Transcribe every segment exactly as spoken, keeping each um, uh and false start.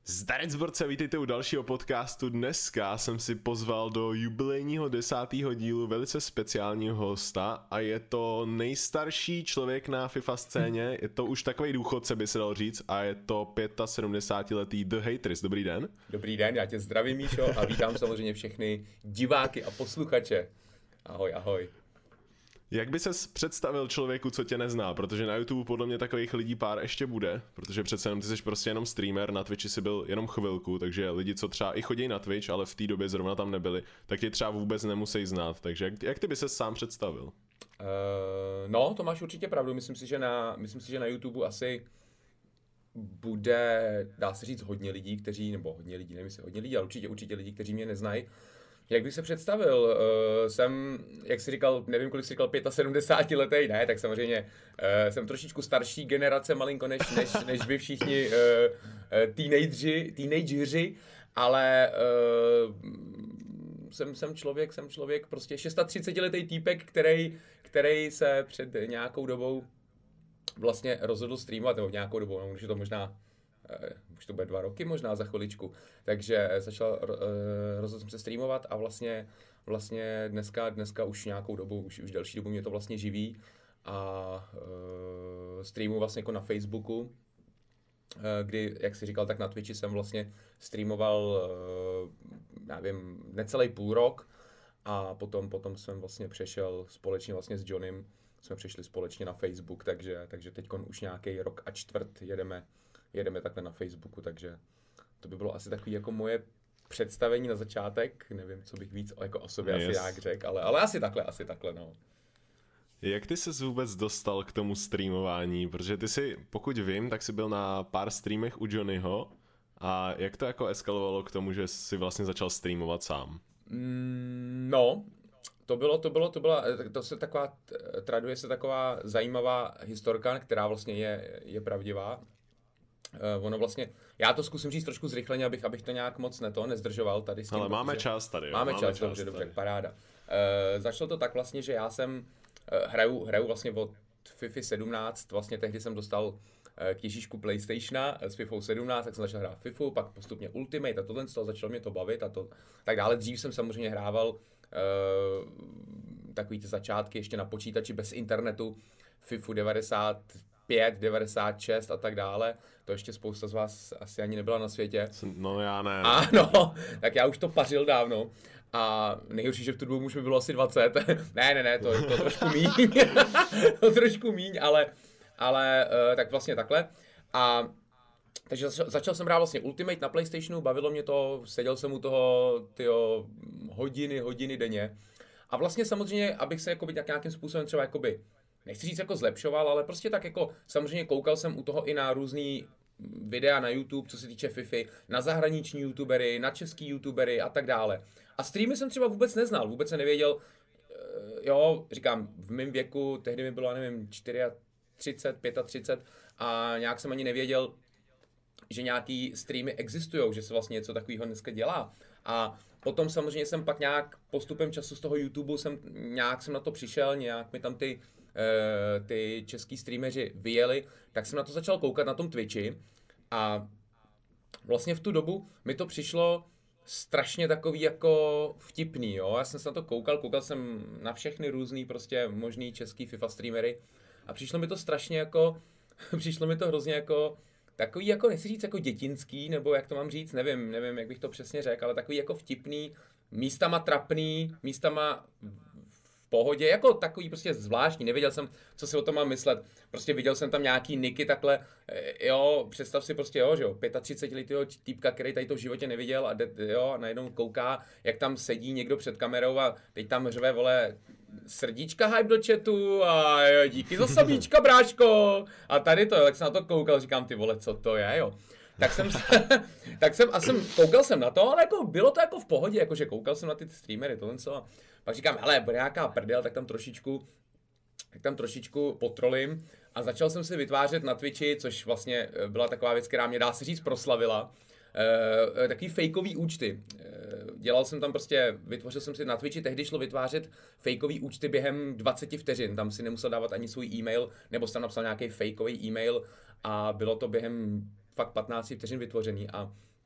Zdarec zborce, vítejte u dalšího podcastu. Dneska jsem si pozval do jubilejního desátého dílu velice speciálního hosta a je to nejstarší člověk na FIFA scéně, je to už takovej důchodce, by se dal říct, a je to sedmdesátipětiletý The Haters. Dobrý den. Dobrý den, já tě zdravím, Míšo, a vítám samozřejmě všechny diváky a posluchače. Ahoj, ahoj. Jak by ses představil člověku, co tě nezná, protože na YouTube podle mě takových lidí pár ještě bude, protože přece jenom ty jsi prostě jenom streamer, na Twitchi si byl jenom chvilku, takže lidi, co třeba i chodí na Twitch, ale v té době zrovna tam nebyli, tak tě třeba vůbec nemusí znát, takže jak, jak ty by ses sám představil? Uh, no, to máš určitě pravdu, myslím si, že na, myslím si, že na YouTube asi bude, dá se říct, hodně lidí, kteří, nebo hodně lidí, nevím jestli hodně lidí, ale určitě, určitě lidí, kteří mě neznají. Jak bych se představil? Uh, jsem, jak jsi říkal, nevím, kolik jsi říkal, sedmdesátipětiletý, ne, tak samozřejmě uh, jsem trošičku starší generace malinko než, než, než vy všichni uh, uh, teenageři, teenageři, ale uh, jsem, jsem člověk, jsem člověk, prostě třicetišestiletý týpek, který, který se před nějakou dobou vlastně rozhodl streamovat, nebo nějakou dobou, no, už je to možná Uh, už to bude dva roky možná za chviličku, takže začal, uh, rozhodl jsem se streamovat a vlastně, vlastně dneska, dneska už nějakou dobu, už, už delší dobu mě to vlastně živí a uh, streamu vlastně jako na Facebooku, uh, kdy, jak jsi říkal, tak na Twitchi jsem vlastně streamoval, uh, já vím, necelý půl rok a potom, potom jsem vlastně přešel společně vlastně s Johnem, jsme přešli společně na Facebook, takže, takže teďkon už nějaký rok a čtvrt jedeme jedeme takhle na Facebooku, takže to by bylo asi takový jako moje představení na začátek, nevím, co bych víc jako o sobě yes. asi jak řekl, ale, ale asi takhle, asi takhle, no. Jak ty ses vůbec dostal k tomu streamování, protože ty si, pokud vím, tak jsi byl na pár streamech u Johnnyho a jak to jako eskalovalo k tomu, že jsi vlastně začal streamovat sám? Mm, no, to bylo, to bylo, to byla, to se taková, traduje se taková zajímavá historka, která vlastně je, je pravdivá. Uh, ono vlastně, já to zkusím říct trošku zrychleně, abych, abych to nějak moc neto, nezdržoval tady s tím. Ale máme čas tady, jo. Máme, máme čas, čas dobře, dobře, paráda. Uh, začalo to tak vlastně, že já jsem, uh, hraju, hraju vlastně od FIFA sedmnáct, vlastně tehdy jsem dostal uh, k Ježíšku PlayStationa s FIFA sedmnáct, tak jsem začal hrát FIFU, pak postupně Ultimate a tohle z toho začalo mě to bavit a to tak dále. Dřív jsem samozřejmě hrával uh, takový ty začátky ještě na počítači bez internetu, FIFU devadesát pět, devadesát šest a tak dále. To ještě spousta z vás asi ani nebyla na světě. No já ne. Ano, tak já už to pařil dávno. A nejhorší, že v tu dobu už mi bylo asi dvacet. ne, ne, ne, to, to trošku míň. to trošku míň, ale, ale uh, tak vlastně takhle. A takže začal, začal jsem hrát vlastně Ultimate na PlayStationu, bavilo mě to, seděl jsem u toho tyjo, hodiny, hodiny denně. A vlastně samozřejmě, abych se jakoby tak nějakým způsobem třeba jakoby nechci říct jako zlepšoval, ale prostě tak jako samozřejmě koukal jsem u toho i na různý videa na YouTube, co se týče FIFA, na zahraniční youtubery, na český youtubery a tak dále. A streamy jsem třeba vůbec neznal, vůbec se nevěděl, jo, říkám, v mém věku, tehdy mi bylo, nevím, třicet čtyři, třicet pět a nějak jsem ani nevěděl, že nějaký streamy existujou, že se vlastně něco takového dneska dělá. A potom samozřejmě jsem pak nějak postupem času z toho YouTube jsem nějak jsem na to přišel, nějak mi tam ty ty český streameři vyjeli, tak jsem na to začal koukat na tom Twitchi a vlastně v tu dobu mi to přišlo strašně takový jako vtipný, jo, já jsem se na to koukal, koukal jsem na všechny různý prostě možný český FIFA streamery a přišlo mi to strašně jako, přišlo mi to hrozně jako takový jako, nechci říct jako dětinský, nebo jak to mám říct, nevím, nevím, jak bych to přesně řekl, ale takový jako vtipný, místama trapný, místama pohodě, jako takový prostě zvláštní, nevěděl jsem, co si o tom mám myslet, prostě viděl jsem tam nějaký niky takhle, jo, představ si prostě, jo, že jo, třicetiletýho týpka, který tady to v životě neviděl a de, jo, a najednou kouká, jak tam sedí někdo před kamerou a teď tam řve, vole, srdíčka hype do chatu a jo, díky za sabíčka, bráško, a tady to, jak jsem na to koukal, říkám, ty vole, co to je, jo. Tak jsem, tak jsem, a jsem, koukal jsem na to, ale jako bylo to jako v pohodě, jakože koukal jsem na ty streamery, tohle co. Pak říkám, hele, bude nějaká prdel, tak tam trošičku, tak tam trošičku potrolím a začal jsem si vytvářet na Twitchi, což vlastně byla taková věc, která mě dá se říct proslavila, e, takový fejkový účty. E, dělal jsem tam prostě, vytvořil jsem si na Twitchi, tehdy šlo vytvářet fejkový účty během dvacet vteřin, tam si nemusel dávat ani svůj e-mail, nebo jsem tam napsal nějaký fejkový e-mail a bylo to během fakt patnáct vteřin vytvořený a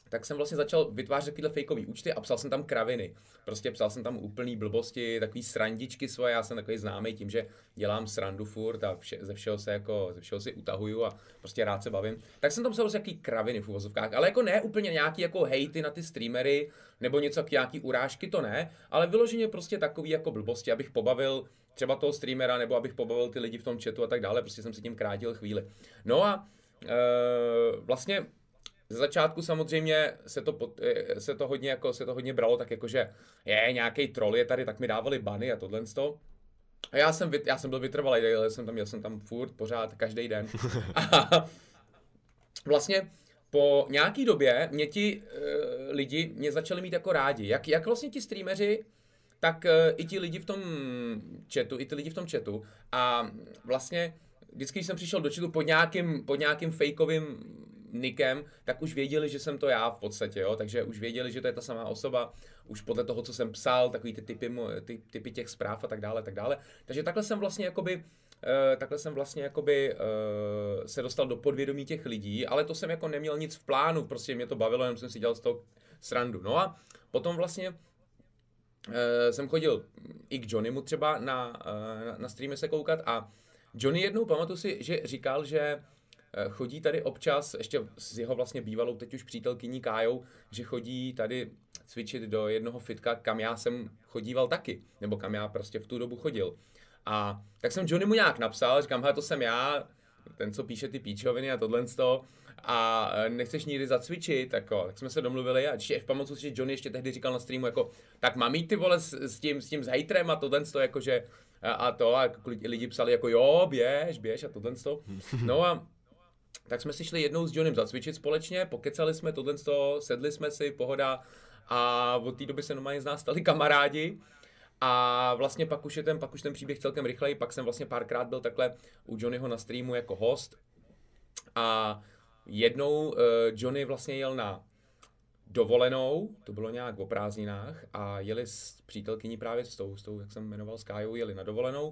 tak jsem vlastně začal vytvářet takovýhle fejkový účty a psal jsem tam kraviny. Prostě psal jsem tam úplný blbosti, takový srandičky svoje, já jsem takový známý tím, že dělám srandu furt a vše, ze všeho se jako, ze všeho si utahuju a prostě rád se bavím. Tak jsem tam psal prostě jaký kraviny v uvozovkách, ale jako ne úplně nějaký jako hejty na ty streamery, nebo něco, nějaký urážky, to ne, ale vyloženě prostě takový jako blbosti, abych pobavil třeba toho streamera, nebo abych pobavil ty lidi v tom chatu a tak dále, prostě jsem si tím krátil chvíli. No a e, vlastně ze začátku samozřejmě se to, pod, se to hodně jako se to hodně bralo tak jako, že je nějaký troll je tady, tak mi dávali bany a tohle z toho. A já jsem, já jsem byl vytrvalý, jel jsem tam, jel jsem tam furt, pořád, každý den. A vlastně po nějaký době mě ti uh, lidi mě začali mít jako rádi. Jak, jak vlastně ti streameři, tak uh, i ti lidi v tom chatu, i ty lidi v tom chatu. A vlastně vždycky, když jsem přišel do chatu pod nějakým, pod nějakým fejkovým nikem, tak už věděli, že jsem to já v podstatě, jo, takže už věděli, že to je ta samá osoba, už podle toho, co jsem psal, takový ty typy, ty typy těch zpráv a tak dále, tak dále. Takže takhle jsem vlastně jakoby, uh, takhle jsem vlastně jakoby uh, se dostal do podvědomí těch lidí, ale to jsem jako neměl nic v plánu, prostě mě to bavilo, jenom jsem si dělal z toho srandu. No a potom vlastně uh, jsem chodil i k Johnnymu třeba na, uh, na, na streamy se koukat a Johnny jednou, pamatuju si, že říkal, že chodí tady občas, ještě s jeho vlastně bývalou teď už přítelkyní Kájou, že chodí tady cvičit do jednoho fitka, kam já jsem chodíval taky, nebo kam já prostě v tu dobu chodil. A tak jsem Johnnymu nějak napsal, říkám, hele, to jsem já, ten, co píše ty píčoviny a tohle z toho, a nechceš nikdy zacvičit, jako, tak jsme se domluvili a ještě pamatuju si, že Johnny ještě tehdy říkal na streamu, jako, tak mám jít ty vole s, s tím, s tím s hejtrem a tohle z toho, jakože, a, a to, a lidi psali jako, jo, běž, běž a tohle z toho. No a tak jsme si šli jednou s Johnnym zacvičit společně, pokecali jsme tohle z toho, sedli jsme si, pohoda a od té doby se normálně z nás stali kamarádi a vlastně pak už je ten, pak už ten příběh celkem rychlej, pak jsem vlastně párkrát byl takhle u Johnnyho na streamu jako host a jednou uh, Johnny vlastně jel na dovolenou, to bylo nějak o prázdninách a jeli s přítelkyní právě s tou, s tou, jak jsem jmenoval, s Kájou, jeli na dovolenou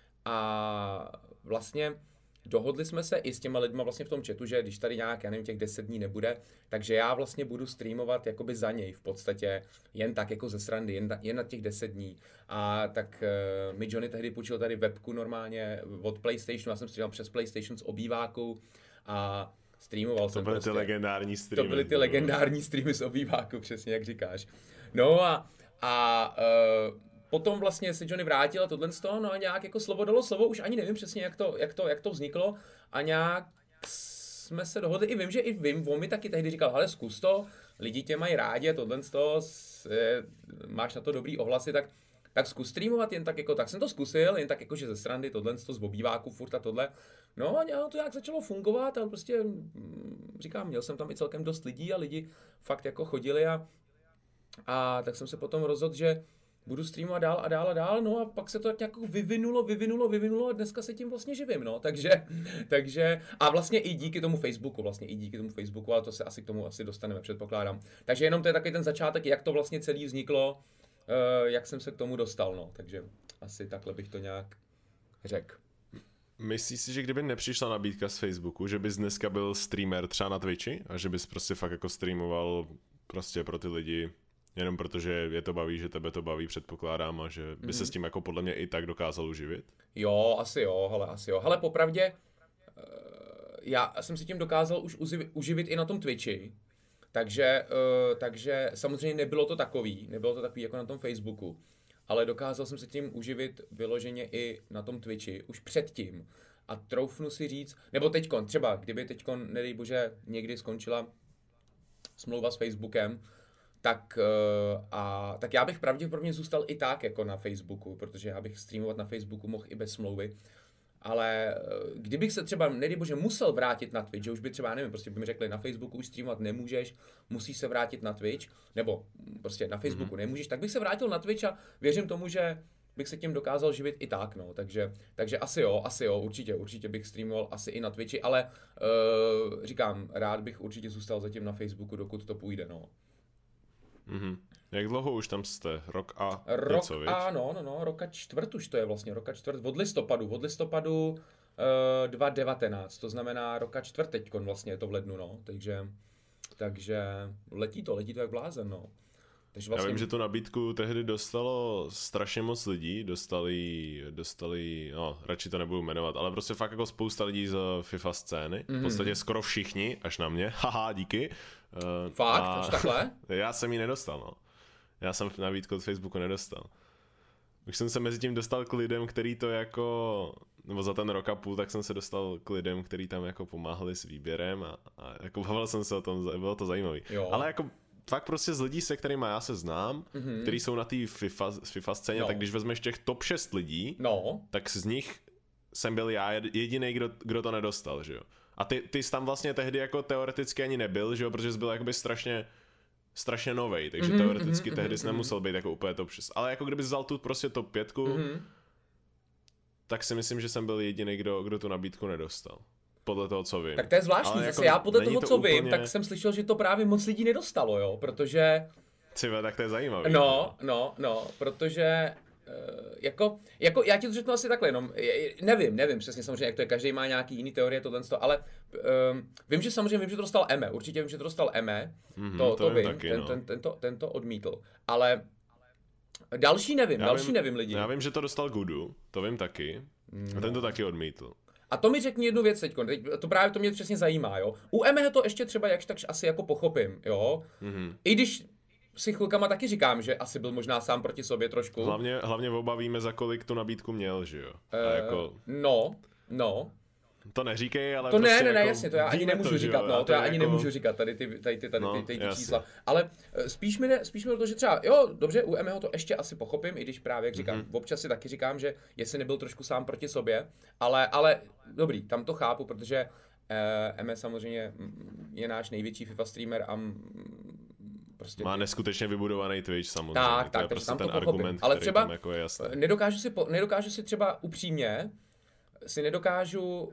a vlastně dohodli jsme se i s těma lidma vlastně v tom chatu, že když tady nějak, já nevím, těch deset dní nebude, takže já vlastně budu streamovat jakoby za něj v podstatě, jen tak jako ze srandy, jen, jen na těch deset dní. A tak uh, mi Johnny tehdy půjčil tady webku normálně od PlayStationu, já jsem streamoval přes PlayStation z obýváku a streamoval to jsem byly prostě. ty legendární streamy. To byly ty legendární streamy z obýváku, přesně jak říkáš. No a, a uh, potom vlastně se Johnny vrátil a tohle z toho, no a nějak jako slovo dalo slovo, už ani nevím přesně, jak to, jak to, jak to vzniklo a nějak jsme se dohodli, i vím, že i vím, on mi taky tehdy říkal, hele, zkus to, lidi tě mají rádi a tohle z toho, máš na to dobrý ohlasy, tak, tak zkus streamovat jen tak jako, tak jsem to zkusil, jen tak jako, že ze srandy, tohle z toho z obýváku, furt a tohle, no a to nějak začalo fungovat a prostě, říkám, měl jsem tam i celkem dost lidí a lidi fakt jako chodili a, a tak jsem se potom rozhodl, že budu streamovat dál a dál a dál, no a pak se to tak nějak vyvinulo, vyvinulo, vyvinulo a dneska se tím vlastně živím, no, takže, takže, a vlastně i díky tomu Facebooku, vlastně i díky tomu Facebooku, ale to se asi k tomu asi dostaneme, předpokládám. Takže jenom to je taky ten začátek, jak to vlastně celý vzniklo, uh, jak jsem se k tomu dostal, no, takže asi takhle bych to nějak řekl. Myslíš si, že kdyby nepřišla nabídka z Facebooku, že bys dneska byl streamer třeba na Twitchi a že bys prostě fakt jako streamoval prostě pro ty lidi, jenom protože je to baví, že tebe to baví, předpokládám, a že by mm-hmm. se s tím jako podle mě i tak dokázal uživit? Jo, asi jo, hele, asi jo. Hele, popravdě, já jsem si tím dokázal už uživit i na tom Twitchi, takže, takže samozřejmě nebylo to takový, nebylo to takový jako na tom Facebooku, ale dokázal jsem se tím uživit vyloženě i na tom Twitchi, už předtím. A troufnu si říct, nebo teďkon, třeba kdyby teďkon, nedej bože, někdy skončila smlouva s Facebookem, tak, a, tak já bych pravděpodobně zůstal i tak jako na Facebooku, protože já bych streamovat na Facebooku mohl i bez smlouvy. Ale kdybych se třeba, nedej bože, musel vrátit na Twitch, že už by třeba, nevím, prostě by mi řekli, na Facebooku už streamovat nemůžeš, musíš se vrátit na Twitch, nebo prostě na Facebooku mm-hmm. nemůžeš, tak bych se vrátil na Twitch a věřím tomu, že bych se tím dokázal živit i tak, no, takže, takže asi jo, asi jo, určitě, určitě bych streamoval asi i na Twitchi, ale uh, říkám, rád bych určitě zůstal zatím na Facebooku, dokud to půjde, no. Mm-hmm. Jak dlouho už tam jste? Rok a Rok něco, viď? a no, no, no, roka čtvrt už to je vlastně, roka čtvrt, od listopadu, od listopadu uh, dva tisíce devatenáct, to znamená roka čtvrt teďkon vlastně je to v lednu, no, takže, Takže letí to, letí to jak blázen, no. Takže vlastně... Já vím, že tu nabídku tehdy dostalo strašně moc lidí, dostali, dostali, no, radši to nebudu jmenovat, ale prostě fakt jako spousta lidí z FIFA scény, mm-hmm. v podstatě skoro všichni, až na mě, haha, díky. Uh, fakt, a... až takhle? Já jsem ji nedostal, no. Já jsem nabídku od Facebooku nedostal. Už jsem se mezi tím dostal k lidem, který to jako, nebo za ten rok a půl, tak jsem se dostal k lidem, který tam jako pomáhali s výběrem a, a jako bavil jsem se o tom, bylo to zajímavý. Jo. Ale jako fakt prostě z lidí, se kterými já se znám, mm-hmm. který jsou na té FIFA, FIFA scéně, no. tak když vezmeš těch top šest lidí, no. tak z nich jsem byl já jediný, kdo, kdo to nedostal, že jo. A ty, ty jsi tam vlastně tehdy jako teoreticky ani nebyl, že jo, protože jsi byl jakoby strašně strašně novej, takže mm-hmm, teoreticky mm-hmm, tehdy mm-hmm. jsi nemusel být jako úplně top šest. Ale jako kdyby vzal tu prostě top pětku, mm-hmm. tak si myslím, že jsem byl jediný, kdo, kdo tu nabídku nedostal. Podle toho, co vím. Tak to je zvláštní, zase jako já podle toho, to co úplně... vím, tak jsem slyšel, že to právě moc lidí nedostalo, jo, protože... Cive, tak to je zajímavé. No, no, no, protože... Uh, jako, jako, já ti to řeknu asi takhle, jenom, nevím, nevím přesně samozřejmě, jak to je, každý má nějaký jiný teorie, tohle, ale um, vím, že samozřejmě vím, že to dostal Eme, určitě vím, že to dostal Eme, mm-hmm, to, to, to vím, taky, ten, no. ten, ten, to, ten to odmítl, ale další nevím, já další vím, nevím lidi. Já vím, že to dostal Gudu, to vím taky, no. a ten to taky odmítl. A to mi řekni jednu věc teďko, teď, to právě to mě přesně zajímá, jo, u Emeho to ještě třeba jakž tak asi jako pochopím, jo, mm-hmm. i když si chvilkama taky říkám, že asi byl možná sám proti sobě trošku. Hlavně, hlavně oba víme, za kolik tu nabídku měl, že jo? Uh, A jako... No, no. To neříkej, ale to prostě ne, ne, ne, jako jasně, to já ani nemůžu to, říkat, no, to já jako... ani nemůžu říkat, tady ty, tady ty, tady no, ty, tady ty jasně. čísla. Ale spíš mi jde, spíš mi jde to, že třeba, jo, dobře, u Emeho to ještě asi pochopím, i když právě, jak říkám, mm-hmm. občas si taky říkám, že jestli nebyl trošku sám proti sobě, ale, ale dobrý, tam to chápu, protože uh, Eme samozřejmě je náš největší FIFA streamer a prostě má neskutečně vybudovaný Twitch samozřejmě. Tak, to tak, je prostě tam ten to argument, ale který třeba tam jako je jasný. Nedokážu si, po, nedokážu si třeba upřímně, si nedokážu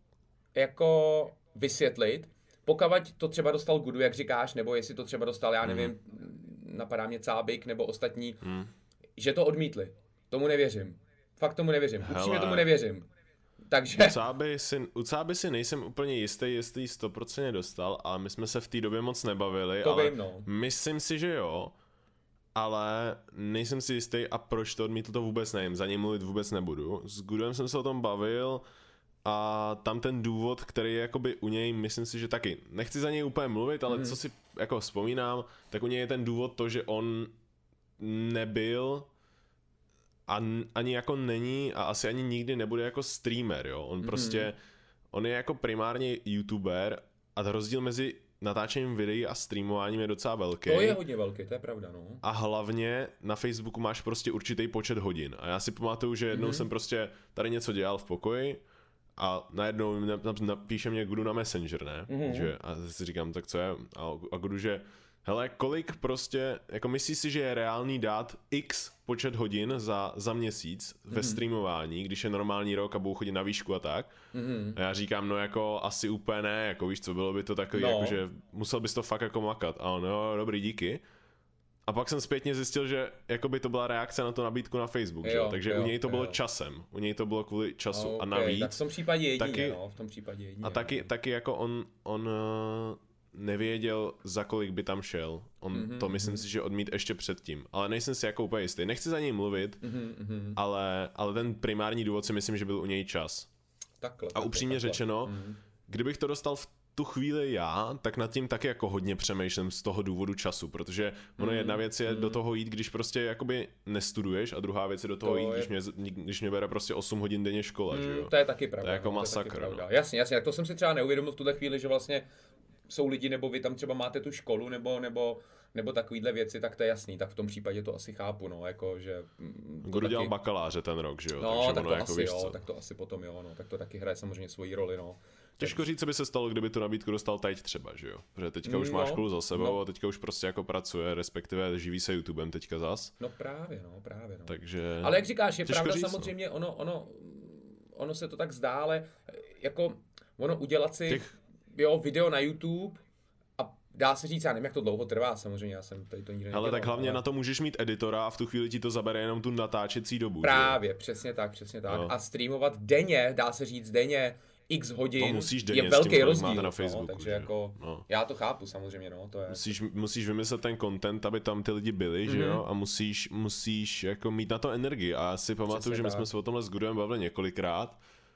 jako vysvětlit, pokud to třeba dostal Gudu, jak říkáš, nebo jestli to třeba dostal, já nevím, mm. napadá mě Cábik nebo ostatní, mm. že to odmítli. Tomu nevěřím. Fakt tomu nevěřím. Hele. Upřímně tomu nevěřím. Takže... U Cáby si, u Cáby si nejsem úplně jistý, jestli ji sto procent dostal, ale my jsme se v té době moc nebavili, to ale vím, no. myslím si, že jo, ale nejsem si jistý a proč to odmítl, to vůbec nevím, za něj mluvit vůbec nebudu. S Gudem jsem se o tom bavil a tam ten důvod, který je jakoby u něj, myslím si, že taky, nechci za něj úplně mluvit, ale mm. co si jako vzpomínám, tak u něj je ten důvod to, že on nebyl a ani jako není a asi ani nikdy nebude jako streamer, jo, on mm. prostě, on je jako primárně youtuber a ten rozdíl mezi natáčením videí a streamováním je docela velký. To je hodně velký, to je pravda, no. A hlavně na Facebooku máš prostě určitý počet hodin a já si pamatuju, že jednou mm. jsem prostě tady něco dělal v pokoji a najednou napíše mě Gudu na Messenger, ne? Mm. Že, a si říkám, tak co je? A, a Gudu, že hele, kolik prostě, jako myslíš si, že je reálný dát x počet hodin za, za měsíc mm-hmm. ve streamování, když je normální rok a budou chodit na výšku a tak. Mm-hmm. A já říkám, no jako asi úplně ne, jako víš co, bylo by to takový, no. jako že musel bys to fakt jako makat. A on, jo, dobrý, díky. A pak jsem zpětně zjistil, že jako by to byla reakce na tu nabídku na Facebook, jo, že? Takže jo, u něj to bylo jo. časem, u něj to bylo kvůli času okay, a navíc. Tak v tom případě jedině, taky, no, v tom případě jedině. A taky, no. taky jako on, on nevěděl, za kolik by tam šel. On mm-hmm, to myslím mm-hmm. si, že odmít ještě předtím. Ale nejsem si jako úplně jistý. Nechci za něj mluvit, mm-hmm. ale, ale ten primární důvod si myslím, že byl u něj čas. Takhle, a upřímně takhle. řečeno, mm-hmm. kdybych to dostal v tu chvíli já, tak nad tím taky jako hodně přemýšlím z toho důvodu času, protože ono mm-hmm. jedna věc je mm-hmm. do toho jít, když prostě jakoby nestuduješ a druhá věc je do toho to jít, je... když, mě, když mě bere prostě osm hodin denně škola, mm, že jo? To je taky pravda. To je jako no, masakr. No. Jasně, jasně, tak to jsem si třeba neuvědomil v tuhle chvíli, že vlastně jsou lidi, nebo vy tam třeba máte tu školu, nebo, nebo, nebo takovýhle věci, tak to je jasný, tak v tom případě to asi chápu, no, jako, že... Kdo taky... dělal bakaláře ten rok, že jo? No, takže tak to jako, asi jo, co? tak to asi potom jo, no, tak to taky hraje samozřejmě svoji roli, no. Těžko říct, co by se stalo, kdyby tu nabídku dostal teď třeba, že jo? Protože teďka už no, má školu za sebou no. a teďka už prostě jako pracuje, respektive živí se YouTubem teďka zas. No právě, no, právě, no. Takže... Ale jak říkáš, je pravda říct, samozřejmě, no. ono, ono, ono se to tak zdá, ale jako ono udělat si, Těch... jo, video na YouTube a dá se říct, já nevím, jak to dlouho trvá, samozřejmě, já jsem tady to nikdy nedělal. Ale tak hlavně ale... na to můžeš mít editora a v tu chvíli ti to zabere jenom tu natáčecí dobu. Právě, že? přesně tak, přesně tak. No. A streamovat denně, dá se říct denně, x hodin, to musíš denně je velký s tím, rozdíl, máte na no, Facebooku, takže že? jako, No. já to chápu samozřejmě, no, to je. Musíš, musíš vymyslet ten content, aby tam ty lidi byli, mm-hmm. že jo, a musíš, musíš jako mít na to energii a já si pamatuju, Přesně že my tak. jsme se o tomhle s Gudem bavili několikrát,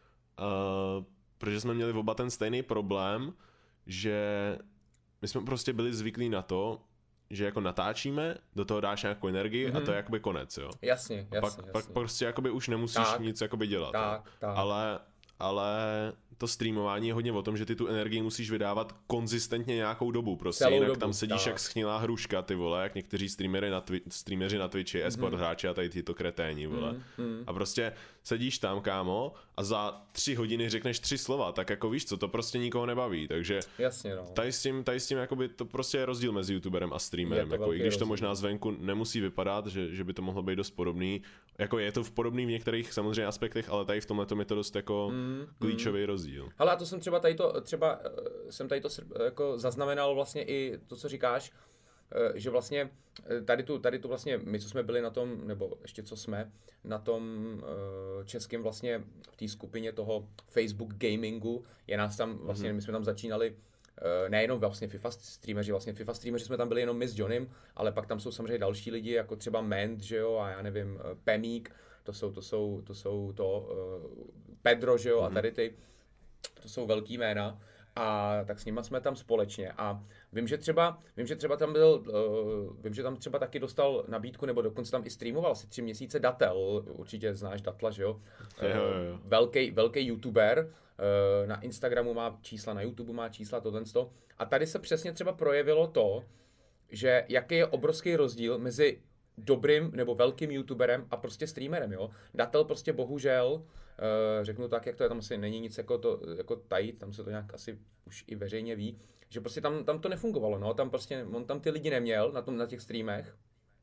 uh, protože jsme měli oba ten stejný problém, že my jsme prostě byli zvyklí na to, že jako natáčíme, do toho dáš nějakou energii mm-hmm. a to je jakoby konec, jo. Jasně, jasně, pak, jasně. pak prostě jakoby už nemusíš tak, nic jakoby dělat. Tak, tak. Ale, ale to streamování je hodně o tom, že ty tu energii musíš vydávat konzistentně nějakou dobu, prostě Celou jinak dobu, tam sedíš tak. jak schnilá hruška, ty vole, jak někteří streamery na, twi- streameři na Twitchi, mm-hmm. esport hráči a tady tyto kreténi, vole. Mm-hmm. A prostě sedíš tam, kámo, a za tři hodiny řekneš tři slova, tak jako víš co, to prostě nikoho nebaví, takže Jasně, no. tady s tím, tady s tím jakoby to prostě je rozdíl mezi youtuberem a streamerem, jako i když rozdíl. to možná zvenku nemusí vypadat, že, že by to mohlo být dost podobný, jako je to v podobný v některých samozřejmě aspektech, ale tady v tomhle je to dost jako mm, klíčový mm. rozdíl. Ale a to jsem třeba tady to, třeba jsem tady to jako zaznamenal vlastně i to, co říkáš, že vlastně tady tu, tady tu vlastně, my co jsme byli na tom, nebo ještě co jsme, na tom českém vlastně v té skupině toho Facebook gamingu, je nás tam vlastně, mm-hmm. my jsme tam začínali nejenom vlastně FIFA streameři, vlastně FIFA streameři jsme tam byli jenom my s Johnem, ale pak tam jsou samozřejmě další lidi, jako třeba Ment, že jo, a já nevím, Pemík, to jsou, to jsou, to jsou to, uh, Pedro, že jo, mm-hmm. a tady ty, to jsou velký jména. A tak s nima jsme tam společně a vím, že třeba, vím, že třeba tam byl, uh, vím, že tam třeba taky dostal nabídku, nebo dokonce tam i streamoval asi tři měsíce Datel, určitě znáš Datla, že jo? jo, jo, jo. Velký, velký youtuber, uh, na Instagramu má čísla, na YouTube má čísla, tohle. A tady se přesně třeba projevilo to, že jaký je obrovský rozdíl mezi dobrým nebo velkým youtuberem a prostě streamerem, jo? Datel prostě bohužel, Uh, řeknu tak, jak to je, tam asi není nic jako, to, jako tajit, tam se to nějak asi už i veřejně ví, že prostě tam, tam to nefungovalo, no, tam prostě, on tam ty lidi neměl na, tom, na těch streamech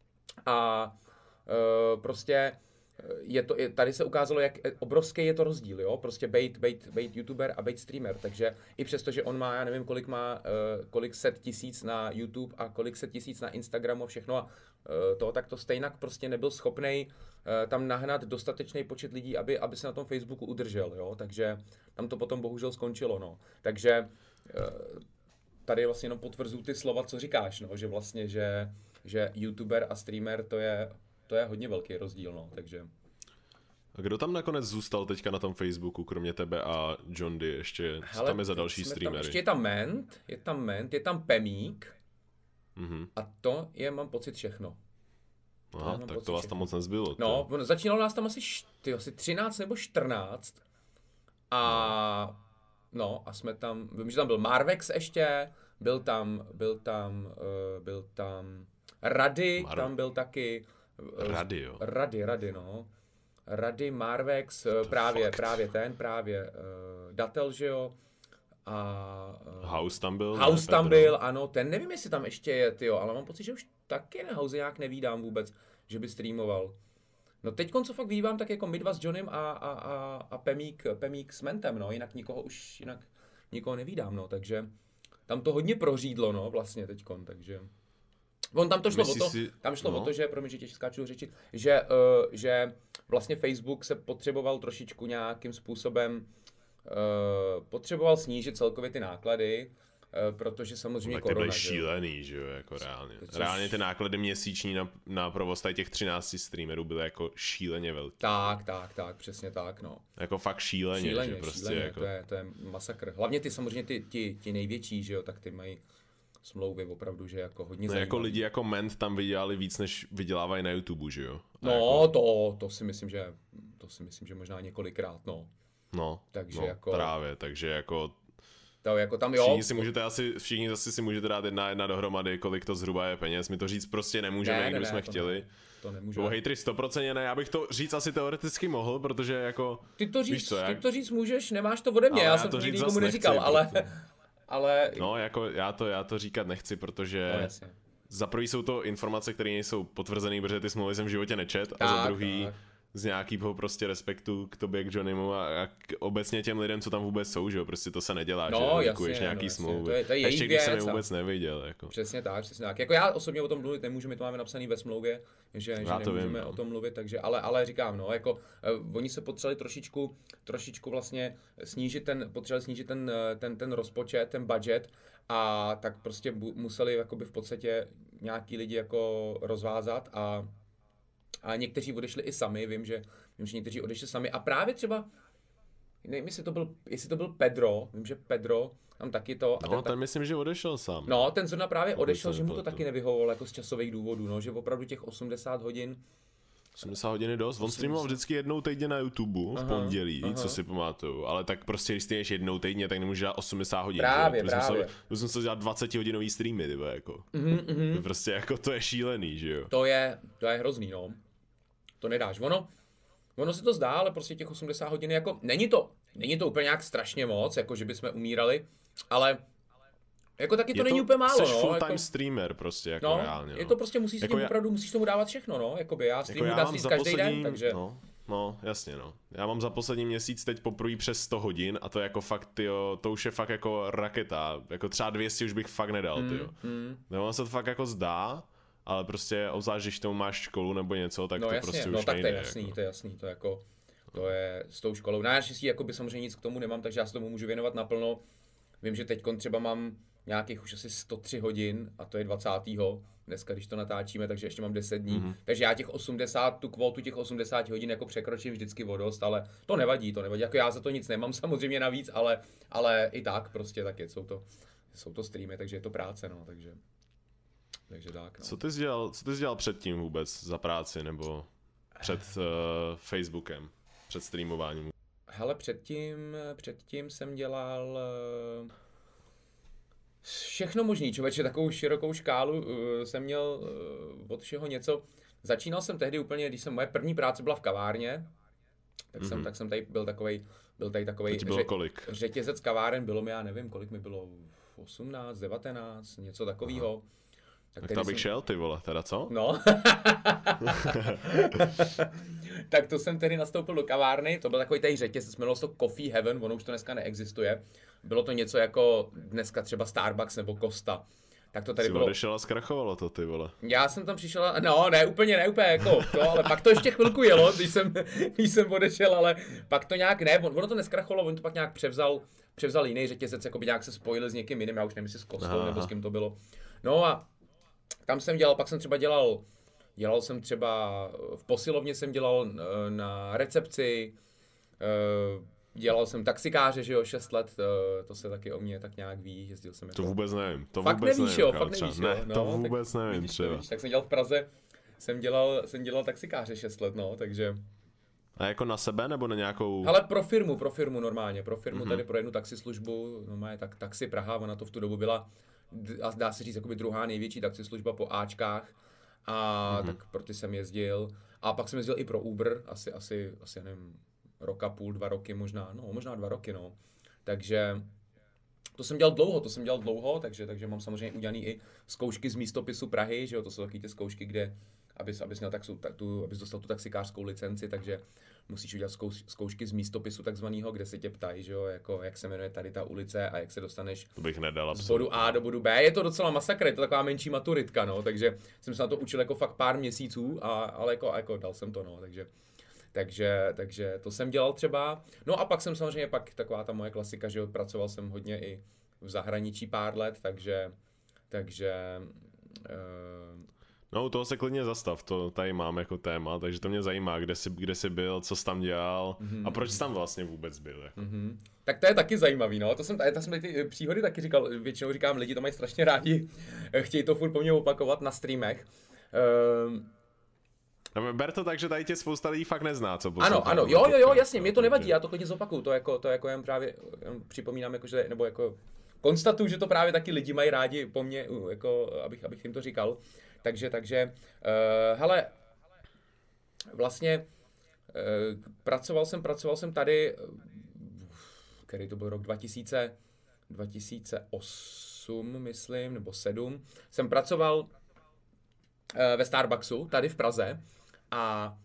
a uh, prostě je to, je, tady se ukázalo, jak obrovský je to rozdíl, jo, prostě bejt, bejt, bejt youtuber a bejt streamer, takže i přesto, že on má, já nevím, kolik má, uh, kolik set tisíc na YouTube a kolik set tisíc na Instagramu a všechno a uh, to, tak to stejnak prostě nebyl schopnej uh, tam nahnat dostatečný počet lidí, aby, aby se na tom Facebooku udržel, jo, takže tam to potom bohužel skončilo, no, takže uh, tady vlastně jenom potvrzuji ty slova, co říkáš, no, že vlastně, že, že youtuber a streamer to je To je hodně velký rozdíl, no, takže. A kdo tam nakonec zůstal teďka na tom Facebooku, kromě tebe a John D, ještě, co tam je za další streamery? Tam, ještě je tam Ment, je tam Ment, je tam Pemík mm-hmm. a to je, mám pocit, všechno. Aha, to tak to vás všechno. Tam moc nezbylo. No, to... začínalo nás tam asi, ty, asi třináct nebo čtrnáct a no. no a jsme tam, vím, že tam byl Marvex ještě, byl tam, byl tam, uh, byl tam Rady, Mar... tam byl taky. Rady, jo. Rady, Rady, no. Rady, Marvex, právě, fakt. právě ten, právě uh, Datel, že jo. A uh, House tam byl. House tam byl, ano, ten nevím, jestli tam ještě je, tyjo, ale mám pocit, že už taky na House nějak nevídám vůbec, že by streamoval. No teď, co fakt vydívám, tak jako my dva s Johnem a, a, a, a Pemík, Pemík s Mentem, no, jinak nikoho už, jinak nikoho nevídám, no, takže tam to hodně prořídlo, no, vlastně teďkon, takže... On tam to šlo o to, si... tam šlo no. o to, že, promiň, že tě skáču řečit, že, uh, že vlastně Facebook se potřeboval trošičku nějakým způsobem, uh, potřeboval snížit celkově ty náklady, uh, protože samozřejmě tak korona. Tak to byly šílený, že jo, jako reálně. Což... Reálně ty náklady měsíční na, na provoz těch třinácti streamerů byly jako šíleně velké. Tak, tak, tak, přesně tak, no. Jako fakt šíleně, šíleně že prostě šíleně, jako... to, je, to je masakr. Hlavně ty samozřejmě ty, ty, ty největší, že jo, tak ty mají smlouvy opravdu, že jako hodně no, zajímavý. Jako lidi jako Ment tam vydělali víc, než vydělávají na YouTube, že jo? A no, jako... to, to si myslím, že to si myslím, že možná několikrát, no. No, takže no, jako... právě, takže jako... To jako tam jo. Všichni si můžete asi, všichni zase si můžete dát jedna jedna dohromady, kolik to zhruba je peněz. My to říct prostě nemůžeme, ne, ne, kdyby jsme to chtěli. Ne, to nemůžeme. Bo hejtry sto procent ne, já bych to říct asi teoreticky mohl, protože jako... Ty to říct, co, ty jak... to říct můžeš, nemáš to ode mě, já, já jsem to nikomu neříkal, nechci, ale... Proto... ale... No, jako já to, já to říkat nechci, protože... No, za prvý jsou to informace, které nejsou potvrzené, protože ty smlouvy jsem v životě nečet, tak, a za druhý... Tak. z nějakého prostě respektu k tobě, k Johnnymu a, a k obecně těm lidem, co tam vůbec jsou, že jo, prostě to se nedělá, no, že děkuješ jasně, nějaký no, smlouvy. To je, to je ještě když věc, jsem je vůbec neviděl. Jako. Přesně tak, přesně tak. Jako já osobně o tom mluvit nemůžu, my to máme napsaný ve smlouvě, že, že nemůžeme vím, no. o tom mluvit, takže, ale, ale říkám, no, jako uh, oni se potřebovali trošičku, trošičku vlastně snížit ten, potřebovali snížit ten, ten, ten rozpočet, ten budget a tak prostě bu, museli jakoby v podstatě nějaký lidi jako rozvázat a A někteří odešli i sami, vím, že, vím, že někteří odešli sami. A právě třeba, nevím, jestli to byl, jestli to byl Pedro, vím, že Pedro tam taky to. A no, ten, ten tak, myslím, že odešel sám. No, ten zrovna právě odešel, že mu to taky nevyhovovalo jako z časových důvodů, no, že opravdu těch osmdesát hodin. osmdesát hodin je dost. On streamoval vždycky jednou týdně na YouTube v aha, pondělí, aha. co si pamatuju. Ale tak prostě, když streamuješ jednou týdně, tak nemůžeš dělat osmdesát hodin. Právě, právě. Musím se dělat dvacetihodinový streamy, tyba, jako. Mm, mm. To prostě jako to je šílený, že jo. To je, to je hrozný, no. To nedáš. Ono, ono se to zdá, ale prostě těch osmdesát hodin jako, není to, není to úplně nějak strašně moc, jako že bychom umírali, ale jako taky to, to není úplně málo, jsi no. full time jako, streamer prostě, jako no, reálně, no. Je to prostě, musíš jako já, opravdu, musíš tomu dávat všechno, no, jakoby já streamuji jako každý, každý den, takže. No, no, jasně, no. Já mám za poslední měsíc teď poprvé přes sto hodin a to je jako fakt, tyjo, to už je fakt jako raketa, jako třeba dvě stě už bych fakt nedal, tyjo. Mm, mm. Nebo se to fakt jako zdá, ale prostě obzvlášť, když tomu máš školu nebo něco, tak no, to jasně, prostě no, už tak nejde. to je jasný, jako. to je jasný, to je jako, to je s tou školou. Naštěstí jakoby samozřejmě nic k tomu nemám, takže já se tomu můžu věnovat naplno. Vím, že teď třeba mám nějakých už asi sto tři hodin a to je dvacátého dneska, když to natáčíme, takže ještě mám deset dní. Mm-hmm. Takže já těch osmdesát, tu kvotu těch osmdesát hodin jako překročím vždycky o dost, ale to nevadí, to nevadí. Jako já za to nic nemám samozřejmě navíc, ale, ale i tak prostě taky jsou to, jsou to streamy, takže je to práce, no, takže... Takže tak, no. Co ty jsi dělal, co ty jsi dělal předtím vůbec za práci nebo před uh, Facebookem, před streamováním? Hele, předtím, předtím jsem dělal uh, všechno možný, člověče, takovou širokou škálu uh, jsem měl uh, od všeho něco. Začínal jsem tehdy úplně, když jsem, moje první práce byla v kavárně, tak, mm-hmm. jsem, tak jsem tady byl takovej, byl tady takovej ře, řetězec kaváren, bylo mi, já nevím, kolik mi bylo, osmnáct, devatenáct, něco takového. Tak, tak to bych jsem... šel, ty vole, teda co? No. Tak to jsem tedy nastoupil do kavárny, to byl takový tady řetězec, jmenovalo se to Coffee Heaven, ono už to dneska neexistuje. Bylo to něco jako dneska třeba Starbucks nebo Costa. Tak to tady Jsi bylo... odešel a zkrachovalo to, ty vole. Já jsem tam přišel, no ne, úplně, ne úplně jako to, ale pak to ještě chvilku jelo, když jsem, když jsem odešel, ale pak to nějak ne, ono to neskrachovalo, on to pak nějak převzal, převzal jiný řetězec, jako by nějak se spojili s někým jiným, já už nevím, jestli s Costou aha, nebo s kým to bylo. No a tam jsem dělal, pak jsem třeba dělal, dělal jsem třeba, v posilovně jsem dělal na recepci, dělal jsem taxikáře, že jo, šest let, to se taky o mě tak nějak ví, jezdil jsem jako... To vůbec nevím, to fakt vůbec nevíš, nevím, jo, fakt nevíš, ne, jo, no, to vůbec tak, nevím, vidíš, třeba. Nevíš, tak jsem dělal v Praze, jsem dělal, jsem dělal taxikáře šest let, no, takže... A jako na sebe, nebo na nějakou... Ale pro firmu, pro firmu normálně, pro firmu mm-hmm. tady pro jednu taxislužbu, normálně tak, Taxi Praha, ona to v tu dobu byla, a dá se říct, jakoby druhá největší taxislužba po Ačkách, a mm-hmm. tak pro ty jsem jezdil, a pak jsem jezdil i pro Uber, asi, asi, asi nevím, roka půl, dva roky možná, no možná dva roky, no, takže to jsem dělal dlouho, to jsem dělal dlouho, takže, takže mám samozřejmě udělaný i zkoušky z místopisu Prahy, že jo, to jsou taky ty zkoušky, kde, abys, abys, měl taxu, tak, tu, abys dostal tu taxikářskou licenci, takže musíš udělat zkouš, zkoušky z místopisu takzvaného, kde se tě ptají, že jo, jako jak se jmenuje tady ta ulice a jak se dostaneš to bych nedal, z bodu A do bodu B. Je to docela masakr, je to taková menší maturitka, no, takže jsem se na to učil jako fakt pár měsíců, a, ale jako, jako dal jsem to, no, takže, takže, takže to jsem dělal třeba. No a pak jsem samozřejmě pak taková ta moje klasika, že jo, pracoval jsem hodně i v zahraničí pár let, takže, takže uh, No, u toho se klidně zastav, to tady mám jako téma, takže to mě zajímá, kde jsi, kde jsi byl, co jsi tam dělal mm-hmm. a proč jsi tam vlastně vůbec byl. Jako. Mm-hmm. Tak to je taky zajímavý, no, to jsem, to jsem ty příhody taky říkal, většinou říkám, lidi to mají strašně rádi, chtějí to furt po mně opakovat na streamech. Um, Ber to tak, že tady tě spousta lidí fakt nezná, co poslouchá. Ano, ano, jo, jo, jo, jasně, mě to nevadí, já to klidně zopakuju, to jako, to jako jen právě jen připomínám, jako, že, nebo jako konstatuju, že to právě taky lidi mají rádi po mně, jako, abych, abych jim to říkal. Takže, takže, uh, hele, vlastně uh, pracoval jsem, pracoval jsem tady, uh, který to byl rok dva tisíce, dva tisíce osm, myslím, nebo sedm, jsem pracoval uh, ve Starbucksu, tady v Praze, a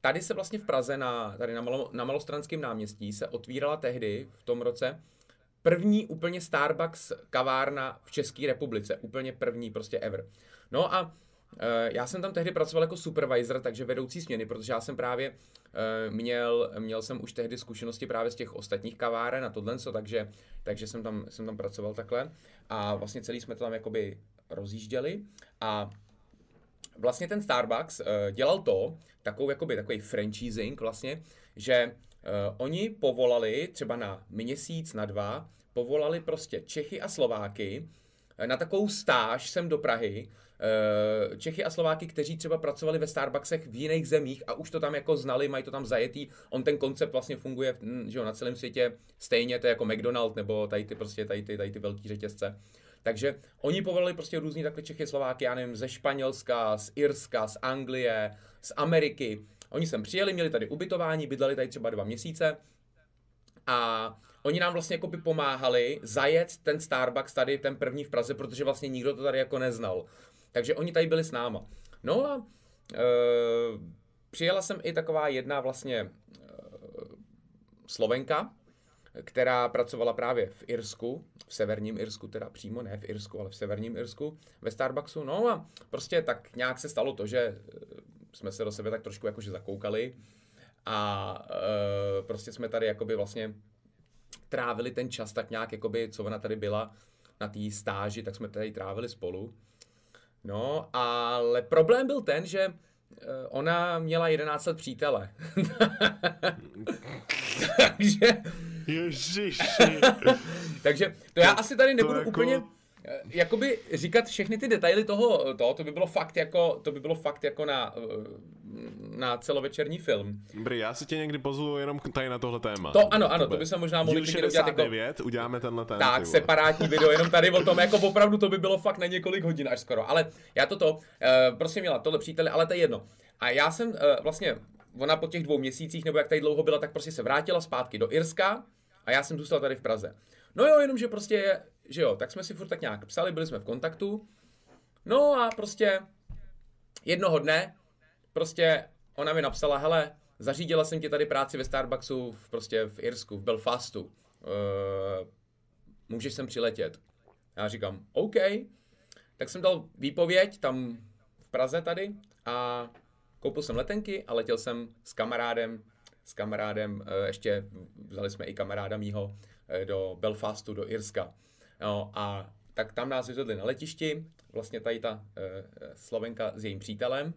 tady se vlastně v Praze, na, tady na, Malo, na Malostranském náměstí se otvírala tehdy v tom roce první úplně Starbucks kavárna v České republice. Úplně první prostě ever. No a e, já jsem tam tehdy pracoval jako supervisor, takže vedoucí směny, protože já jsem právě e, měl, měl jsem už tehdy zkušenosti právě z těch ostatních kaváren a tohle, takže, takže jsem, tam, jsem tam pracoval takhle. A vlastně celý jsme to tam jakoby rozjížděli a vlastně ten Starbucks uh, dělal to, takovou jakoby takový franchising vlastně, že uh, oni povolali třeba na měsíc, na dva, povolali prostě Čechy a Slováky uh, na takovou stáž sem do Prahy, uh, Čechy a Slováky, kteří třeba pracovali ve Starbucksech v jiných zemích a už to tam jako znali, mají to tam zajetý, on ten koncept vlastně funguje, že jo, na celém světě stejně, to je jako McDonald nebo tady ty prostě tady ty, tady ty velký řetězce. Takže oni povolili prostě různý takhle Čechy, Slováky, já nevím, ze Španělska, z Irska, z Anglie, z Ameriky. Oni sem přijeli, měli tady ubytování, bydleli tady třeba dva měsíce a oni nám vlastně jako by pomáhali zajet ten Starbucks tady, ten první v Praze, protože vlastně nikdo to tady jako neznal. Takže oni tady byli s náma. No a e, přijela jsem i taková jedna vlastně e, Slovenka, která pracovala právě v Irsku, v severním Irsku, teda přímo ne v Irsku, ale v severním Irsku, ve Starbucksu. No a prostě tak nějak se stalo to, že jsme se do sebe tak trošku jakože zakoukali a e, prostě jsme tady jakoby vlastně trávili ten čas tak nějak, jakoby, co ona tady byla na té stáži, tak jsme tady trávili spolu. No, ale problém byl ten, že ona měla jedenáct let přítele. Takže... Ježiši. Takže to já asi tady nebudu jako... úplně jakoby říkat všechny ty detaily toho, to, to by bylo fakt jako, to by bylo fakt jako na, na celovečerní film. Dobrý, já si tě někdy pozvu jenom tady na tohle téma. To ano, ano, to by se možná mohli udělat jako... uděláme tenhle téma. Tak, separátní video, jenom tady o tom, jako opravdu to by bylo fakt na několik hodin až skoro. Ale já toto, uh, prostě měla tohle přítele, ale to je jedno. A já jsem uh, vlastně, ona po těch dvou měsících, nebo jak tady dlouho byla, tak prostě se vrátila zpátky do Irska a já jsem zůstal tady v Praze. No jo, jenomže prostě, že jo, tak jsme si furt tak nějak psali, byli jsme v kontaktu. No a prostě jednoho dne prostě ona mi napsala, hele, zařídila jsem ti tady práci ve Starbucksu v, prostě v Irsku, v Belfastu. Uh, můžeš sem přiletět. Já říkám, OK. Tak jsem dal výpověď tam v Praze tady a koupil jsem letenky a letěl jsem s kamarádem, s kamarádem, uh, ještě vzali jsme i kamaráda mýho, do Belfastu, do Irska. No, a tak tam nás vyzvedli na letišti, vlastně tady ta e, Slovenka s jejím přítelem.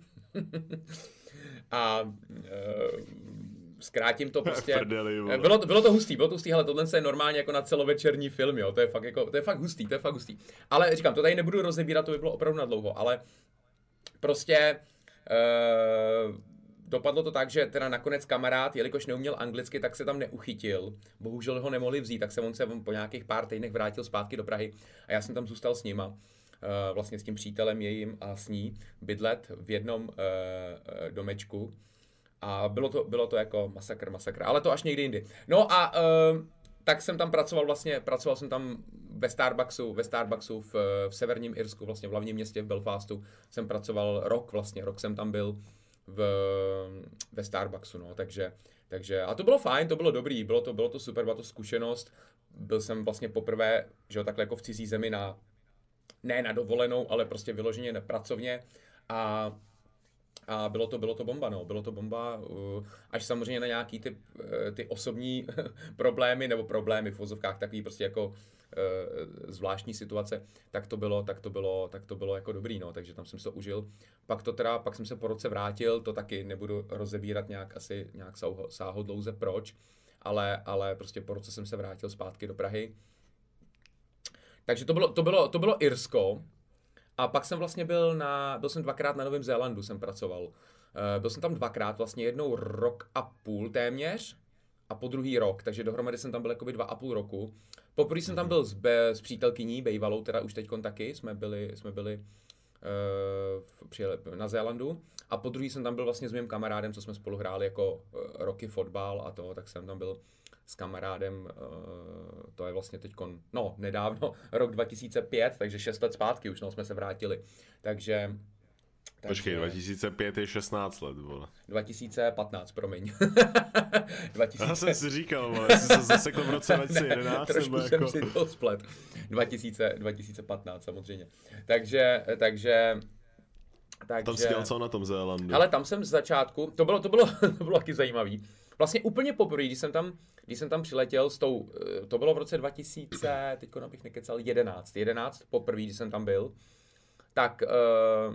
A e, zkrátím to prostě. Prdeli, bylo, bylo to hustý, bylo to hustý, ale tohle je normálně jako na celovečerní film, jo. To je fakt jako, to je fakt hustý, to je fakt hustý. Ale říkám, to tady nebudu rozebírat, to by bylo opravdu na dlouho, ale prostě e, dopadlo to tak, že teda nakonec kamarád, jelikož neuměl anglicky, tak se tam neuchytil. Bohužel ho nemohli vzít, tak se on se po nějakých pár týdnech vrátil zpátky do Prahy a já jsem tam zůstal s nima. Vlastně s tím přítelem jejím a s ní bydlet v jednom domečku. A bylo to, bylo to jako masakr, masakr, ale to až někdy jindy. No a tak jsem tam pracoval vlastně, pracoval jsem tam ve Starbucksu, ve Starbucksu v, v severním Irsku, vlastně v hlavním městě v Belfastu. Jsem pracoval rok vlastně, rok jsem tam byl. V, ve Starbucksu, no, takže, takže, a to bylo fajn, to bylo dobrý, bylo to, bylo to super, byla to zkušenost, byl jsem vlastně poprvé, že jo, takhle jako v cizí zemi na, ne na dovolenou, ale prostě vyloženě nepracovně a, a bylo to, bylo to bomba, no, bylo to bomba, až samozřejmě na nějaký ty, ty osobní problémy, nebo problémy v vozovkách, takový prostě jako zvláštní situace, tak to bylo, tak to bylo, tak to bylo jako dobrý, no, takže tam jsem se to užil. Pak to teda, pak jsem se po roce vrátil, to taky nebudu rozebírat nějak asi nějak sáhodlouze proč, ale, ale prostě po roce jsem se vrátil zpátky do Prahy. Takže to bylo, to bylo, to bylo Irsko a pak jsem vlastně byl na, byl jsem dvakrát na Novém Zélandu, jsem pracoval. Byl jsem tam dvakrát, vlastně jednou rok a půl téměř a po druhý rok, takže dohromady jsem tam byl jakoby dva a půl roku. Poprvé jsem tam byl s, be, s přítelkyní bejvalou, teda už teďkon taky, jsme byli, jsme byli uh, přijeli na Zélandu. A po druhý jsem tam byl vlastně s mým kamarádem, co jsme spolu hráli jako uh, roky fotbal a to, tak jsem tam byl s kamarádem, uh, to je vlastně teďkon, no nedávno, rok dva tisíce pět, takže šest let zpátky už, no, jsme se vrátili. Takže, Počkej, dva tisíce pět je šestnáct let, vole. dva tisíce patnáct, promiň. dva tisíce... Já jsem si říkal, vole, jestli se zasekl v roce dva tisíce jedenáct, ne, trošku nebo jsem jako... si to splet. dva tisíce, dva tisíce patnáct samozřejmě. Takže, takže... takže... Tam jsi dělal co na tom Zélandu? Ale tam jsem z začátku, to bylo, to bylo, to bylo taky zajímavý. Vlastně úplně poprvé, když jsem tam, když jsem tam přiletěl s tou, to bylo v roce dva tisíce, teďko abych nekecal, jedenáct, jedenáct poprvé, když jsem tam byl, tak... Uh,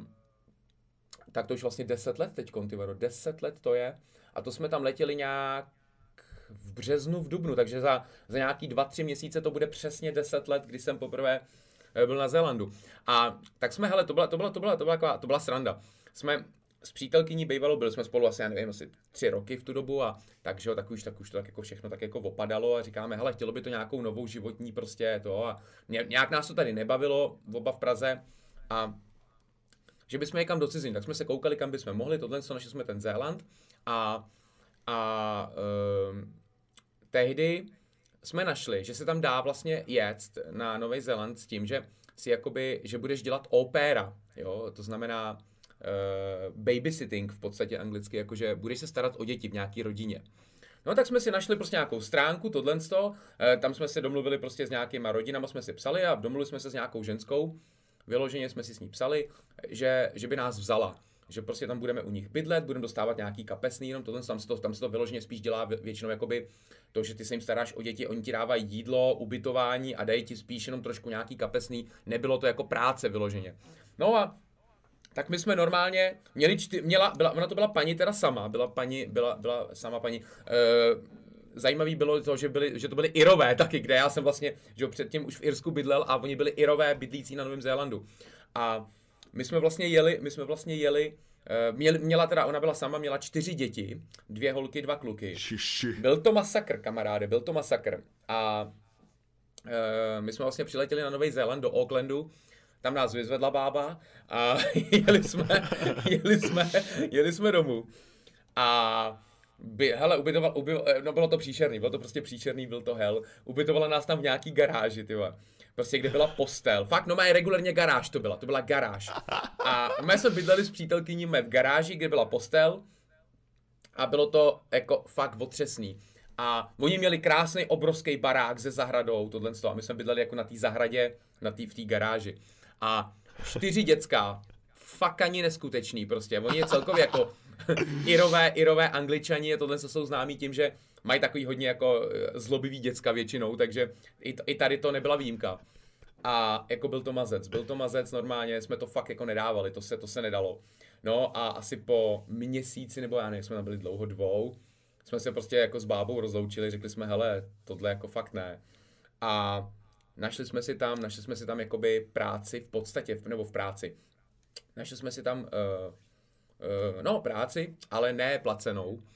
tak to už vlastně deset let teďkon, ty vado, deset let to je. A to jsme tam letěli nějak v březnu, v dubnu, takže za, za nějaký dva, tři měsíce to bude přesně deset let, kdy jsem poprvé byl na Zélandu. A tak jsme, hele, to byla, to byla, to byla, to byla, taková, to byla sranda. Jsme s přítelkyní bývalou, byli jsme spolu asi, já nevím, asi tři roky v tu dobu a takže jo, tak už, tak už to tak jako všechno tak jako opadalo a říkáme, hele, chtělo by to nějakou novou životní prostě to a nějak nás to tady nebavilo, oba v Praze a že bychom někam do ciziny, tak jsme se koukali, kam bychom mohli, tohle, co našli jsme ten Zéland a, a um, tehdy jsme našli, že se tam dá vlastně jet na Nový Zéland s tím, že si jakoby, že budeš dělat au paira, jo, to znamená uh, babysitting v podstatě anglicky, jakože budeš se starat o děti v nějaký rodině. No tak jsme si našli prostě nějakou stránku, tohle, tam jsme se domluvili prostě s nějakýma rodinama, jsme si psali a domluvili jsme se s nějakou ženskou, vyloženě jsme si s ní psali, že, že by nás vzala, že prostě tam budeme u nich bydlet, budeme dostávat nějaký kapesný, jenom tohle, tam se to, tam se to vyloženě spíš dělá většinou jakoby to, že ty se jim staráš o děti, oni ti dávají jídlo, ubytování a dají ti spíš jenom trošku nějaký kapesný, nebylo to jako práce vyloženě. No a tak my jsme normálně měli čty, měla, byla, ona to byla paní teda sama, byla paní, byla, byla sama paní, e, zajímavý bylo to, že, byli, že to byli Irové taky, kde já jsem vlastně, že předtím už v Irsku bydlel a oni byli Irové bydlící na Novém Zélandu. A my jsme vlastně jeli, my jsme vlastně jeli, měli, měla teda, ona byla sama, měla čtyři děti, dvě holky, dva kluky. Šiši. Byl to masakr, kamaráde, byl to masakr. A e, my jsme vlastně přiletěli na Nový Zéland do Aucklandu, tam nás vyzvedla bába a jeli jsme, jeli jsme, jeli jsme domů. A By, hele, ubytoval, ubytoval, no bylo to příšerný, bylo to prostě příšerný, byl to hell. Ubytovala nás tam v nějaký garáži, tyva. Prostě kde byla postel. Fakt, no má regulárně garáž to byla, to byla garáž. A my jsme bydleli s přítelkyní v garáži, kde byla postel. A bylo to jako fakt otřesný. A oni měli krásný obrovský barák se zahradou, tohle a my jsme bydleli jako na té zahradě, na tý, v té garáži. A čtyři děcka, fakt ani neskutečný prostě, oni je celkově jako Irové, Irové, Angličani, tohle jsou známí tím, že mají takový hodně jako zlobivý děcka většinou, takže i, i tady to nebyla výjimka. A jako byl to mazec, byl to mazec normálně, jsme to fakt jako nedávali, to se, to se nedalo. No a asi po měsíci, nebo já nevím, jsme tam byli dlouho dvou, jsme se prostě jako s bábou rozloučili, řekli jsme, hele, tohle jako fakt ne. A našli jsme si tam, našli jsme si tam jakoby práci v podstatě, nebo v práci. Našli jsme si tam uh, uh, no práci, ale ne placenou, uh,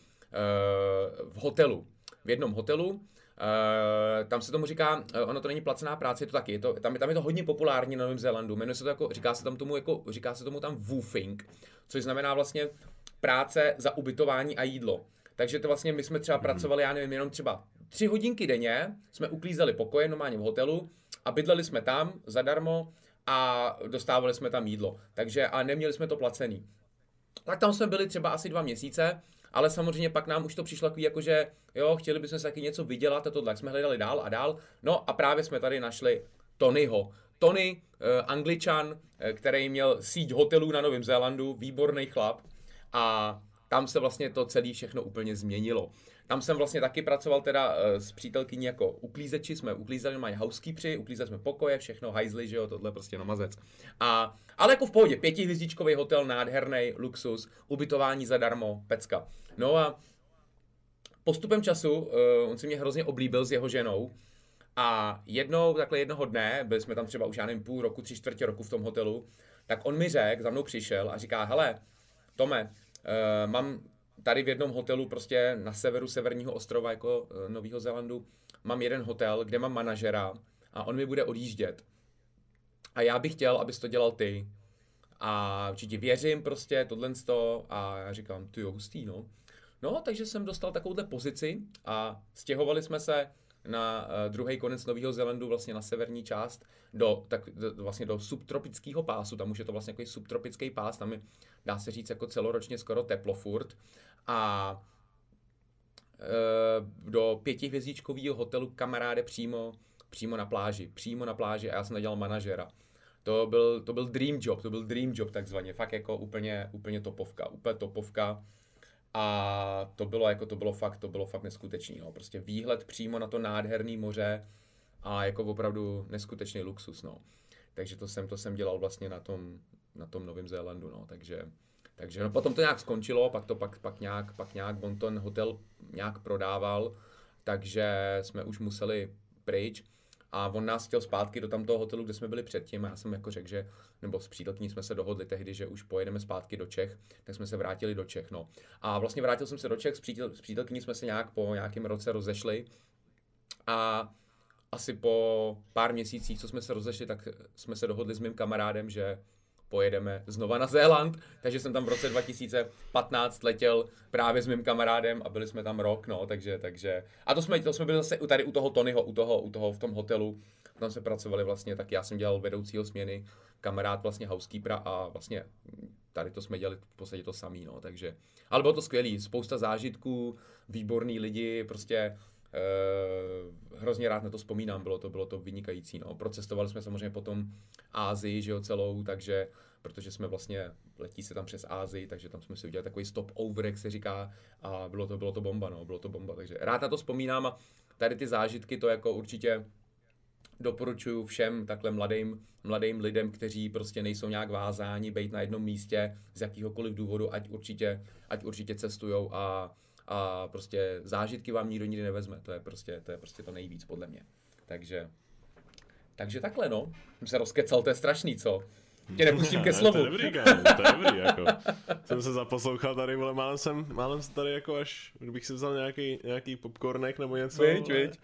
v hotelu, v jednom hotelu. Uh, tam se tomu říká, uh, ono to není placená práce, je to taky, je to, tam, tam je to hodně populární na Novém Zélandu, jmenuje se to jako, říká se tam tomu jako, říká se tomu tam woofing, což znamená vlastně práce za ubytování a jídlo. Takže to vlastně my jsme třeba pracovali, já nevím, jenom třeba tři hodinky denně, jsme uklízeli pokoje normálně v hotelu a bydleli jsme tam zadarmo a dostávali jsme tam jídlo. Takže a neměli jsme to placený. Tak tam jsme byli třeba asi dva měsíce, ale samozřejmě pak nám už to přišlo takový, jakože jo, chtěli bychom se taky něco vydělat a tohle, tak jsme hledali dál a dál. No a právě jsme tady našli Tonyho. Tony, eh, Angličan, eh, který měl síť hotelů na Novém Zélandu, výborný chlap a tam se vlastně to celé všechno úplně změnilo. Tam jsem vlastně taky pracoval teda uh, s přítelkyní jako uklízeči, jsme uklízeli, mají housekeepři, uklízeli jsme pokoje, všechno, hajzly, že jo, tohle prostě namazec. A, ale jako v pohodě, pětihvězdičkový hotel, nádherný, luxus, ubytování zadarmo, pecka. No a postupem času, uh, on si mě hrozně oblíbil s jeho ženou a jednou, takhle jednoho dne, byli jsme tam třeba už já nevím půl roku, tři čtvrtě roku v tom hotelu, tak on mi řekl, za mnou přišel a říká, hele, Tome, uh, mám tady v jednom hotelu prostě na severu severního ostrova jako uh, Nového Zélandu mám jeden hotel, kde mám manažera a on mi bude odjíždět. A já bych chtěl, abys to dělal ty. A určitě věřím prostě, tohle to a já říkám, ty jo, hustý, no. No, takže jsem dostal takovouhle pozici a stěhovali jsme se na uh, druhý konec Nového Zélandu, vlastně na severní část, do, tak, do, vlastně do subtropického pásu, tam už je to vlastně jako subtropický pás, tam je, dá se říct, jako celoročně skoro teplo furt. A uh, do pětihvězdičkového hotelu kamaráde přímo, přímo na pláži, přímo na pláži a já jsem nadělal manažera. To byl, to byl dream job, to byl dream job takzvaně, fakt jako úplně, úplně topovka, úplně topovka. A to bylo jako to bylo fakt, to bylo fakt neskutečný, no. Prostě výhled přímo na to nádherný moře a jako opravdu neskutečný luxus, no. Takže to jsem, to jsem dělal vlastně na tom, na tom Novém Zélandu, no. Takže, takže no potom to nějak skončilo, pak to pak, pak nějak, pak nějak on ten hotel nějak prodával, takže jsme už museli pryč. A on nás chtěl zpátky do tamtoho hotelu, kde jsme byli předtím a já jsem jako řekl, že, nebo s přítelkyní jsme se dohodli tehdy, že už pojedeme zpátky do Čech, tak jsme se vrátili do Čech, no. A vlastně vrátil jsem se do Čech, s, přítel, s přítelkyní jsme se nějak po nějakém roce rozešli a asi po pár měsících, co jsme se rozešli, tak jsme se dohodli s mým kamarádem, že pojedeme znova na Zéland, takže jsem tam v roce dva tisíce patnáct letěl právě s mým kamarádem a byli jsme tam rok, no, takže, takže, a to jsme, to jsme byli zase tady u toho Tonyho, u toho, u toho v tom hotelu, tam se pracovali vlastně, tak já jsem dělal vedoucího směny, kamarád vlastně housekeepera a vlastně tady to jsme dělali v podstatě to samý, no, takže, ale bylo to skvělý, spousta zážitků, výborný lidi, prostě Uh, hrozně rád na to vzpomínám, bylo to, bylo to vynikající, no. Procestovali jsme samozřejmě potom Asii, že jo, celou, takže, protože jsme vlastně, letí se tam přes Asii, takže tam jsme si udělali takový stop over, jak se říká, a bylo to, bylo to bomba, no, bylo to bomba, takže rád na to vzpomínám a tady ty zážitky to jako určitě doporučuju všem takhle mladým, mladým lidem, kteří prostě nejsou nějak vázáni, být na jednom místě z jakýhokoliv důvodu, ať určitě, ať určitě cestujou a a prostě zážitky vám nikdo nikdy nevezme, to je prostě to, je prostě to nejvíc podle mě. Takže, takže takhle, no. Jsem se rozkecal, to je strašný, co? Tě nepustím ke slovu. To je dobrý, kámo, to je dobrý, jako. Jsem se zaposlouchal tady, vole, málem jsem, málem jsem tady jako až, kdybych si vzal nějaký, nějaký popcornek nebo něco. Viď, viď.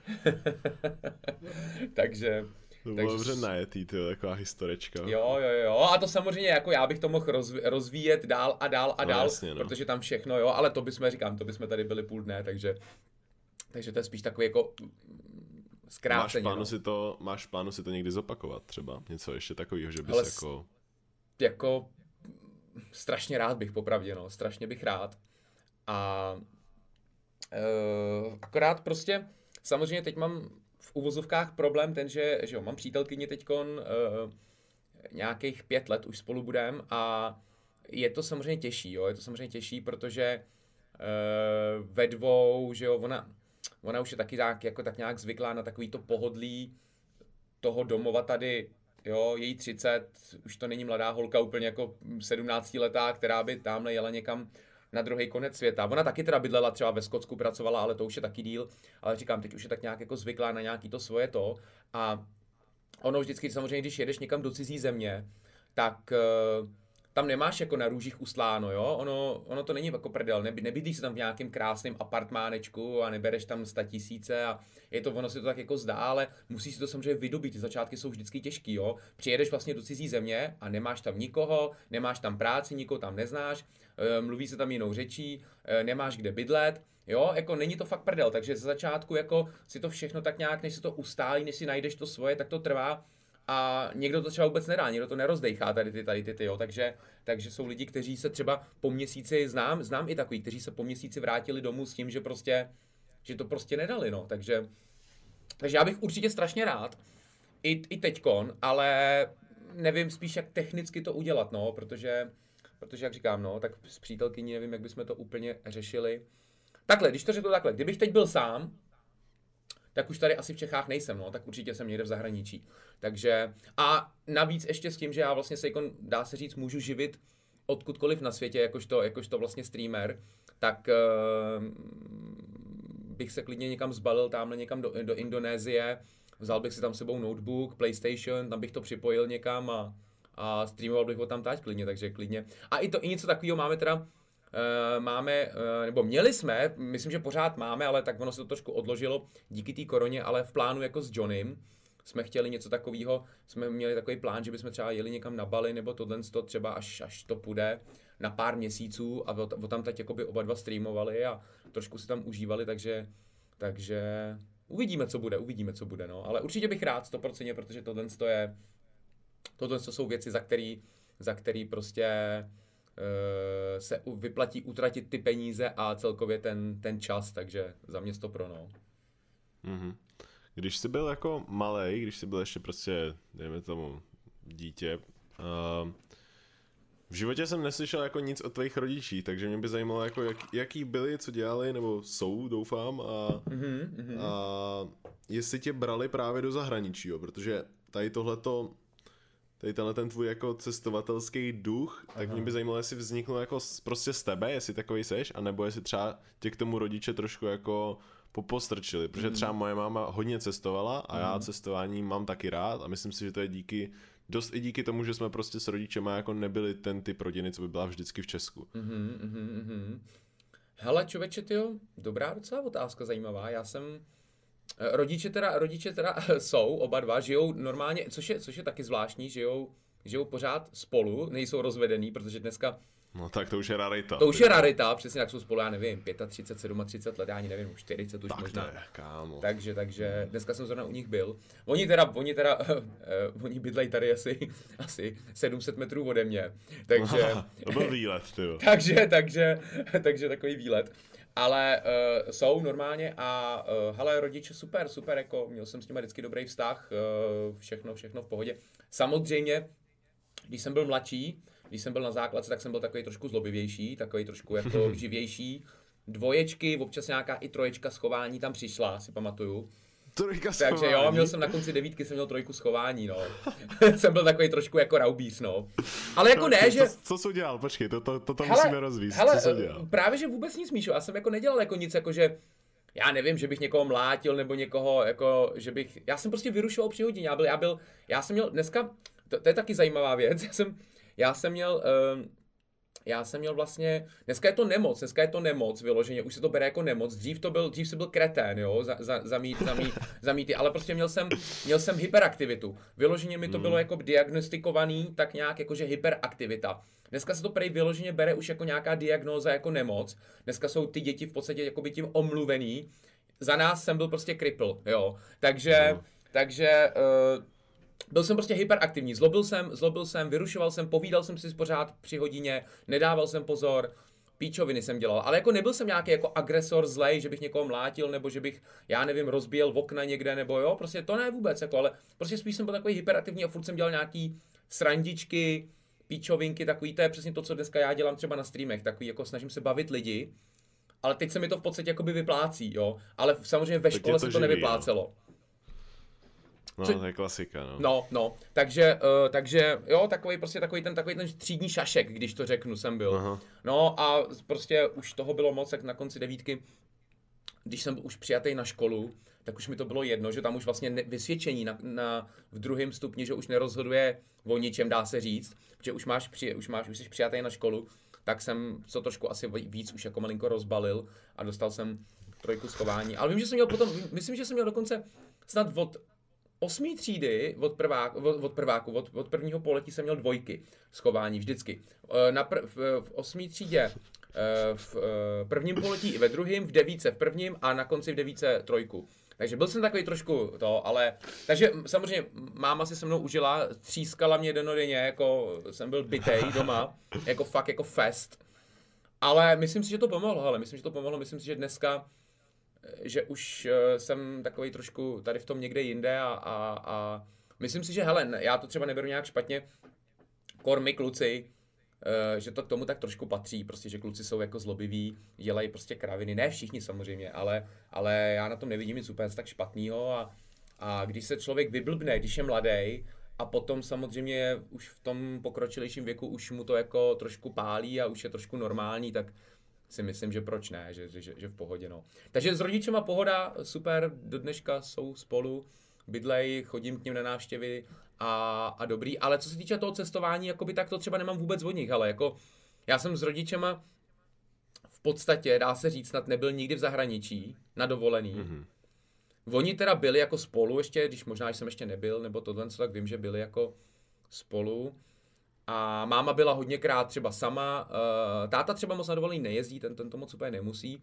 Takže... To bylo dobře najetý, to je taková historička. Jo, jo, jo, a to samozřejmě jako já bych to mohl rozvíjet dál a dál a no, dál, jasně, no. Protože tam všechno, jo, ale to bychom, říkám, to bychom tady byli půl dne, takže, takže to je spíš takový jako zkráceně. Máš plánu, no. si to, máš plánu si to někdy zopakovat třeba, něco ještě takového, že bys ale jako... Jako strašně rád bych, popravdě, no, strašně bych rád a uh, akorát prostě, samozřejmě teď mám v uvozovkách problém ten, že, že jo, mám přítelkyni teďkon uh, nějakých pět let už spolu budem a je to samozřejmě těžší, jo, je to samozřejmě těžší, protože uh, ve dvou, že jo, ona, ona už je taky tak, jako tak nějak zvyklá na takový to pohodlí toho domova tady, jo, její třicet, už to není mladá holka úplně jako sedmnáctiletá, která by tamhle jela někam na druhý konec světa. Ona taky teda bydlela, třeba ve Skotsku pracovala, ale to už je taky díl, ale říkám, teď už je tak nějak jako zvyklá na nějaký to svoje to a ono vždycky samozřejmě, když jedeš někam do cizí země, tak uh, tam nemáš jako na růžích ustláno, jo, ono, ono to není jako prdel, Neby, nebydlíš se tam v nějakém krásném apartmánečku a nebereš tam sta tisíce a je to, ono se to tak jako zdá, ale musíš si to samozřejmě vydobít, ty začátky jsou vždycky těžký, jo, přijedeš vlastně do cizí země a nemáš tam nikoho, nemáš tam práci, nikoho tam neznáš, mluví se tam jinou řečí, nemáš kde bydlet, jo, jako není to fakt prdel, takže ze začátku jako si to všechno tak nějak, než se to ustálí, než si najdeš to svoje, tak to trvá a někdo to třeba vůbec nedá, někdo to nerozdejchá tady ty, tady ty, ty jo, takže, takže jsou lidi, kteří se třeba po měsíci, znám, znám i takový, kteří se po měsíci vrátili domů s tím, že prostě, že to prostě nedali, no, takže, takže já bych určitě strašně rád, i, i teďkon, ale nevím spíš, jak technicky to udělat, no, protože Protože, jak říkám, no, tak s přítelkyní nevím, jak bychom to úplně řešili. Takhle, když to řeknu takhle, kdybych teď byl sám, tak už tady asi v Čechách nejsem, no, tak určitě jsem někde v zahraničí. Takže, a navíc ještě s tím, že já vlastně se, dá se říct, můžu živit odkudkoliv na světě, jakožto, jakožto vlastně streamer, tak uh, bych se klidně někam zbalil tamhle někam do, do Indonésie, vzal bych si tam sebou notebook, PlayStation, tam bych to připojil někam a a streamoval bych ho tam tať klidně, takže klidně. A i to i něco takového máme teda, uh, máme, uh, nebo měli jsme, myslím, že pořád máme, ale tak ono se to trošku odložilo díky té koroně, ale v plánu jako s Johnnym jsme chtěli něco takového, jsme měli takový plán, že bychom třeba jeli někam na Bali, nebo tohle to třeba až, až to půjde na pár měsíců a o tam teď jakoby oba dva streamovali a trošku si tam užívali, takže, takže uvidíme, co bude, uvidíme, co bude, no. Ale určitě bych rád sto procent, protože tohle je, tohle jsou věci, za který, za který prostě uh, se vyplatí utratit ty peníze a celkově ten, ten čas, takže za mě sto pro, no. Mm-hmm. Když jsi byl jako malej, když jsi byl ještě prostě, dejme tomu, dítě, uh, v životě jsem neslyšel jako nic o tvých rodičích, takže mě by zajímalo, jako jak, jaký byli, co dělali, nebo jsou, doufám, a, mm-hmm. a jestli tě brali právě do zahraničí, jo, protože tady tohleto, tady tenhle ten tvůj jako cestovatelský duch, tak Aha. mě by zajímalo, jestli vzniklo jako prostě z tebe, jestli takový seš, anebo jestli třeba tě k tomu rodiče trošku jako popostrčili, protože třeba moje máma hodně cestovala a já cestování mám taky rád a myslím si, že to je díky, dost i díky tomu, že jsme prostě s rodičema jako nebyli ten typ rodiny, co by byla vždycky v Česku. Mm-hmm, mm-hmm. Hele, člověče, tyjo, dobrá docela otázka, zajímavá. Já jsem, rodiče teda, rodiče teda jsou, oba dva, žijou normálně, což je, což je taky zvláštní, žijou, žijou pořád spolu, nejsou rozvedený, protože dneska no tak to už je rarita. To už je rarita, přesně jak jsou spolu, já nevím, třicet pět, třicet sedm let, já ani nevím, čtyřicet už tak možná. Tak kámo. Takže, takže dneska jsem zrovna u nich byl. Oni teda, oni teda, uh, uh, oni bydlejí tady asi, asi sedm set metrů ode mě, takže... to byl výlet, tyjo. takže, takže, takže takový výlet. Ale uh, jsou normálně a uh, hele, rodiče super, super, jako měl jsem s nimi vždycky dobrý vztah, uh, všechno, všechno v pohodě. Samozřejmě, když jsem byl mladší, když jsem byl na základce, tak jsem byl takový trošku zlobivější, takový trošku jako živější. Dvoječky, občas nějaká i troječka schování tam přišla, si pamatuju. Trojka schování. Takže jo, měl jsem na konci devítky, jsem měl trojku schování, no. Jsem byl takový trošku jako raubíř, no. Ale jako ne, že... Co, co jsi udělal? Počkej, to, to, to, to hele, musíme rozvíct. Hele, co jsi udělal? Právě, že vůbec nic, Míšo. Já jsem jako nedělal jako nic, jako že... Já nevím, že bych někoho mlátil, nebo někoho, jako, že bych... Já jsem prostě vyrušoval při hodině. Já byl, já byl... Já jsem měl dneska... To, to je taky zajímavá věc. Já jsem... Já jsem měl, um, já jsem měl vlastně, dneska je to nemoc, dneska je to nemoc vyloženě, už se to bere jako nemoc, dřív to byl, dřív jsem byl kretén, jo, za, za, zamít, zamít, zamíty, ale prostě měl jsem, měl jsem hyperaktivitu, vyloženě mi to bylo jako diagnostikovaný, tak nějak jakože hyperaktivita. Dneska se to prej vyloženě bere už jako nějaká diagnóza, jako nemoc, dneska jsou ty děti v podstatě jakoby tím omluvený, za nás jsem byl prostě cripple, jo, takže, no. takže, uh, byl jsem prostě hyperaktivní, zlobil jsem, zlobil jsem, vyrušoval jsem, povídal jsem si pořád při hodině, nedával jsem pozor, píčoviny jsem dělal, ale jako nebyl jsem nějaký jako agresor zlej, že bych někoho mlátil, nebo že bych, já nevím, rozbíjel okna někde, nebo jo, prostě to ne vůbec, jako, ale prostě spíš jsem byl takový hyperaktivní a furt jsem dělal nějaký srandičky, píčovinky, takový, to je přesně to, co dneska já dělám třeba na streamech, takový jako snažím se bavit lidi, ale teď se mi to v podstatě jakoby vyplácí, jo, ale samozřejmě ve škole se to nevyplácelo. No, Co? To je klasika, no. No, no, takže, uh, takže jo, takový prostě takový ten, takový ten třídní šašek, když to řeknu, jsem byl. Aha. No a prostě už toho bylo moc, jak na konci devítky, když jsem byl už přijatý na školu, tak už mi to bylo jedno, že tam už vlastně ne, vysvědčení na, na, v druhém stupni, že už nerozhoduje o ničem, dá se říct, protože už máš, při, už máš, už jsi přijatý na školu, tak jsem to trošku asi víc už jako malinko rozbalil a dostal jsem trojku schování. Ale vím, že jsem měl potom, myslím, že jsem měl dokonce snad od osmý třídy, od, prvák, od, od prváku, od, od prvního poletí jsem měl dvojky schování vždycky. Na pr, v, v osmý třídě v prvním poletí i ve druhém, v devíce v prvním a na konci v devíce trojku. Takže byl jsem takový trošku to, ale... Takže samozřejmě máma si se mnou užila, třískala mě denodenně, jako jsem byl bitej doma, jako fakt jako fest. Ale myslím si, že to pomohlo, ale myslím, že to pomohlo, myslím si, že dneska že už jsem takový trošku tady v tom někde jinde a, a, a myslím si, že hele, já to třeba neberu nějak špatně, kormy kluci, že to k tomu tak trošku patří, prostě, že kluci jsou jako zlobiví, dělají prostě kraviny, ne všichni samozřejmě, ale, ale já na tom nevidím nic úplně tak špatného a, a když se člověk vyblbne, když je mladý a potom samozřejmě už v tom pokročilejším věku už mu to jako trošku pálí a už je trošku normální, tak si myslím, že proč ne, že, že, že v pohodě, no. Takže s rodičema pohoda, super, do dneška jsou spolu, bydlej, chodím k nim na návštěvy a, a dobrý, ale co se týče toho cestování, jakoby tak to třeba nemám vůbec od nich, ale jako já jsem s rodičema v podstatě, dá se říct, snad nebyl nikdy v zahraničí na dovolený. Mm-hmm. Oni teda byli jako spolu ještě, když možná jsem ještě nebyl, nebo tohle, co tak vím, že byli jako spolu. A máma byla hodněkrát třeba sama, uh, táta třeba moc na dovolený nejezdí, ten, ten to moc úplně nemusí.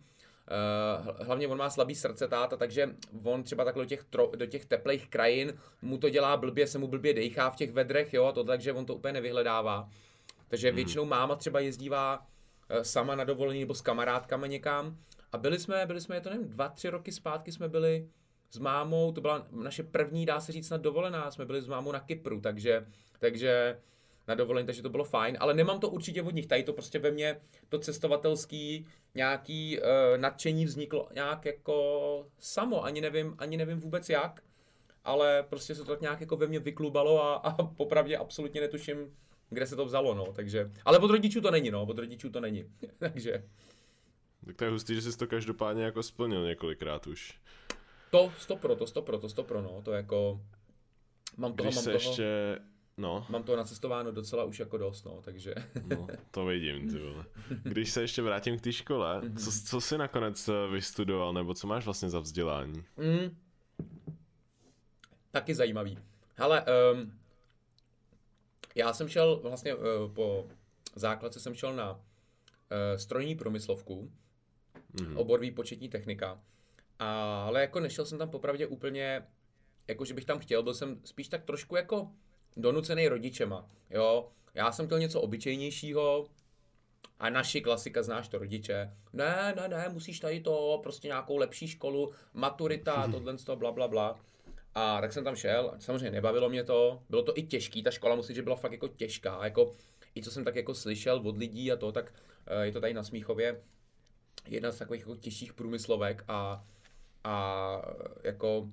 Uh, hlavně on má slabý srdce táta, takže on třeba takhle do těch, tro, do těch teplých krajin mu to dělá blbě, se mu blbě dejchá v těch vedrech, jo, a to takže on to úplně nevyhledává. Takže hmm. většinou máma třeba jezdívá uh, sama na dovolení nebo s kamarádkami někam. A byli jsme, byli jsme, je to nevím, dva, tři roky zpátky jsme byli s mámou, to byla naše první, dá se říct, na dovolená, jsme byli s mámou na Kypru, takže, takže na dovolení, takže to bylo fajn, ale nemám to určitě od nich, tady to prostě ve mně, to cestovatelský nějaký uh, nadšení vzniklo nějak jako samo, ani nevím, ani nevím vůbec jak, ale prostě se to tak nějak jako ve mně vyklubalo a, a popravdě absolutně netuším, kde se to vzalo, no, takže, ale od rodičů to není, no, od rodičů to není, takže. Tak to je hustý, že jsi to každopádně jako splnil několikrát už. To stopro, to stopro, to stopro, no, to jako, mám toho, Když mám se toho, ještě, no. Mám toho nacestováno docela už jako dost, no, takže. No, to vidím, ty vole. Když se ještě vrátím k té škole, co, co jsi nakonec vystudoval, nebo co máš vlastně za vzdělání? Mm. Taky zajímavý. Hele, um, já jsem šel vlastně uh, po základce jsem šel na uh, strojní průmyslovku, mm. obor výpočetní technika, a, ale jako nešel jsem tam popravdě úplně, jako že bych tam chtěl, byl jsem spíš tak trošku jako donucený rodičema, jo. Já jsem chtěl něco obyčejnějšího a naši klasika, znáš to, rodiče. Ne, ne, ne, musíš tady to, prostě nějakou lepší školu, maturita, tohle to, bla, bla, bla. A tak jsem tam šel, samozřejmě nebavilo mě to, bylo to i těžký, ta škola musím, že byla fakt jako těžká, jako i co jsem tak jako slyšel od lidí a to, tak je to tady na Smíchově jedna z takových jako těžších průmyslovek a, a jako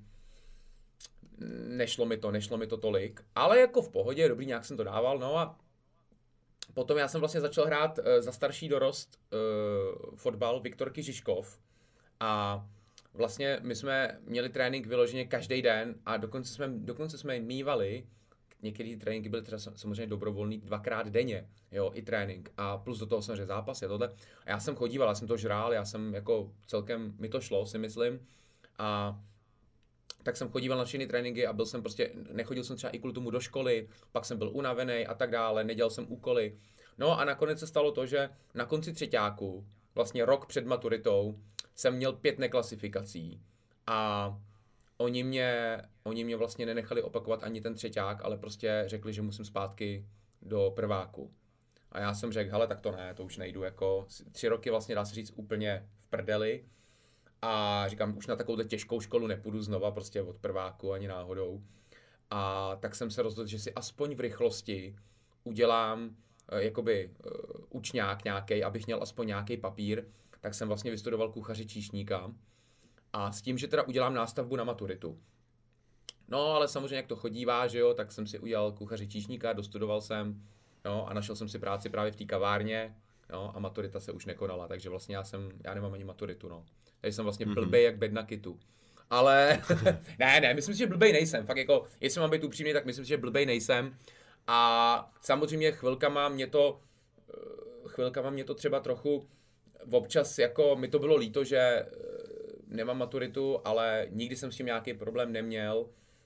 nešlo mi to, nešlo mi to tolik, ale jako v pohodě, dobrý, nějak jsem to dával, no a potom já jsem vlastně začal hrát uh, za starší dorost uh, fotbal Viktorky Žižkov a vlastně my jsme měli trénink vyloženě každý den a dokonce jsme, dokonce jsme mívali, některé tréninky byly třeba samozřejmě dobrovolný dvakrát denně, jo, i trénink a plus do toho samozřejmě zápasy a tohle. A já jsem chodíval, já jsem to žrál, já jsem jako celkem, mi to šlo, si myslím, a tak jsem chodíval na všechny tréninky a byl jsem prostě, nechodil jsem třeba i kvůli tomu do školy, pak jsem byl unavený a tak dále, nedělal jsem úkoly. No a nakonec se stalo to, že na konci třeťáku, vlastně rok před maturitou, jsem měl pět neklasifikací a oni mě, oni mě vlastně nenechali opakovat ani ten třeťák, ale prostě řekli, že musím zpátky do prváku. A já jsem řekl, hele, tak to ne, to už nejdu, jako tři roky vlastně dá se říct úplně v prdeli. A říkám, už na takovouhle těžkou školu nepůjdu znova, prostě od prváku ani náhodou. A tak jsem se rozhodl, že si aspoň v rychlosti udělám uh, jakoby uh, učňák nějaký, abych měl aspoň nějaký papír. Tak jsem vlastně vystudoval kuchaře číšníka. A s tím, že teda udělám nástavbu na maturitu. No, ale samozřejmě, jak to chodívá, že jo, tak jsem si udělal kuchaře číšníka, dostudoval jsem, no, a našel jsem si práci právě v té kavárně, no, a maturita se už nekonala, takže vlastně já jsem, já nemám ani maturitu, no. Takže jsem vlastně mm-hmm. blbej jak bed na kytu. Ale, ne, ne, myslím si, že blbej nejsem, fakt jako, jestli mám být upřímný, tak myslím si, že blbej nejsem. A samozřejmě chvilkama mě to, chvilkama mě to třeba trochu, občas jako mi to bylo líto, že nemám maturitu, ale nikdy jsem s tím nějaký problém neměl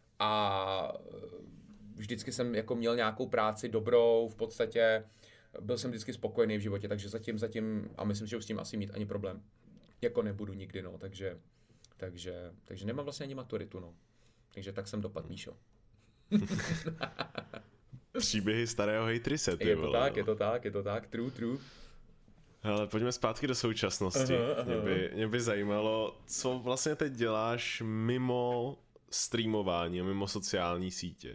a vždycky jsem jako měl nějakou práci dobrou, v podstatě byl jsem vždycky spokojený v životě, takže zatím, zatím, a myslím, že už s tím asi mít ani problém jako nebudu nikdy, no, takže, takže, takže nemám vlastně ani maturitu, no. Takže tak jsem dopadl, Míšo. Příběhy starého hejtrise, ty Je to vole, tak, no. je to tak, je to tak, true, true. Hele, pojďme zpátky do současnosti. Aha, aha. Mě by, mě by zajímalo, co vlastně teď děláš mimo streamování, mimo sociální sítě.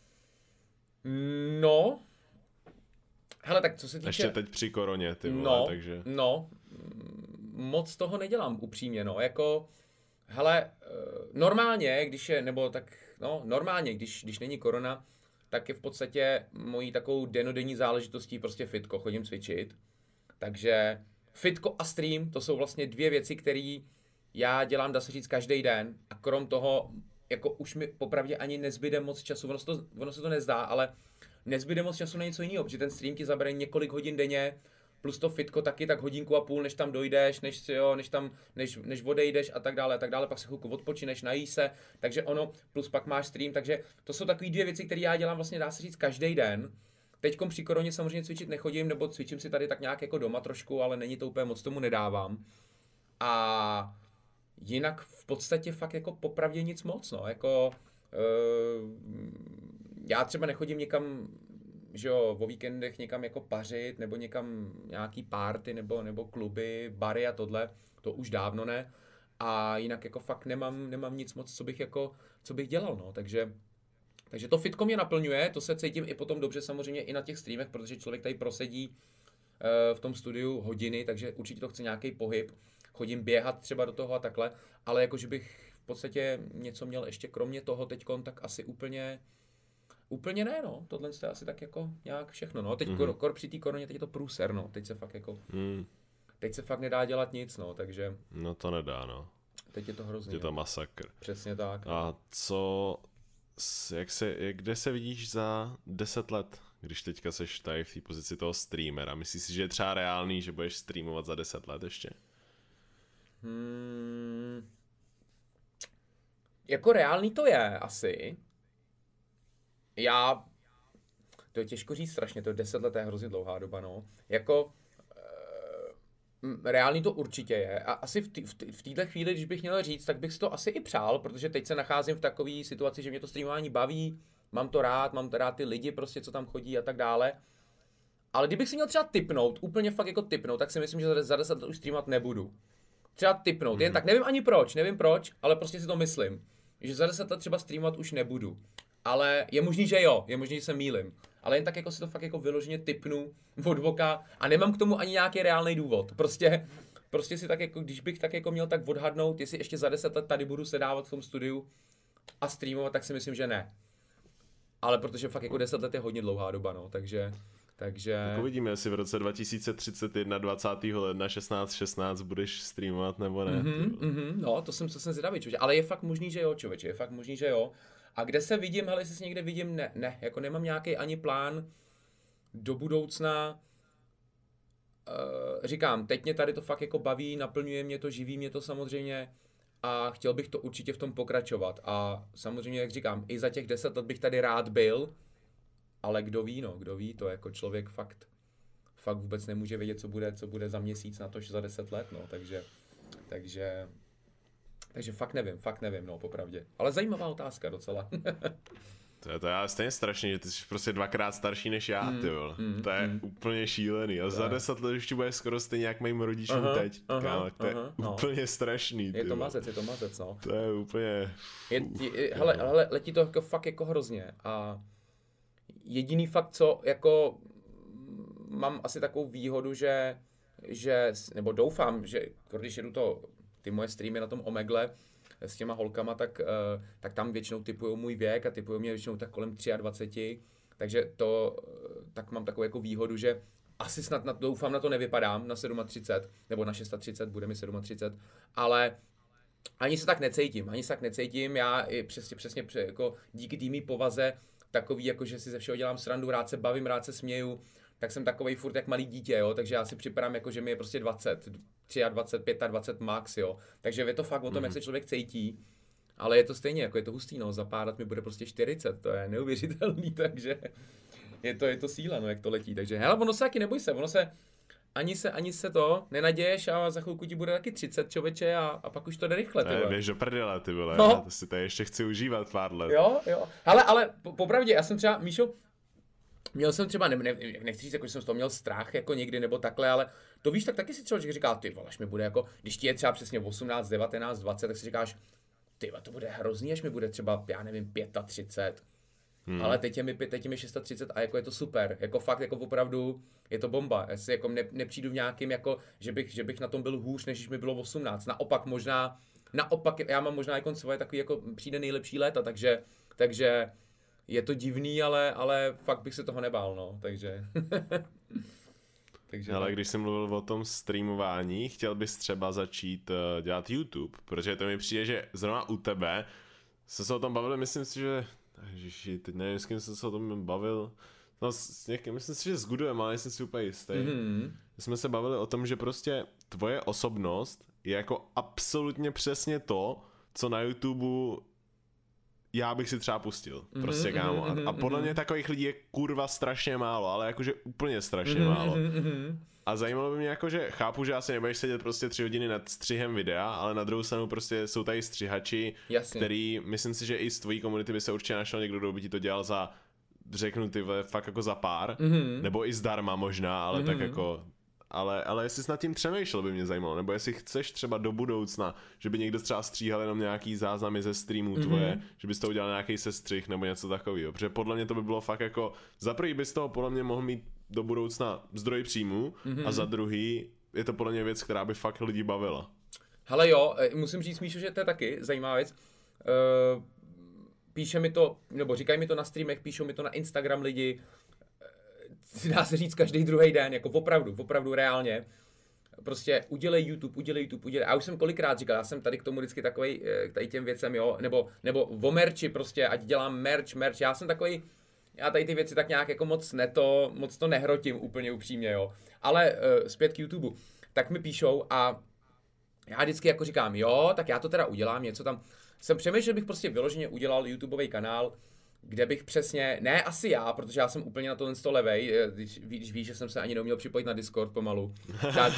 No, hele, tak co se týče... Ještě teď při koroně, ty vole, no, takže... No, moc toho nedělám, upřímně, no, jako, hele, normálně, když je, nebo tak, no, normálně, když, když není korona, tak je v podstatě mojí takovou denodenní záležitostí prostě fitko, chodím cvičit, takže fitko a stream, to jsou vlastně dvě věci, které já dělám, dá se říct, každý den a krom toho, jako už mi popravdě ani nezbyde moc času, ono se to, ono se to nezdá, ale nezbyde moc času na něco jiného, protože ten stream ti zabere několik hodin denně, plus to fitko taky tak hodinku a půl, než tam dojdeš, než, jo, než tam, než, než odejdeš a tak dále a tak dále, pak se chvilku odpočineš, najíš se, takže ono, plus pak máš stream, takže to jsou takové dvě věci, které já dělám vlastně, dá se říct, každý den. Teďkom při koroně samozřejmě cvičit nechodím, nebo cvičím si tady tak nějak jako doma trošku, ale není to úplně moc, tomu nedávám. A jinak v podstatě fakt jako popravdě nic moc, no, jako uh, já třeba nechodím někam, že jo, o víkendech někam jako pařit, nebo někam nějaký party, nebo, nebo kluby, bary a tohle, to už dávno ne. A jinak jako fakt nemám, nemám nic moc, co bych jako, co bych dělal, no, takže takže to fitko mě naplňuje, to se cítím i potom dobře samozřejmě i na těch streamech, protože člověk tady prosedí uh, v tom studiu hodiny, takže určitě to chce nějaký pohyb. Chodím běhat třeba do toho a takhle, ale jakože bych v podstatě něco měl ještě kromě toho teďkon, tak asi úplně, úplně ne, no. Tohle je asi tak jako nějak všechno, no. Teď mm-hmm. kor, kor při té koroně, teď je to průser, no. Teď se fakt jako, mm. teď se fakt nedá dělat nic, no, takže. No to nedá, no. Teď je to hrozně. Je to masakr. Přesně tak. A co, jak se, jak, kde se vidíš za deset let, když teďka seš tady v té pozici toho streamera? Myslíš si, že je třeba reálný, že budeš streamovat za deset let ještě? Hmm, jako reálný to je asi. Já, to je těžko říct strašně, to je deset let, je hrozně dlouhá doba, no. Jako, e, reálný to určitě je. A asi v, tý, v, tý, v této chvíli, když bych měl říct, tak bych si to asi i přál, protože teď se nacházím v takové situaci, že mě to streamování baví, mám to rád, mám to rád ty lidi prostě, co tam chodí a tak dále. Ale kdybych si měl třeba tipnout, úplně fakt jako tipnout, tak si myslím, že za deset let už streamovat nebudu. Třeba tipnout, mm. jen tak nevím ani proč, nevím proč, ale prostě si to myslím, že za deset let třeba streamovat už nebudu. Ale je možný, že jo, je možný, že se mýlim. Ale jen tak jako si to fakt jako vyloženě tipnu od voka a nemám k tomu ani nějaký reálný důvod. Prostě, prostě si tak jako, když bych tak jako měl tak odhadnout, jestli ještě za deset let tady budu sedávat v tom studiu a streamovat, tak si myslím, že ne. Ale protože fakt jako deset let je hodně dlouhá doba, no, takže... Takže... Tak uvidíme, jestli v roce dva tisíce třicet jedna dvacátého ledna šestnáct šestnáct budeš streamovat nebo ne. Mm-hmm, mm-hmm, no, to jsem, to jsem zvědavý, člověče. Ale je fakt možný, že jo, člověče, je fakt možný, že jo. A kde se vidím, hele, jestli se někde vidím, ne, ne, jako nemám nějaký ani plán do budoucna. Uh, říkám, teď mě tady to fakt jako baví, naplňuje mě to, živí mě to samozřejmě a chtěl bych to určitě v tom pokračovat. A samozřejmě, jak říkám, i za těch deset let bych tady rád byl, ale kdo ví, no, kdo ví, to jako člověk fakt, fakt vůbec nemůže vědět, co bude, co bude za měsíc, na to, že za deset let, no, takže, takže, takže fakt nevím, fakt nevím, no, popravdě. Ale zajímavá otázka docela. To je, to je stejně strašný, že ty jsi prostě dvakrát starší než já, mm, ty vole. Mm, to je mm. úplně šílený. A za deset let ještě bude skoro stejně jak mým rodičům aha, teď. Aha, kámo, to je aha, úplně no. strašný. Ty je to mazec, je to mazec, no. To je úplně... Je, je, hele, hele, letí to jako fakt jako hrozně a jediný fakt, co jako mám asi takovou výhodu, že, že nebo doufám, že když jedu to, ty moje streamy na tom Omegle s těma holkama, tak, tak tam většinou typujou můj věk a typujou mě většinou tak kolem dvacet tři, takže to, tak mám takovou jako výhodu, že asi snad na, doufám na to nevypadám, na třicet sedm, nebo na třicet šest, bude mi třicet sedm, ale ani se tak necítím, ani se tak necítím, já i přesně, přesně jako díky té mý povaze takový, jako že si ze všeho dělám srandu, rád se bavím, rád se směju, tak jsem takovej furt jak malý dítě, jo, takže já si připadám jako, že mi je prostě dvacet, dvacet tři, dvacet pět max, jo, takže je to fakt o tom, mm. jak se člověk cítí, ale je to stejně, jako je to hustý, no, za pár let mi bude prostě čtyřicet, to je neuvěřitelný, takže je to, je to síla, no, jak to letí, takže hele, ono se taky, neboj se, ono se, ani se, ani se to nenaděješ a za chvilku ti bude taky třicet, člověče, a, a pak už to jde rychle, ty vole. Běž do prdele, ty vole, no. To si tady ještě chci užívat pár let. Jo, jo, hele, ale po, popravdě, já jsem třeba, Míšo, měl jsem třeba, ne, ne, nechci říct, jako, že jsem z toho měl strach jako někdy nebo takhle, ale to víš, tak taky si člověk říká, ty vole, až mi bude jako, když ti je třeba přesně osmnáct, devatenáct, dvacet, tak si říkáš, ty to bude hrozný, až mi bude třeba, já nevím, třicet pět. Hmm. Ale teď je mi, teď je mi třicet šest a jako je to super, jako fakt, jako opravdu je to bomba, já si jako ne, nepřijdu v nějakým, jako, že bych, že bych na tom byl hůř, než když mi bylo osmnáct, naopak možná, naopak, já mám možná jako svoje takový, jako přijde nejlepší léta, takže, takže je to divný, ale, ale fakt bych se toho nebál, no, takže. takže ale tak. Když jsem mluvil o tom streamování, chtěl bys třeba začít uh, dělat YouTube, protože to mi přijde, že zrovna u tebe se se o tom bavili, myslím si, že Ježiši, teď nevím, s kým jsem se o tom bavil. No, s někým, myslím si, že s Gudem, ale nejsem si úplně jistý. Mm-hmm. Jsme se bavili o tom, že prostě tvoje osobnost je jako absolutně přesně to, co na YouTube já bych si třeba pustil, prostě kámo. A, a podle mě takových lidí je kurva strašně málo, ale jakože úplně strašně málo. A zajímalo by mě jakože, chápu, že asi nebudeš sedět prostě tři hodiny nad střihem videa, ale na druhou stranu prostě jsou tady střihači, Jasně. který, myslím si, že i z tvojí komunity by se určitě našel někdo, kdo by ti to dělal za, řeknu ty vole, fakt jako za pár, mm-hmm. nebo i zdarma možná, ale mm-hmm. tak jako... Ale, ale jestli jsi nad tím přemýšlel, by mě zajímalo, nebo jestli chceš třeba do budoucna, že by někdo třeba stříhal jenom nějaký záznamy ze streamů tvoje, mm-hmm. že bys to udělal nějaký sestřih nebo něco takového, protože podle mě to by bylo fakt jako, za prvý bys toho podle mě mohl mít do budoucna zdroj příjmu mm-hmm. a za druhý je to podle mě věc, která by fakt lidi bavila. Hele jo, musím říct, Míšo, že to je taky zajímavá věc. Uh, píše mi to, nebo říkají mi to na streamech, píšou mi to na Instagram lidi, dá se říct každý druhý den, jako opravdu, opravdu reálně. Prostě udělej YouTube, udělej YouTube, udělej. A už jsem kolikrát říkal, já jsem tady k tomu vždycky takovej, k tady těm věcem, jo, nebo, nebo o merči prostě, ať dělám merch, merch. Já jsem takový, já tady ty věci tak nějak jako moc neto, moc to nehrotím úplně upřímně, jo. Ale uh, zpět k YouTube, tak mi píšou a já vždycky jako říkám, jo, tak já to teda udělám, něco tam. Jsem přemýšlel, že bych prostě vyloženě udělal YouTubeový kanál, kde bych přesně, ne asi já, protože já jsem úplně na tohle sto levej, když, když víš, že jsem se ani neuměl připojit na Discord pomalu. Tak,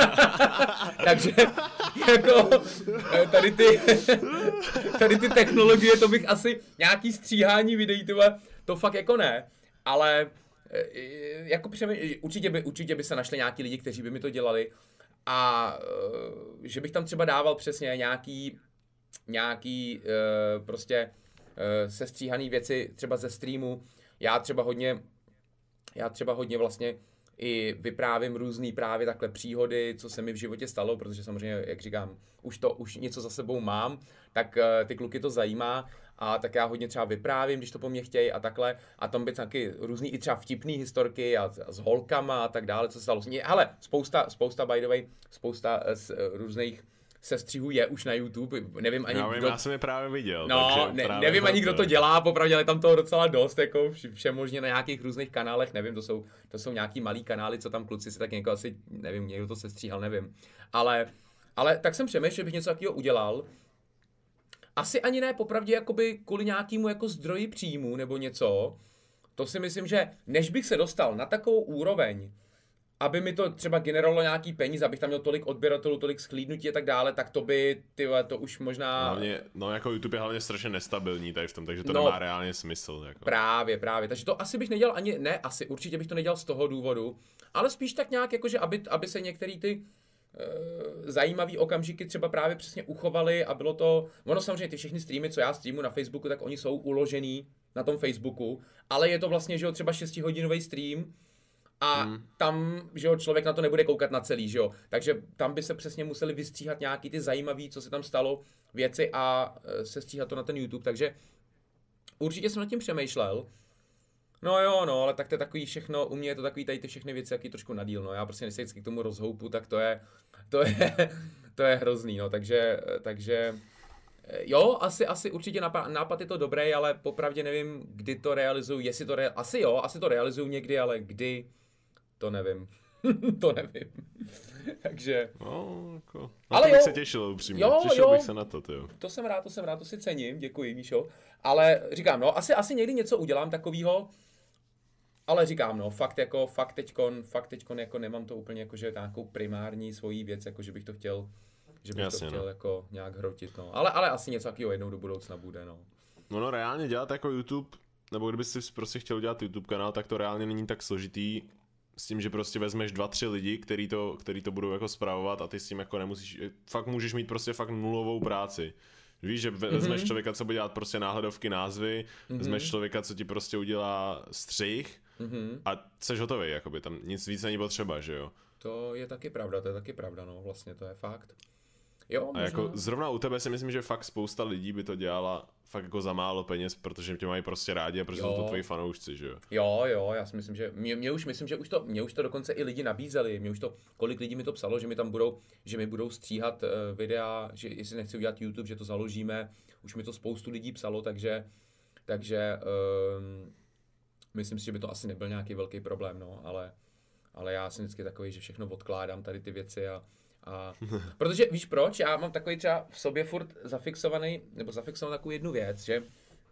takže jako tady ty, tady ty technologie, to bych asi nějaký stříhání videí, tyhle, to fakt jako ne, ale jako přemýšlel, určitě by, určitě by se našli nějaký lidi, kteří by mi to dělali a že bych tam třeba dával přesně nějaký, nějaký prostě sestříhaný věci třeba ze streamu. Já třeba hodně, já třeba hodně vlastně i vyprávím různý právě takhle příhody, co se mi v životě stalo, protože samozřejmě, jak říkám, už to, už něco za sebou mám, tak ty kluky to zajímá a tak já hodně třeba vyprávím, když to po mně chtějí a takhle a tam by taky různý i třeba vtipný historky a, a s holkama a tak dále, co se stalo. Hele, spousta, spousta by the way, spousta z různých sestřihů je už na YouTube, nevím ani já vím, kdo... Já jsem je právě viděl. No, ne, nevím ani kdo to dělá, popravdě, ale tam toho docela dost, jako všemožně na nějakých různých kanálech, nevím, to jsou, to jsou nějaký malý kanály, co tam kluci si tak někdo asi, nevím, někdo to sestříhal, nevím. Ale, ale tak jsem přemýšlel, že bych něco takového udělal. Asi ani ne, popravdě, jakoby kvůli nějakému jako zdroji příjmu nebo něco. To si myslím, že než bych se dostal na takovou úroveň, aby mi to třeba generovalo nějaký peníze, abych tam měl tolik odběratelů, tolik schlídnutí a tak dále, tak to by, tyhle, to už možná... Hlavně, no jako YouTube je hlavně strašně nestabilní tady v tom, takže to no, nemá reálně smysl. Jako. Právě, právě, takže to asi bych nedělal ani, ne asi, určitě bych to nedělal z toho důvodu, ale spíš tak nějak, jakože aby, aby se některý ty e, zajímavý okamžiky třeba právě přesně uchovaly a bylo to, ono samozřejmě ty všechny streamy, co já streamu na Facebooku, tak oni jsou uložený na tom Facebooku, ale je to vlastně, že jo, třeba šestihodinový stream, a hmm. tam, že jo, člověk na to nebude koukat na celý, že jo. Takže tam by se přesně museli vystříhat nějaký ty zajímavý, co se tam stalo, věci a e, sestříhat to na ten YouTube, takže určitě jsem nad tím přemýšlel. No jo, no, ale tak to je takový všechno, u mě je to takový tady ty všechny věci, jaký trošku nadíl, no. Já prostě než se vždycky k tomu rozhoupu, tak to je, to je, to je hrozný, no, takže, takže... Jo, asi, asi určitě nápad, nápad je to dobrý, ale popravdě nevím, kdy to realizuju, jestli to re... asi jo, asi to realizuju někdy, ale kdy, to nevím. to nevím. Takže... No, jako... Na ale to bych jo, se těšil upřímně, jo, těšil jo, bych se na to, tyjo. To jsem rád, to jsem rád, to si cením, děkuji, Míšo. Ale říkám, no, asi, asi někdy něco udělám takovýho, ale říkám, no, fakt jako, fakt teďkon, fakt teďkon jako nemám to úplně jako, že nějakou primární svojí věc, jako, že bych to chtěl... že bych Jasně, to chtěl no. jako nějak hrotit, no. Ale, ale asi něco takového jednou do budoucna bude, no. No, no, reálně dělat jako YouTube, nebo kdyby si prostě chtěl dělat YouTube kanál, tak to reálně není tak složitý s tím, že prostě vezmeš dva, tři lidi, který to, který to budou jako spravovat a ty s tím jako nemusíš, fakt můžeš mít prostě fakt nulovou práci. Víš, že vezmeš mm-hmm. člověka, co bude dělat prostě náhledovky, názvy, mm-hmm. vezmeš člověka, co ti prostě udělá střih mm-hmm. a seš hotový, jakoby tam nic víc není potřeba, že jo. To je taky pravda, to je taky pravda, no, vlastně to je fakt. Jo, a možná. Jako zrovna u tebe si myslím, že fakt spousta lidí by to dělala fakt jako za málo peněz, protože tě mají prostě rádi a protože jo. jsou to tvoji fanoušci, že jo? Jo, jo, já si myslím, že mě, mě už myslím, že už to, mě už to dokonce i lidi nabízeli, mě už to, kolik lidí mi to psalo, že mi tam budou, že mi budou stříhat uh, videa, že jestli nechci udělat YouTube, že to založíme, už mi to spoustu lidí psalo, takže, takže um, myslím si, že by to asi nebyl nějaký velký problém, no, ale, ale já jsem vždycky takový, že všechno odkládám tady ty věci a A, protože víš proč, já mám takový třeba v sobě furt zafixovaný, nebo zafixovanou takovou jednu věc, že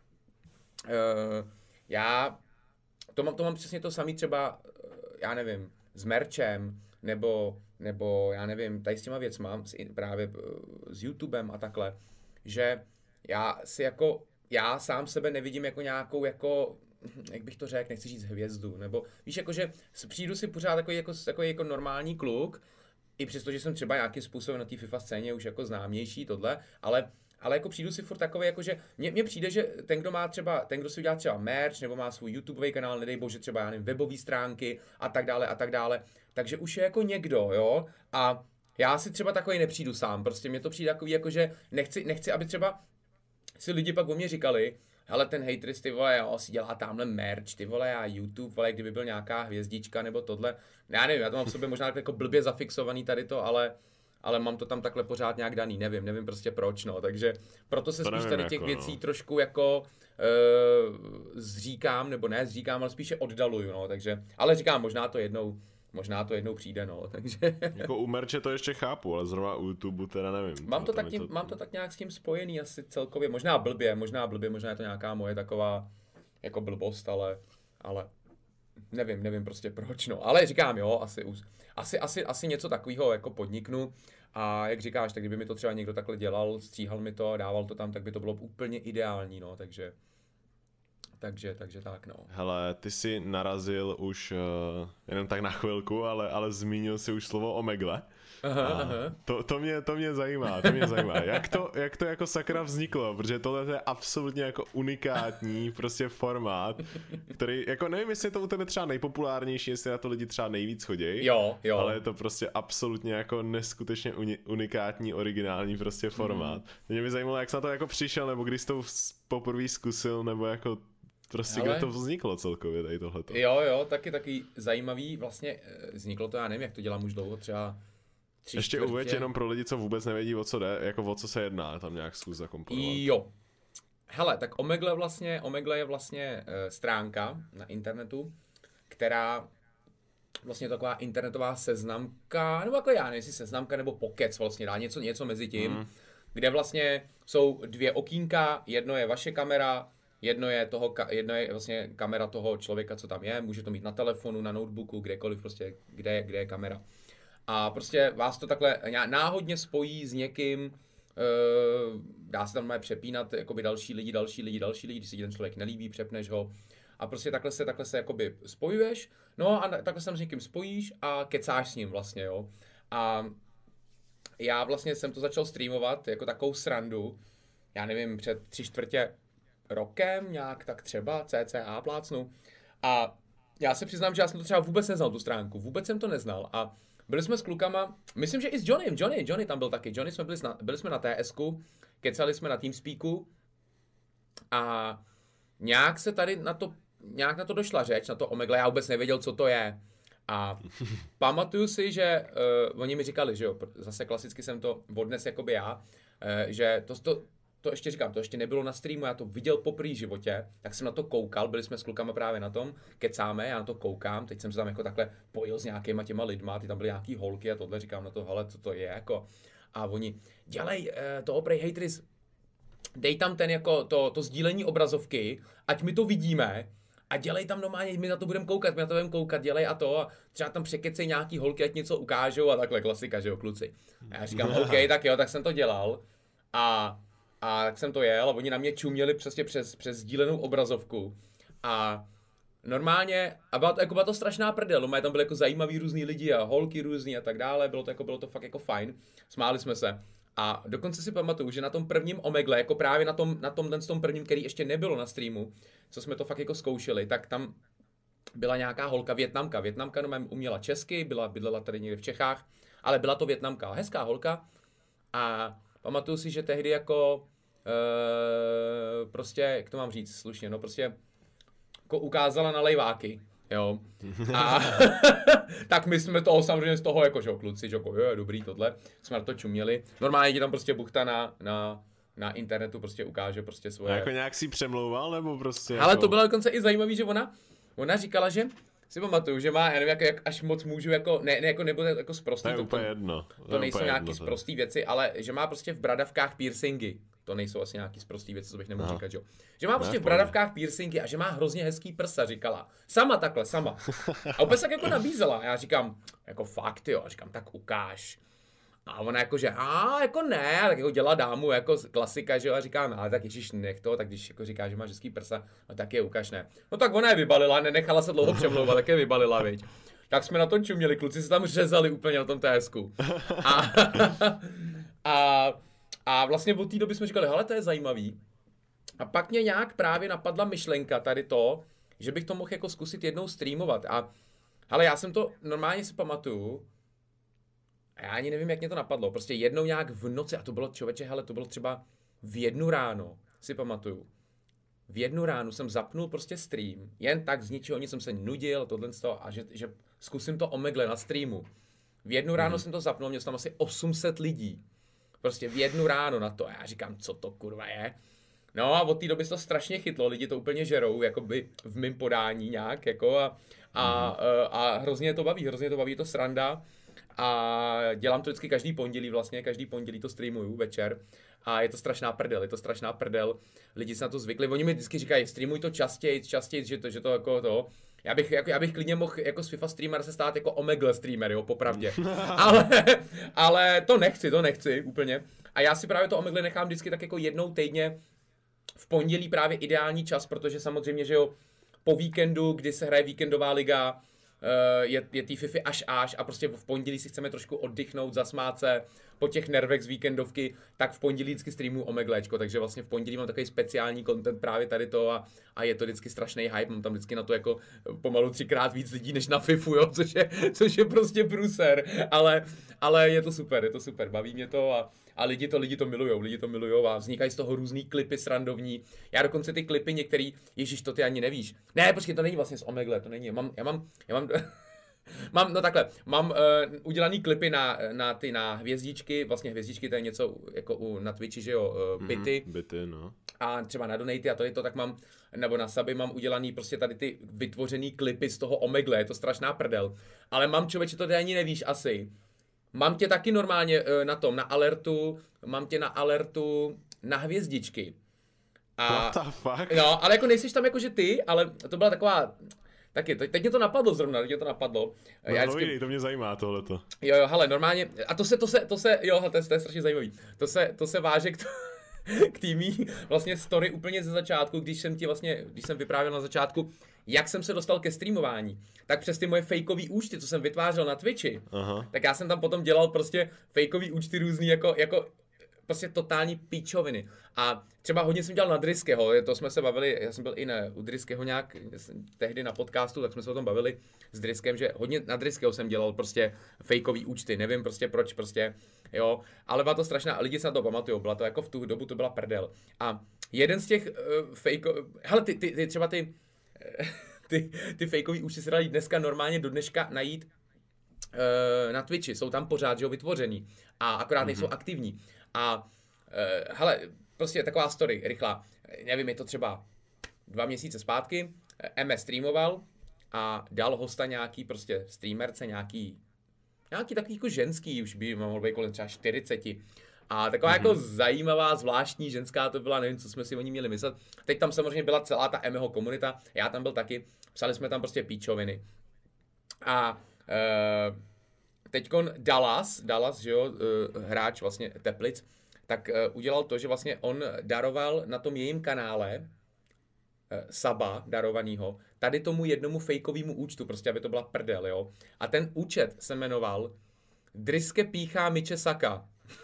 já to mám, to mám přesně to samý třeba, já nevím, s merčem, nebo, nebo já nevím, tady s těma věcma, s, právě s YouTubem a takhle, že já si jako, já sám sebe nevidím jako nějakou jako, jak bych to řekl, nechci říct hvězdu, nebo víš, jakože přijdu si pořád takový jako, takový jako normální kluk, i přesto, že jsem třeba nějakým způsobem na té FIFA scéně už jako známější tohle, ale ale jako přijdu si furt takový, jako že mně, mně přijde, že ten, kdo má třeba, ten, kdo si udělá třeba merch, nebo má svůj YouTubeový kanál, nedej bože třeba, já nevím, webové stránky a tak dále a tak dále, takže už je jako někdo, jo, a já si třeba takový nepřijdu sám, prostě mně to přijde takový, jako že nechci, nechci, aby třeba si lidi pak o mě říkali, hele, ten hejtris, ty vole, jo, si dělá tamhle merch, ty vole, a YouTube, vole, kdyby byl nějaká hvězdička nebo tohle, já nevím, já to mám v sobě možná jako blbě zafixovaný tady to, ale ale mám to tam takhle pořád nějak daný, nevím, nevím prostě proč, no, takže proto se to spíš tady těch jako, věcí no. trošku jako uh, zříkám, nebo ne zříkám, ale spíše oddaluju, no, takže, ale říkám, možná to jednou, možná to jednou přijde, no, takže. Jako u merče to ještě chápu, ale zrovna u YouTube teda nevím. Mám to, tak tím, to... mám to tak nějak s tím spojený asi celkově, možná blbě, možná blbě, možná je to nějaká moje taková jako blbost, ale, ale nevím, nevím prostě proč, no, ale říkám, jo, asi už. Asi, asi, asi něco takového jako podniknu a jak říkáš, tak kdyby mi to třeba někdo takhle dělal, stříhal mi to a dával to tam, tak by to bylo úplně ideální, no, takže, takže, takže tak, no. Hele, ty jsi narazil už uh, jenom tak na chvilku, ale, ale zmínil si už slovo omegle. Aha, aha. To, to, mě, to mě zajímá, to mě zajímá. Jak to, jak to jako sakra vzniklo, protože tohle je absolutně jako unikátní prostě formát, který, jako nevím, jestli je to u tebe třeba nejpopulárnější, jestli na to lidi třeba nejvíc chodí, jo, jo. ale je to prostě absolutně jako neskutečně uni, unikátní, originální prostě formát. Mm. Mě by zajímalo, jak jsi na to jako přišel, nebo když jsi to poprvé zkusil, nebo jako prostě ale... kde to vzniklo celkově tady tohleto. Jo, jo, taky taky zajímavý, vlastně vzniklo to, já nevím, jak to dělám už dlouho, třeba Tři Ještě uveď jenom pro lidi, co vůbec nevědí, o co jde, jako o co se jedná, tam nějak zkus zakomponovat. Jo. Hele, tak Omegle vlastně, Omegle je vlastně e, stránka na internetu, která vlastně taková internetová seznamka, nebo jako já nevím, jestli seznamka nebo pokec vlastně dá, něco, něco mezi tím, mm. kde vlastně jsou dvě okýnka, jedno je vaše kamera, jedno je, toho, jedno je vlastně kamera toho člověka, co tam je, může to mít na telefonu, na notebooku, kdekoliv, prostě, kde je, kde je kamera. A prostě vás to takhle náhodně spojí s někým, dá se tam má přepínat jakoby další lidi, další lidi, další lidi, když se ten člověk nelíbí, přepneš ho. A prostě takhle se, takhle se jakoby spojuješ, no a takhle se tam s někým spojíš a kecáš s ním vlastně, jo. A já vlastně jsem to začal streamovat jako takovou srandu, já nevím, před tři čtvrtě rokem, nějak tak třeba, cca plácnu. A já se přiznám, že já jsem to třeba vůbec neznal, tu stránku, vůbec jsem to neznal a byli jsme s klukama, myslím, že i s Johnnym, Johnny, Johnny tam byl taky, Johnny jsme byli, na, byli jsme na T S ku, kecali jsme na Teamspeaku a nějak se tady na to, nějak na to došla řeč, na to Omegle, já vůbec nevěděl, co to je. A pamatuju si, že uh, oni mi říkali, že jo, zase klasicky jsem to odnes jakoby já, uh, že to, to, to ještě říkám, to ještě nebylo na streamu, já to viděl poprvé v životě, tak jsem na to koukal, byli jsme s klukama právě na tom, kecáme, já na to koukám, teď jsem se tam jako takhle pojil s nějakýma těma lidma, ty tam byly nějaký holky a tohle, říkám na to, hele, co to je, jako. A oni, dělej uh, to oprej hejtris, dej tam ten jako to, to sdílení obrazovky, ať my to vidíme, a dělej tam normálně, my na to budeme koukat, my na to budeme koukat, dělej a to, a třeba tam překecej nějaký holky, ať něco ukážou a takhle, klasika, že jo, kluci. A já říkám, OK, tak jo, tak jsem to dělal a, a tak jsem to jel a oni na mě čuměli přesně přes, přes sdílenou obrazovku a normálně, a byla to, jako byla to strašná prdel, no, tam byly jako zajímaví různý lidi a holky různý a tak dále, bylo to, jako, bylo to fakt jako fajn, smáli jsme se. A dokonce si pamatuju, že na tom prvním Omegle, jako právě na tom, na tom, ten s tom prvním, který ještě nebylo na streamu, co jsme to fakt jako zkoušeli, tak tam byla nějaká holka, Vietnamka. Vietnamka no, uměla česky, byla, bydlela tady někde v Čechách, ale byla to Vietnamka, hezká holka. A pamatuju si, že tehdy jako, e, prostě, jak to mám říct slušně, no prostě jako ukázala na lejváky. Jo. A tak my jsme toho samozřejmě z toho jako, že kluci, že jako, jo, dobrý tohle, jsme na to čuměli. Normálně ti tam prostě buchta na, na, na internetu prostě ukáže prostě svoje. A jako nějak si přemlouval, nebo prostě ale jako... to bylo dokonce i zajímavý, že ona, ona říkala, že si pamatuju, že má, já nevím, jak, jak až moc můžu, jako, ne, ne jako nebude jako sprostý. To je úplně jedno. To, to nejsou nějaký sprostý věci, ale že má prostě v bradavkách piercingy. to nejsou asi nějaký sprostý věci, co bych nemohl Aha. říkat, že jo. Že má prostě Ne, v bradavkách piercingy a že má hrozně hezký prsa, říkala. Sama takhle, sama. A úplně tak jako nabízela. Já říkám, jako fakt jo, a říkám, tak ukáž. A ona jako, že a jako ne, tak jako dělá dámu, jako klasika, že jo, a říká, no ale tak ježiš, nech to, tak když jako říká, že máš hezký prsa, no tak je ukaž, ne. No tak ona je vybalila, nenechala se dlouho přemlouvat, tak je vybalila, viď. Tak jsme na to čuměli, kluci se tam řezali úplně na tom té hezku. A, a, a vlastně od té doby jsme říkali, hele, to je zajímavý. A pak mě nějak právě napadla myšlenka tady to, že bych to mohl jako zkusit jednou streamovat. A hele, já jsem to normálně si pamatuju, a já ani nevím, jak mě to napadlo. Prostě jednou nějak v noci, a to bylo člověče, hele, to bylo třeba v jednu ráno, si pamatuju. V jednu ránu jsem zapnul prostě stream, jen tak z ničeho nic jsem se nudil, tohle z toho, a že, že zkusím to omegle na streamu. V jednu ráno hmm. jsem to zapnul, měl jsem tam asi osm set lidí. Prostě v jednu ráno na to. A já říkám, co to kurva je? No a od té doby se to strašně chytlo, lidi to úplně žerou, jakoby v mým podání nějak, jako a, a, hmm. a, a hrozně to baví, hrozně to baví, je to sranda. A dělám to vždycky každý pondělí vlastně, každý pondělí to streamuju večer. A je to strašná prdel, je to strašná prdel. Lidi se na to zvykli, oni mi vždycky říkají, streamuj to častěji, častěji, že to, že to jako to. Já bych, jako, já bych klidně mohl jako z FIFA streamer se stát jako Omegle streamer, jo, popravdě. ale, ale to nechci, to nechci úplně. A já si právě to Omegle nechám vždycky tak jako jednou týdně v pondělí právě ideální čas, protože samozřejmě, že jo, po víkendu, kdy se hraje víkendová liga, je, je tý Fify až až a prostě v pondělí si chceme trošku oddychnout, zasmát se po těch nervech z víkendovky, tak v pondělí vždycky streamuju Omeglečko, takže vlastně v pondělí mám takový speciální content právě tady to a, a je to vždycky strašný hype, mám tam vždycky na to jako pomalu třikrát víc lidí než na Fifu, jo, což je, což je prostě průser, ale, ale je to super, je to super, baví mě to a A lidi to, lidi to milujou, lidi to milujou a vznikají z toho různý klipy srandovní. Já dokonce ty klipy některý, ježiš, to ty ani nevíš. Ne, počkej, to není vlastně z Omegle, to není. Já mám, já mám, já mám, mám no takhle, mám uh, udělaný klipy na, na ty, na hvězdičky, vlastně hvězdičky, to je něco jako u, na Twitchi, že jo, uh, bity. Mm, bity, no. A třeba na donaty a to je to, tak mám, nebo na suby mám udělaný prostě tady ty vytvořený klipy z toho Omegle, je to strašná prdel. Ale mám, člověče, to ty ani nevíš asi. Mám tě taky normálně na tom, na alertu, mám tě na alertu na hvězdičky. A, What the fuck? No, ale jako nejsiš tam jako, že ty, ale to byla taková, taky, teď mě to napadlo zrovna, teď mě to napadlo. No, Já vždycky... no, to mě zajímá tohleto. Jo, jo, hele, normálně, a to se, to se, to se, jo, to je, to je strašně zajímavý. To se, to se váže k, to, k týmí vlastně story úplně ze začátku, když jsem ti vlastně, když jsem vyprávěl na začátku, jak jsem se dostal ke streamování, tak přes ty moje fejkový účty, co jsem vytvářel na Twitchi, Aha. tak já jsem tam potom dělal prostě fejkový účty různý, jako, jako prostě totální píčoviny. A třeba hodně jsem dělal na Driskeho, to jsme se bavili, já jsem byl i na, u Driskeho nějak, tehdy na podcastu, tak jsme se o tom bavili s Driskem, že hodně na Driskeho jsem dělal prostě fejkový účty, nevím prostě proč, prostě, jo, ale byla to strašná, a lidi se na to pamatujou, byla to jako v tu dobu, to byla prdel. A jeden z těch uh, fejko, hele, ty, ty, ty třeba ty, ty, ty fejkový účty se dají dneska normálně do dneška najít uh, na Twitchi, jsou tam pořád, že jo, vytvořený a akorát nejsou mm-hmm. aktivní. A uh, hele, prostě taková story, rychlá, nevím, je to třeba dva měsíce zpátky, M streamoval a dal hosta nějaký prostě streamerce, nějaký, nějaký takový jako ženský, už by mohl být kolem třeba čtyřiceti. A taková mm-hmm. jako zajímavá, zvláštní ženská to byla, nevím, co jsme si o ní měli myslet. Teď tam samozřejmě byla celá ta Mho komunita, já tam byl taky, psali jsme tam prostě píčoviny. A uh, teďkon Dallas, Dallas, že jo, uh, hráč vlastně Teplic, tak uh, udělal to, že vlastně on daroval na tom jejím kanále uh, saba darovanýho, tady tomu jednomu fejkovému účtu, prostě aby to byla prdel, jo. A ten účet se jmenoval Driske píchá Miče Saka.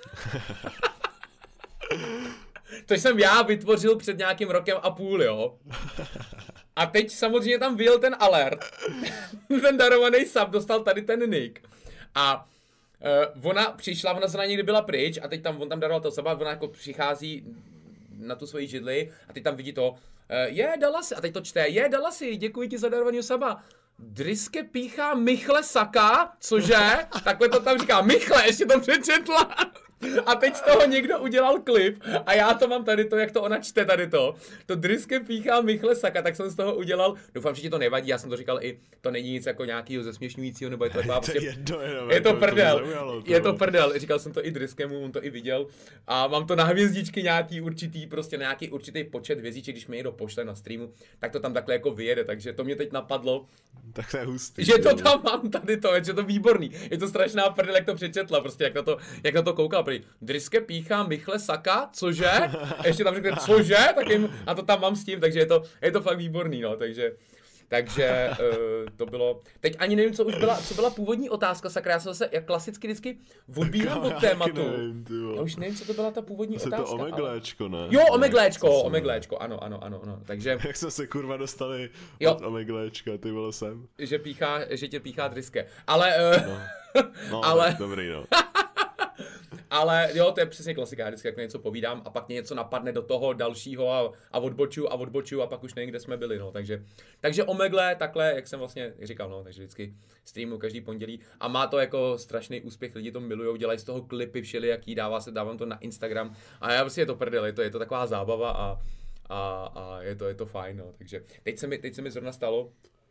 To jsem já vytvořil před nějakým rokem a půl, jo. A teď samozřejmě tam vyjel ten alert. Ten darovaný sub dostal tady ten nick. A uh, ona přišla, ona zrovna někdy byla pryč a teď tam, on tam daroval to suba, ona jako přichází na tu svoji židli a teď tam vidí to, uh, je, dala si, a teď to čte, je, dala si, děkuji ti za darovaný suba. Driske píchá Michle Saka, cože? Takhle to tam říká, Michle, ještě to přečetla. A teď z toho někdo udělal klip a já to mám tady to, jak to ona čte tady to. To Driske píchá Michle Saka, tak jsem z toho udělal, doufám, že ti to nevadí, já jsem to říkal i, to není nic jako nějakýho zesměšňujícího, nebo je to taková prostě, jedno, jenom, je to to prdel, to zaujalo, to je to prdel, říkal jsem to i Driskemu, on to i viděl a mám to na hvězdičky nějaký určitý, prostě nějaký určitý počet hvězdiček, když mi někdo pošle na streamu, tak to tam takhle jako vyjede, takže to mě teď napadlo, tak to je hustý, že to tam mám tady to, že to výborný, je to strašná prdel, jak to přečetla, prostě jak na to, jak na to koukala, prý, Driske píchá Michle Saka, cože? A ještě tam řekne, cože? Tak jim, a to tam mám s tím, takže je to, je to fakt výborný, no, takže, takže uh, to bylo, teď ani nevím, co už byla, co byla původní otázka, sakra, já jsem zase, jak klasicky vždycky odbíhám od tématu. Nevím, já už nevím, co to byla ta původní Asi otázka. to omegléčko, ale... ne? Jo, omegléčko, omegléčko, ano, ano, ano, ano, takže. Jak jsme se kurva dostali jo. od omegléčka, ty vole sem. Že píchá, že tě píchá Driske, ale... Uh... No, no ale... dobrý, no. Ale jo, to je přesně klasika, já vždycky jako něco povídám a pak mě něco napadne do toho dalšího a, a odbočuju a odbočuju a pak už nevím, kde jsme byli, no, takže, takže Omegle, takhle, jak jsem vlastně říkal, no, takže vždycky streamu každý pondělí a má to jako strašný úspěch, lidi to milujou, dělají z toho klipy všelijaký, dává se, dávám to na Instagram a já prostě je to prdel, je to, je to taková zábava a, a, a je to, je to fajn, no, takže teď se mi, teď se mi zrovna stalo uh,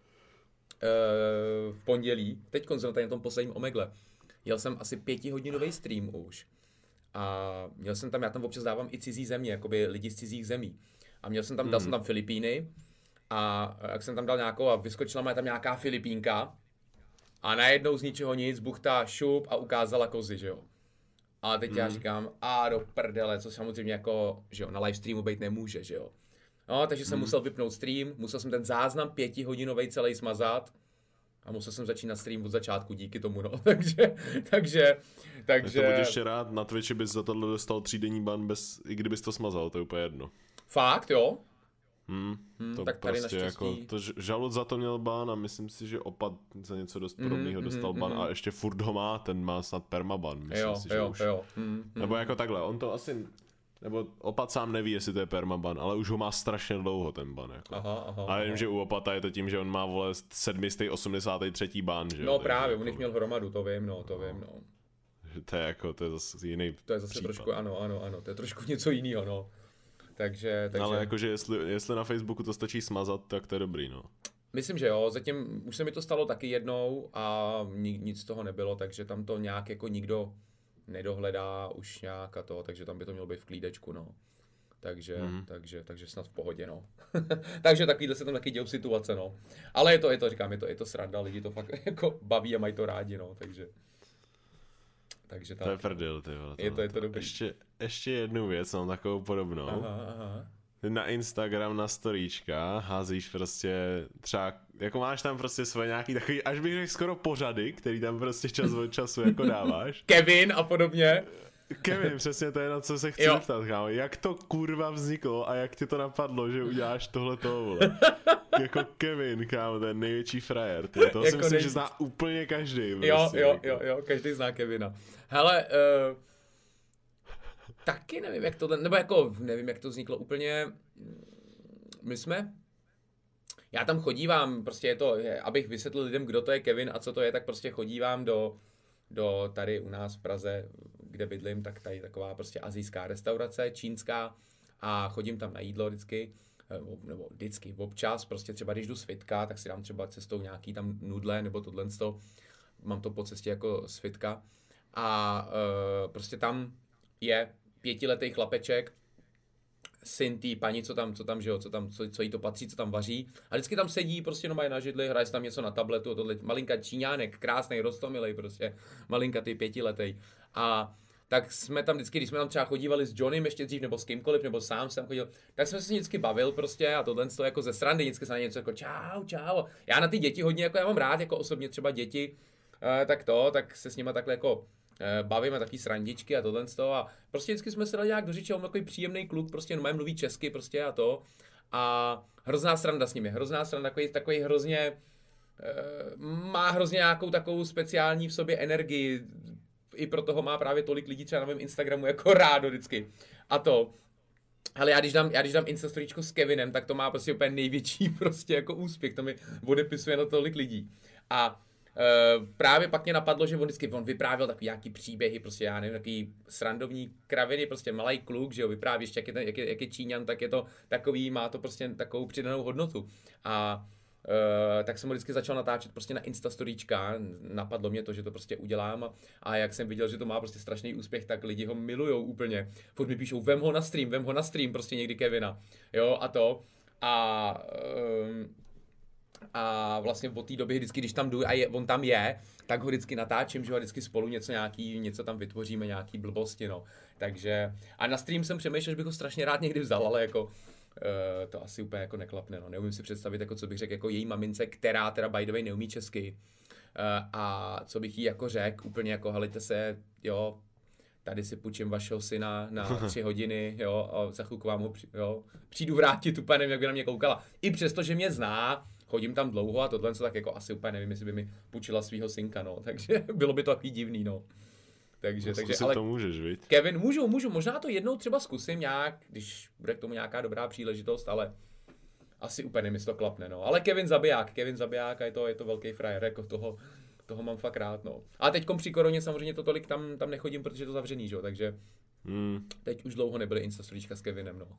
v pondělí, teď konzultuji na tom posledním Omegle. Jel jsem asi pětihodinový stream už a měl jsem tam, já tam občas dávám i cizí země, jakoby lidi z cizích zemí. A měl jsem tam, dal jsem tam Filipíny a jak jsem tam dal nějakou a vyskočila mě tam nějaká Filipínka a najednou z ničeho nic buchtá šup a ukázala kozy, že jo. A teď mm. já říkám, a do prdele, co samozřejmě jako, že jo, na live streamu být nemůže, že jo. No, takže jsem mm. musel vypnout stream, musel jsem ten záznam pětihodinový celý smazat. A musel jsem začít na stream od začátku díky tomu, no. takže, takže, takže... To buď ještě rád, na Twitchi bys za tohle dostal třídenní ban, bez, i kdybys to smazal, to je úplně jedno. Fakt, jo? Hmm, hmm, to tak tady prostě naštěstí... jako, to Žalud za to měl ban a myslím si, že Opat za něco dost podobného mm, dostal mm, ban mm. a ještě furt ho má, ten má snad permaban, myslím jo, si, že jo, už. Jo, mm, Nebo jako takhle, on to asi... Nebo Opat sám neví, jestli to je permaban, ale už ho má strašně dlouho ten ban. Jako. Aha, aha, a vím, aha. že u Opata je to tím, že on má vole sedmistý osmdesátý třetí ban, že No jo? právě, jako, on jich měl hromadu, to vím, no, to vím, no. To je jako, to je zase jiný To je zase případ. trošku, ano, ano, ano, to je trošku něco jiného, no. Takže, takže... Ale jakože jestli, jestli na Facebooku to stačí smazat, tak to je dobrý, no. Myslím, že jo, zatím už se mi to stalo taky jednou a nic z toho nebylo, takže tam to nějak jako nikdo nedohledá už nějak a to, takže tam by to mělo být v klídečku, no. Takže, mm. takže, takže snad v pohodě, no. Takže takovýhle se tam taky dějou situace, no. Ale je to, je to, říkám, je to, je to sranda, lidi to fakt jako baví a mají to rádi, no, takže. Takže tak. To je prdel, ty vole. Je to, je to dobrý. Ještě, ještě jednu věc, mám takovou podobnou. Aha, aha. Na Instagram, na storíčka házíš prostě třeba, jako máš tam prostě svoje nějaký takový, až bych řekl skoro pořady, který tam prostě čas od času jako dáváš. Kevin a podobně. Kevin, přesně to je na co se chci zeptat, kámo. Jak to kurva vzniklo a jak ti to napadlo, že uděláš tohleto, vole. Jako Kevin, kámo, ten největší frajer. Ty. To jako si myslím, nej... že zná úplně každý. Jo, prostě, jo, jako. jo, jo, každý zná Kevina. Hele, uh, taky nevím, jak to, nebo jako nevím, jak to vzniklo úplně. My jsme, já tam chodívám, prostě je to, je, abych vysvětlil lidem, kdo to je Kevin a co to je, tak prostě chodívám do, do tady u nás v Praze, kde bydlím, tak tady taková prostě asijská restaurace, čínská a chodím tam na jídlo vždycky, nebo vždycky, občas, prostě třeba když jdu z fitka, tak si dám třeba cestou nějaký tam nudle nebo tohle sto, mám to po cestě jako z fitka a uh, prostě tam je pětiletý chlapeček, syn tý paní, co tam, co tam, že jo, co tam, co, co jí to patří, co tam vaří. A vždycky tam sedí, prostě no mají na židli, hraje tam něco na tabletu, tohle malinka Číňánek, krásnej, rostomilej, prostě, malinka ty pětiletej. A tak jsme tam vždycky, když jsme tam třeba chodívali s Johnnym ještě dřív, nebo s kýmkoliv, nebo sám jsem chodil, tak jsme se vždycky bavil prostě a tohle to jako ze srandy, vždycky se na něco jako čau, čau. Já na ty děti hodně, jako já mám rád, jako osobně třeba děti, eh, tak to, tak se s nima takhle jako bavíme taky srandičky a tohle z toho a prostě vždycky jsme se dali nějak do řeči, on takový příjemný kluk, prostě no, mluví česky prostě a to a hrozná sranda s ním je, hrozná sranda, takový, takový hrozně, e, má hrozně nějakou takovou speciální v sobě energii, i proto ho má právě tolik lidí třeba na mém Instagramu jako rádo vždycky a to. Ale já když dám, já když dám Instastoríčko s Kevinem, tak to má prostě úplně největší prostě jako úspěch, to mi odepisuje na tolik lidí a Uh, právě pak mě napadlo, že on vždycky on vyprávěl takový nějaký příběhy, prostě já nevím, takový srandovní kraviny, prostě malý kluk, že jo, vypráví ještě, jak je, ten, jak, je, jak je Číňan, tak je to takový, má to prostě takovou přidanou hodnotu. A uh, tak jsem ho vždycky začal natáčet prostě na Instastoríčka, napadlo mě to, že to prostě udělám a, a jak jsem viděl, že to má prostě strašný úspěch, tak lidi ho milujou úplně. Furt mi píšou, vem ho na stream, vem ho na stream, prostě někdy Kevina, jo, a to. A um, A vlastně od té doby vždycky, když tam jdu a je, on tam je, tak ho vždycky natáčím, že ho vždycky spolu něco nějaký, něco tam vytvoříme, nějaký blbosti, no. Takže, a na stream jsem přemýšlel, že bych ho strašně rád někdy vzal, ale jako uh, to asi úplně jako neklapne, no. Neumím si představit, jako co bych řekl jako její mamince, která teda by the way neumí česky. Uh, a co bych jí jako řekl, úplně jako helejte se, jo, tady si půjčím vašeho syna na tři hodiny, jo, a za chvilku vám ho při, jo, přijdu vrátit, úplně nevím, jak by na mě koukala. I přesto, že mě zná, chodím tam dlouho a tohle, co tak jako asi úplně nevím, jestli by mi půjčila svýho synka, no, takže bylo by to takový divný, no. Takže, no, takže, ale to můžeš, viď? Kevin, můžu, můžu, možná to jednou třeba zkusím nějak, když bude k tomu nějaká dobrá příležitost, ale asi úplně nevím, jestli to klapne, no. Ale Kevin zabiják, Kevin zabiják a je to, je to velký frajer, jako toho, toho mám fakt rád, no. A teďkom při koroně samozřejmě to tolik tam, tam nechodím, protože je to zavřený, že jo, takže hmm. teď už dlouho nebyly Instastoríčka s Kevinem, no.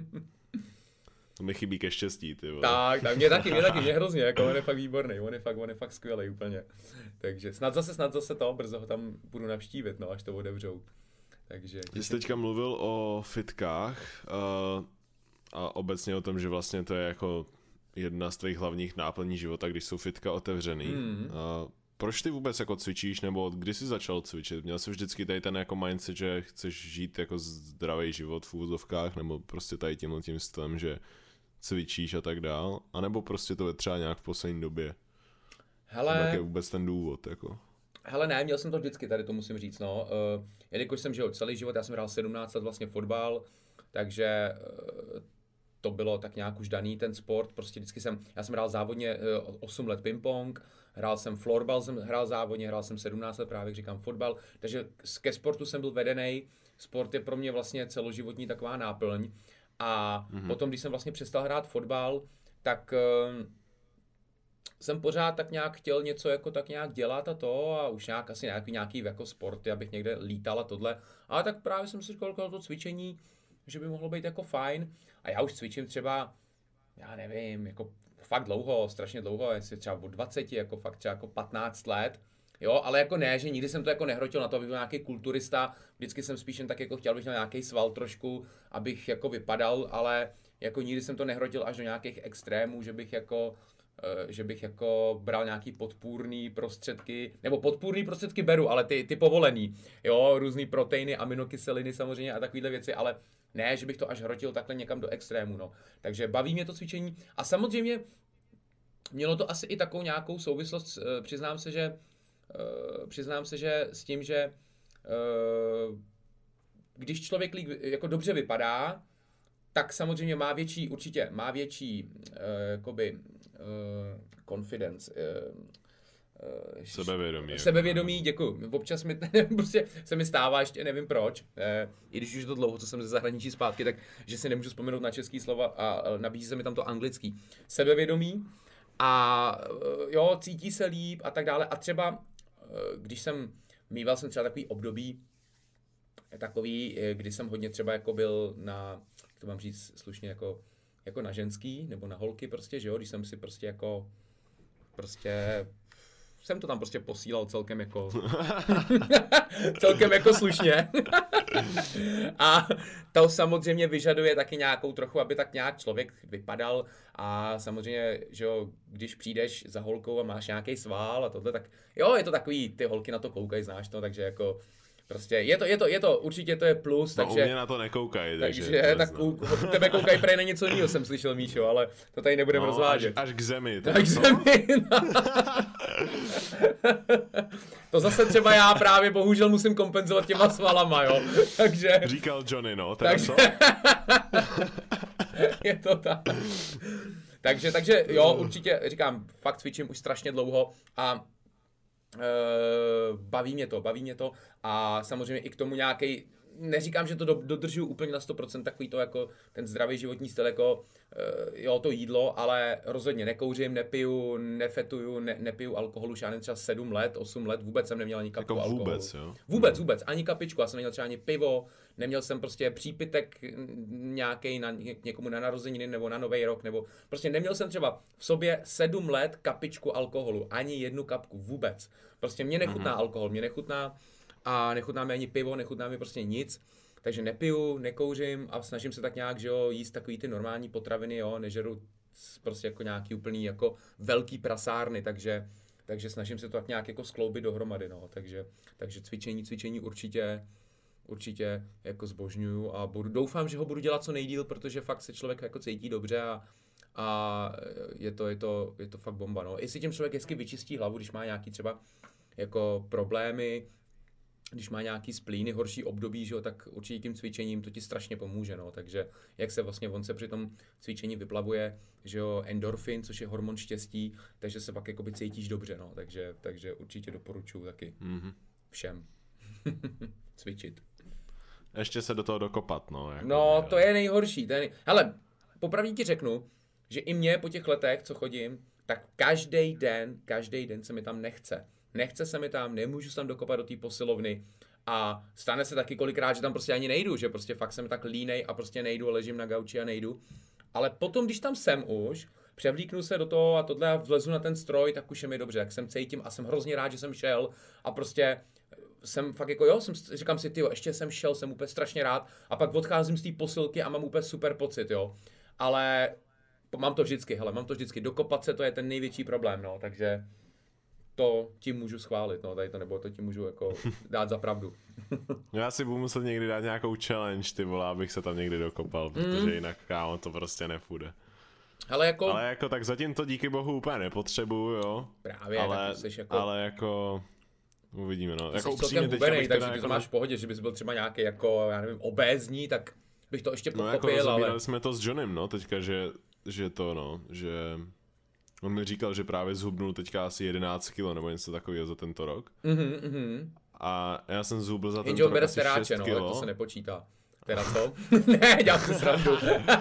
To mi chybí ke štěstí, ty vole. Tak, tak, mě taky, mě taky, mě hrozně, jako on je fakt výborný, on je fakt, on je fakt skvělý úplně. Takže snad zase, snad zase to, brzo ho tam budu navštívit, no, až to otevřou. Takže... Ty jsi teďka mluvil o fitkách uh, a obecně o tom, že vlastně to je jako jedna z tvých hlavních náplní života, když jsou fitka otevřený. Mm. Uh, proč ty vůbec jako cvičíš, nebo kdy jsi začal cvičit? Měl jsi vždycky tady ten jako mindset, že chceš žít jako zdravý život v úvozovkách, nebo prostě tady tímhle tím stylem, že cvičíš a tak dál, anebo prostě to je třeba nějak v poslední době? Hele, jak je vůbec ten důvod, jako? Hele, ne, měl jsem to vždycky, tady to musím říct, no. Uh, jelikož jsem žil celý život, já jsem hrál sedmnáct let vlastně fotbal, takže uh, to bylo tak nějak už daný ten sport, prostě vždycky jsem, já jsem hrál závodně uh, osm let ping-pong, hrál jsem florbal, jsem hrál závodně, hrál jsem sedmnáct let právě, jak říkám, fotbal, takže ke sportu jsem byl vedený, sport je pro mě vlastně celoživotní taková náplň. A mm-hmm. potom, když jsem vlastně přestal hrát fotbal, tak uh, jsem pořád tak nějak chtěl něco jako tak nějak dělat a to a už nějak asi nějaký, nějaký jako sporty, abych někde lítal a tohle. Ale tak právě jsem si říkal, to cvičení, že by mohlo být jako fajn. A já už cvičím třeba, já nevím, jako fakt dlouho, strašně dlouho, jestli třeba od dvaceti, jako fakt třeba jako patnáct let. Jo, ale jako ne, že nikdy jsem to jako nehrotil na to, abych byl nějaký kulturista, vždycky jsem spíš jen tak jako chtěl, abych měl nějaký sval trošku, abych jako vypadal, ale jako nikdy jsem to nehrotil až do nějakých extrémů, že bych jako, že bych jako bral nějaký podpůrný prostředky, nebo podpůrný prostředky beru, ale ty, ty povolený, jo, různý proteiny, aminokyseliny samozřejmě a takovýhle věci, ale ne, že bych to až hrotil takhle někam do extrému, no. Takže baví mě to cvičení a samozřejmě mělo to asi i takovou nějakou souvislost, přiznám se, že Uh, přiznám se, že s tím, že uh, když člověk lík, jako dobře vypadá, tak samozřejmě má větší, určitě má větší uh, jakoby uh, confidence, uh, uh, sebevědomí. Sebevědomí, děkuju. Občas mi prostě se mi stává, ještě nevím proč, uh, i když už je to dlouho, co jsem ze zahraničí zpátky, tak že si nemůžu vzpomenout na český slova a uh, nabízí se mi tam to anglický. Sebevědomí a uh, jo, cítí se líp a tak dále a třeba když jsem, mýval jsem třeba takový období, takový, kdy jsem hodně třeba jako byl na, jak to mám říct slušně, jako, jako na ženský, nebo na holky prostě, že jo, když jsem si prostě jako, prostě, jsem to tam prostě posílal celkem jako, celkem jako slušně. A to samozřejmě vyžaduje taky nějakou trochu, aby tak nějak člověk vypadal a samozřejmě, že jo, když přijdeš za holkou a máš nějaký sval a tohle, tak jo, je to takový, ty holky na to koukají, znáš to, takže jako prostě je to, je to, je to, určitě to je plus, no, takže... u mě na to nekoukají, takže... Takže tak u, u tebe koukají prej na něco jiného, jsem slyšel, Míšo, ale to tady nebudeme no, rozvádět. Až, až k zemi. Až k zemi, no. To zase třeba já právě bohužel musím kompenzovat těma svalama, jo, takže... Říkal Johnny, no, teda takže... co? Je to tak. takže, takže jo, určitě říkám, fakt cvičím už strašně dlouho a e, baví mě to, baví mě to a samozřejmě i k tomu nějaký neříkám, že to do, dodržuju úplně na sto procent takový to jako ten zdravý životní styl, jako jo, to jídlo, ale rozhodně nekouřím, nepiju, nefetuju, ne, nepiju alkoholu, už já nevím, třeba sedm let, osm let, vůbec jsem neměl ani kapku jako alkoholu. Vůbec, jo? Vůbec, vůbec, ani kapičku, já jsem neměl třeba ani pivo, neměl jsem prostě přípitek nějaký na někomu na narozeniny nebo na nový rok, nebo prostě neměl jsem třeba v sobě sedm let kapičku alkoholu, ani jednu kapku, vůbec. Prostě mě nechutná mm-hmm. alkohol, mě nechutná a nechutná mi ani pivo, nechutná mi prostě nic. Takže nepiju, nekouřím a snažím se tak nějak, že jo, jíst takový ty normální potraviny, jo, nežeru prostě jako nějaký úplný jako velký prasárny, takže, takže snažím se to tak nějak jako skloubit dohromady, no, takže, takže cvičení, cvičení určitě, určitě jako zbožňuju a budu, doufám, že ho budu dělat co nejdýl, protože fakt se člověk jako cítí dobře a, a je to, je to, je to fakt bomba, no. Jestli tím člověk hezky vyčistí hlavu, když má nějaký třeba jako problémy, když má nějaký splíny, horší období, že jo, tak určitě tím cvičením to ti strašně pomůže, no, takže jak se vlastně, on se při tom cvičení vyplavuje, že jo, endorfin, což je hormon štěstí, takže se pak jakoby cítíš dobře, no, takže, takže určitě doporučuji taky mm-hmm. všem cvičit. Ještě se do toho dokopat, no. Jako no, to je nejhorší, to je nej... Hele, popravdě ti řeknu, že i mě po těch letech, co chodím, tak každý den, každý den se mi tam nechce. Nechce se mi tam, nemůžu se tam dokopat do té posilovny a stane se taky kolikrát, že tam prostě ani nejdu, že prostě fakt jsem tak línej a prostě nejdu, ležím na gauči a nejdu. Ale potom, když tam jsem už, převlíknu se do toho a tohle a vlezu na ten stroj, tak už je mi dobře, jak jsem cítím a jsem hrozně rád, že jsem šel a prostě jsem fakt jako jo, jsem, říkám si, tyjo, ještě jsem šel, jsem úplně strašně rád a pak odcházím z té posilky a mám úplně super pocit, jo. Ale mám to vždycky, hele, mám to vždycky, dokopat se, to je ten největší problém, no, takže to tím můžu schválit, no, tady to, nebo to tím můžu jako dát za pravdu. Já si budu muset někdy dát nějakou challenge, ty vole, abych se tam někdy dokopal, protože mm. jinak, kámo, to prostě nepůjde. Ale jako... Ale jako tak zatím to díky bohu úplně nepotřebuju, jo. Právě, ale, tak jsi jako... ale jako... Uvidíme, no. Ty jako jsi celkem hubenej, takže ty jako to máš v pohodě, že bys byl třeba nějaký jako, já nevím, obézní, tak bych to ještě pochopil, no, jako ale... jsme to s Johnem, no, teďka, že, že to, no, že... On mi říkal, že právě zhubnul teďka asi jedenáct kilo nebo něco takového za tento rok. Mhm, mhm. A já jsem zhubl za Jenže tento on rok bere asi steráče, šest no, kilo. tak to se nepočítá. Teda co? Ne, dělám si srandu.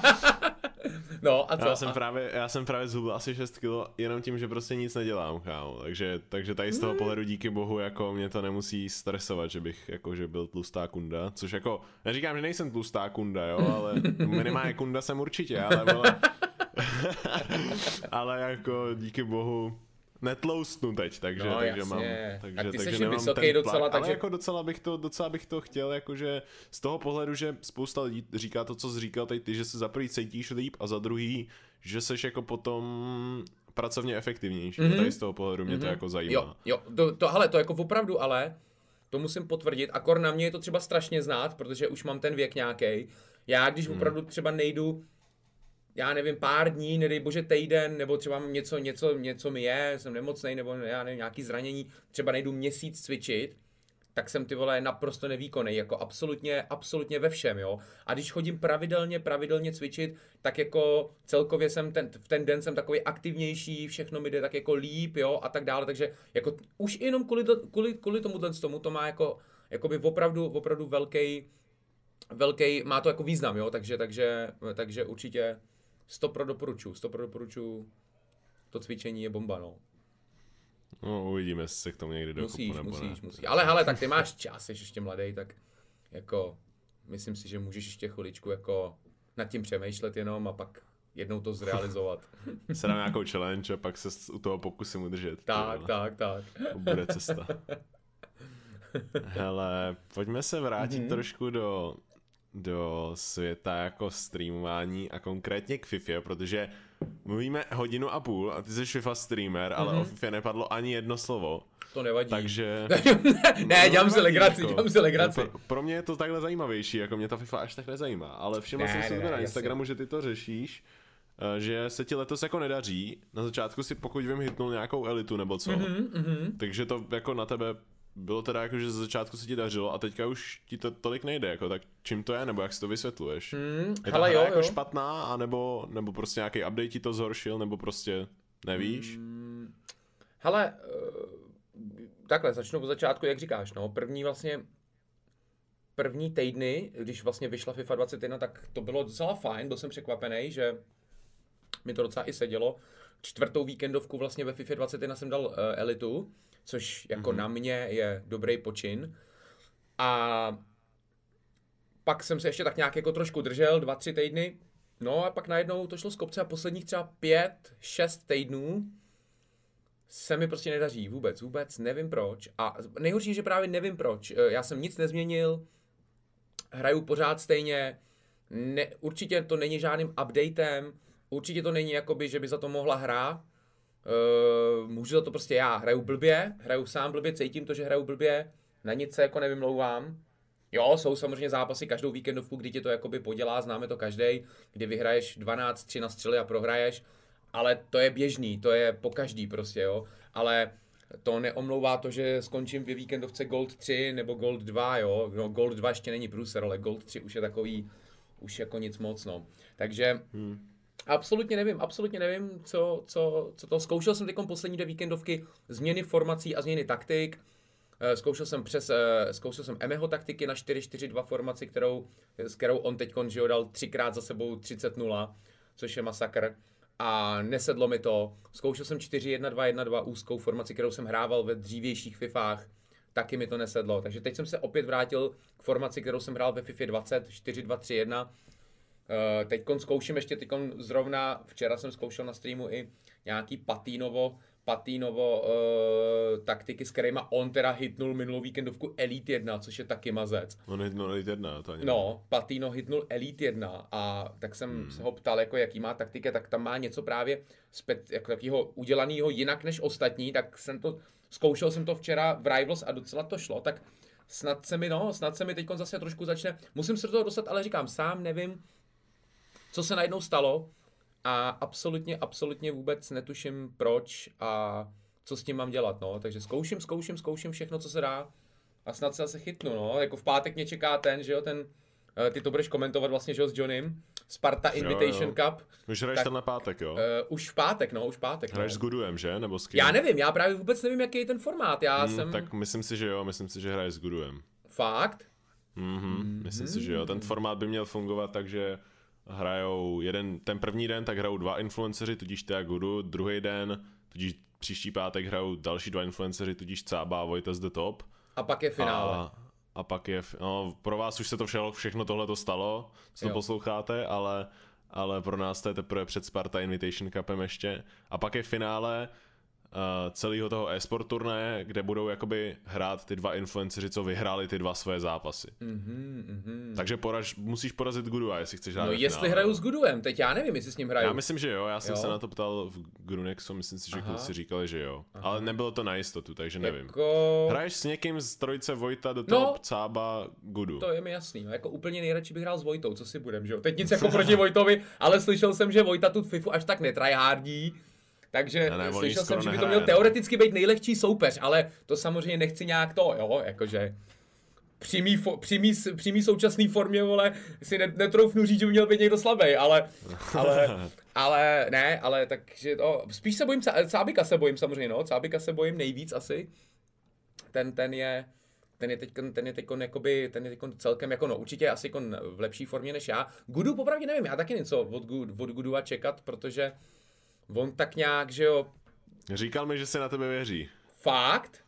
No a co? Já jsem, právě, já jsem právě zhubl asi šest kilo jenom tím, že prostě nic nedělám, kámo. Takže, takže tady z toho pohledu díky bohu jako mě to nemusí stresovat, že bych jako, že byl tlustá kunda. Což jako, neříkám, že nejsem tlustá kunda, jo, ale minimálně kunda jsem určitě, ale vole, ale jako díky bohu netloustnu teď, takže, no, takže jasně. mám, takže, tak ty takže jsi nemám vysoký ten docela, tlak, takže... ale jako docela bych to, docela bych to chtěl, jakože z toho pohledu, že spousta lidí říká to, co jsi říkal teď ty, že se za prvý cítíš líp a za druhý, že seš jako potom pracovně efektivnější. Mm-hmm. Tady z toho pohledu mě mm-hmm. to jako zajímá. Jo, jo, to, to, hele, to jako opravdu, ale to musím potvrdit, akor na mě je to třeba strašně znát, protože už mám ten věk nějaký. Já když mm. opravdu třeba nejdu, já nevím, pár dní, nedej bože týden, nebo třeba něco, něco, něco mi je, jsem nemocnej, nebo já nevím, nějaký zranění, třeba nejdu měsíc cvičit, tak jsem ty vole naprosto nevýkonný, jako absolutně, absolutně ve všem, jo. A když chodím pravidelně, pravidelně cvičit, tak jako celkově jsem ten, v ten den jsem takový aktivnější, všechno mi jde tak jako líp, jo, a tak dále, takže jako už jenom kvůli, kvůli, kvůli tomuhle tomu to má jako, jakoby opravdu, opravdu velký, velký, má to jako význam, jo, takže, takže, takže určitě stopro doporučuji, stopro doporučuji, to cvičení je bomba, no. No, uvidíme, jestli se k tomu někdy dokupu musíš, nebo musíš, ne. musíš. Ale hele, tak ty máš čas, jsi ještě mladý, tak jako myslím si, že můžeš ještě chviličku jako nad tím přemýšlet jenom a pak jednou to zrealizovat. Se dám nějakou challenge a pak se u toho pokusím udržet. Tak, tak, tak. To bude cesta. Hele, pojďme se vrátit mm-hmm. trošku do, do světa jako streamování a konkrétně k FIFA, protože mluvíme hodinu a půl a ty jsi FIFA streamer, ale mm-hmm. o FIFA nepadlo ani jedno slovo. To nevadí. Takže... ne, dělám si legraci, dělám si legraci. Pro, pro mě je to takhle zajímavější, jako mě ta FIFA až tak nezajímá, ale všiml jsem si na Instagramu, jasně. Že ty to řešíš, že se ti letos jako nedaří. Na začátku si pokud vím hitnul nějakou elitu nebo co, mm-hmm, mm-hmm. takže to jako na tebe bylo teda jako, že ze začátku se ti dařilo a teďka už ti to tolik nejde, jako tak čím to je, nebo jak si to vysvětluješ? Mm, je ta hra jo, jako jo. špatná, anebo, nebo prostě nějaký update ti to zhoršil, nebo prostě nevíš? Mm, hele, uh, takhle, začnu od začátku, jak říkáš, no, první vlastně, první týdny, když vlastně vyšla FIFA dvacet jedna, tak to bylo docela fajn, byl jsem překvapený, že mi to docela i sedělo. Čtvrtou víkendovku vlastně ve FIFA dvacet jedna jsem dal uh, elitu, což jako mm-hmm. na mě je dobrý počin. A pak jsem se ještě tak nějak jako trošku držel, dva, tři týdny. No a pak najednou to šlo z kopce a posledních třeba pět, šest týdnů se mi prostě nedaří vůbec, vůbec nevím proč. A nejhorší, že právě nevím proč. Já jsem nic nezměnil, hraju pořád stejně, ne, určitě to není žádným updatem, určitě to není jakoby, že by za to mohla hra. Uh, můžu za to prostě já, hraju blbě, hraju sám blbě, cítím to, že hraju blbě, na nic se jako nevymlouvám. Jo, jsou samozřejmě zápasy každou víkendovku, kdy ti to jakoby podělá, známe to každej, kdy vyhraješ dvanáct tři na střely a prohraješ, ale to je běžný, to je po každý prostě, jo. Ale to neomlouvá to, že skončím ve víkendovce Gold tři nebo Gold dva, jo. No, Gold dva ještě není průser, ale Gold tři už je takový, už jako nic moc, no. Takže hmm. absolutně nevím, absolutně nevím, co, co, co to. Zkoušel jsem teď poslední dvě víkendovky změny formací a změny taktik. Zkoušel jsem přes, zkoušel jsem Emeho taktiky na čtyři čtyři dva formaci, kterou, s kterou on teď dal třikrát za sebou třicet nula, což je masakr. A nesedlo mi to. Zkoušel jsem čtyři jedna dva jedna dva úzkou formaci, kterou jsem hrával ve dřívějších fifách. Taky mi to nesedlo. Takže teď jsem se opět vrátil k formaci, kterou jsem hrál ve FIFA dvacet, čtyři dva tři jedna. Teď zkouším ještě, teď zrovna, včera jsem zkoušel na streamu i nějaký Patinovo, Patinovo uh, taktiky, s kterýma on teda hitnul minulou víkendovku Elite jedna, což je taky mazec. On hitnul Elite jedna, to ani No, Patino hitnul Elite jedna a tak jsem hmm. se ho ptal, jako jaký má taktika, tak tam má něco právě spet, jako takýho udělanýho jinak než ostatní, tak jsem to, zkoušel jsem to včera v Rivals a docela to šlo, tak snad se mi, no, snad se mi teď zase trošku začne, musím se do toho dostat, ale říkám, sám nevím, co se najednou stalo. A absolutně, absolutně vůbec netuším proč a co s tím mám dělat, no. Takže zkouším, zkouším, zkouším všechno, co se dá a snad se zase chytnu, no. Jako v pátek mě čeká ten, že jo, ten, ty to budeš komentovat vlastně, že jo, s Johnnym, Sparta Invitation jo, jo. Cup. Už hraješ ten na pátek, jo? Uh, už v pátek, no, už v pátek. Hraješ no. s Guduem, že? Nebo s kým? Já nevím, já právě vůbec nevím, jaký je ten formát, já hmm, jsem... Tak myslím si, že jo, myslím si, že hraješ s Guduem. Fakt? Mhm, mm-hmm. Myslím si, že jo, ten formát by měl fungovat tak, že hrajou jeden, ten první den tak hrajou dva influenceři, tudíž ty a Gudu, druhý den, tudíž příští pátek hrajou další dva influenceři, tudíž Cába a Vojta z The Top. A pak je finále. A, a pak je, no pro vás už se to všechno, všechno tohle to stalo, co to posloucháte, ale, ale pro nás to je teprve před Sparta Invitation Cupem ještě. A pak je finále uh, celého toho e-sport turnaje, kde budou jakoby hrát ty dva influenceři, co vyhráli ty dva svoje zápasy. Mm-hmm, mm-hmm. Takže poraž, musíš porazit Gudua, jestli chceš hrát. No jestli finále. Hraju s Guduem, teď já nevím, jestli s ním hraju. Já myslím, že jo, já jsem jo? se na to ptal v Grunexu, myslím si, že Aha. kluci říkali, že jo. Aha. Ale nebylo to na jistotu, takže nevím. Jako... Hraješ s někým z trojice Vojta do Top, no, Cába, Gudu. To je mi jasný, no, jako úplně nejradši bych hrál s Vojtou, co si budem, že jo. Teď nic jako proti Vojtovi, ale slyšel jsem, že Vojta tu FIFU až tak netryhardí. Takže ne, ne, slyšel jsem, že by to měl teoreticky být nejlehčí soupeř, ale to samozřejmě nechci nějak to, jo, jakože přímý, fo, přímý, přímý současný formě, vole, si netroufnu říct, že by měl být někdo slabý, ale, ale, ale, ne, ale takže to, spíš se bojím, Cábika se bojím samozřejmě, no, Cábika se bojím nejvíc asi, ten, ten je, ten je teď, ten je teď jakoby, ten je teď celkem jako, no, určitě asi jako v lepší formě než já. Gudu popravdě nevím, já taky něco od, od Gudua čekat, protože on tak nějak, že jo... Říkal mi, že se na tebe věří. Fakt?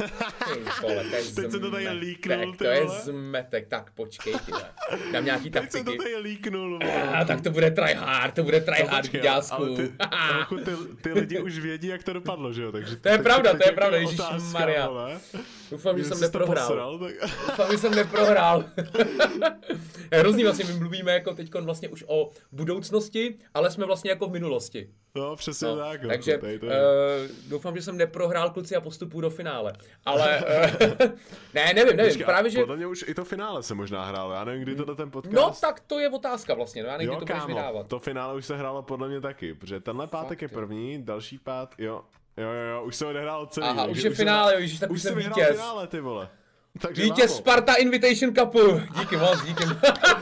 Ty vole, to je Teď se to tady líknul, ty to je zmetek, tak počkej, ty vole. Dám nějaký taktiky. Teď se to tady líknul, ah, tak to bude tryhard, to bude tryhard, no, dělsku. Ale ty, trochu ty, ty lidi už vědí, jak to dopadlo, že jo? Takže to je pravda, to je pravda, ježišmarja. Doufám, že jsem neprohrál. Doufám, že jsem neprohrál. Hrozný vlastně, my mluvíme jako teďkon vlastně už o budoucnosti, ale jsme vlastně jako v minulosti. No, přesně no, tak. Takže uh, doufám, že jsem neprohrál, kluci, a postupuji do finále. Ale, uh, ne, nevím, nevím, Počkej, právě, že... Podle mě už i to finále se možná hrálo, já nevím, kdy to ten podcast... No, tak to je otázka vlastně, no, já nevím, jo, kdy to kámo, budeš vydávat. To finále už se hrálo podle mě taky, protože tenhle pátek Fakt, je první, další pát, jo, jo, jo, jo, už se odehrálo celý. Aha, už je finále, jo, ježiš, tak už jsem vítěz. Finále, ty vole. Takže vítěz Sparta Invitation Cupu, díky moc, díky moc.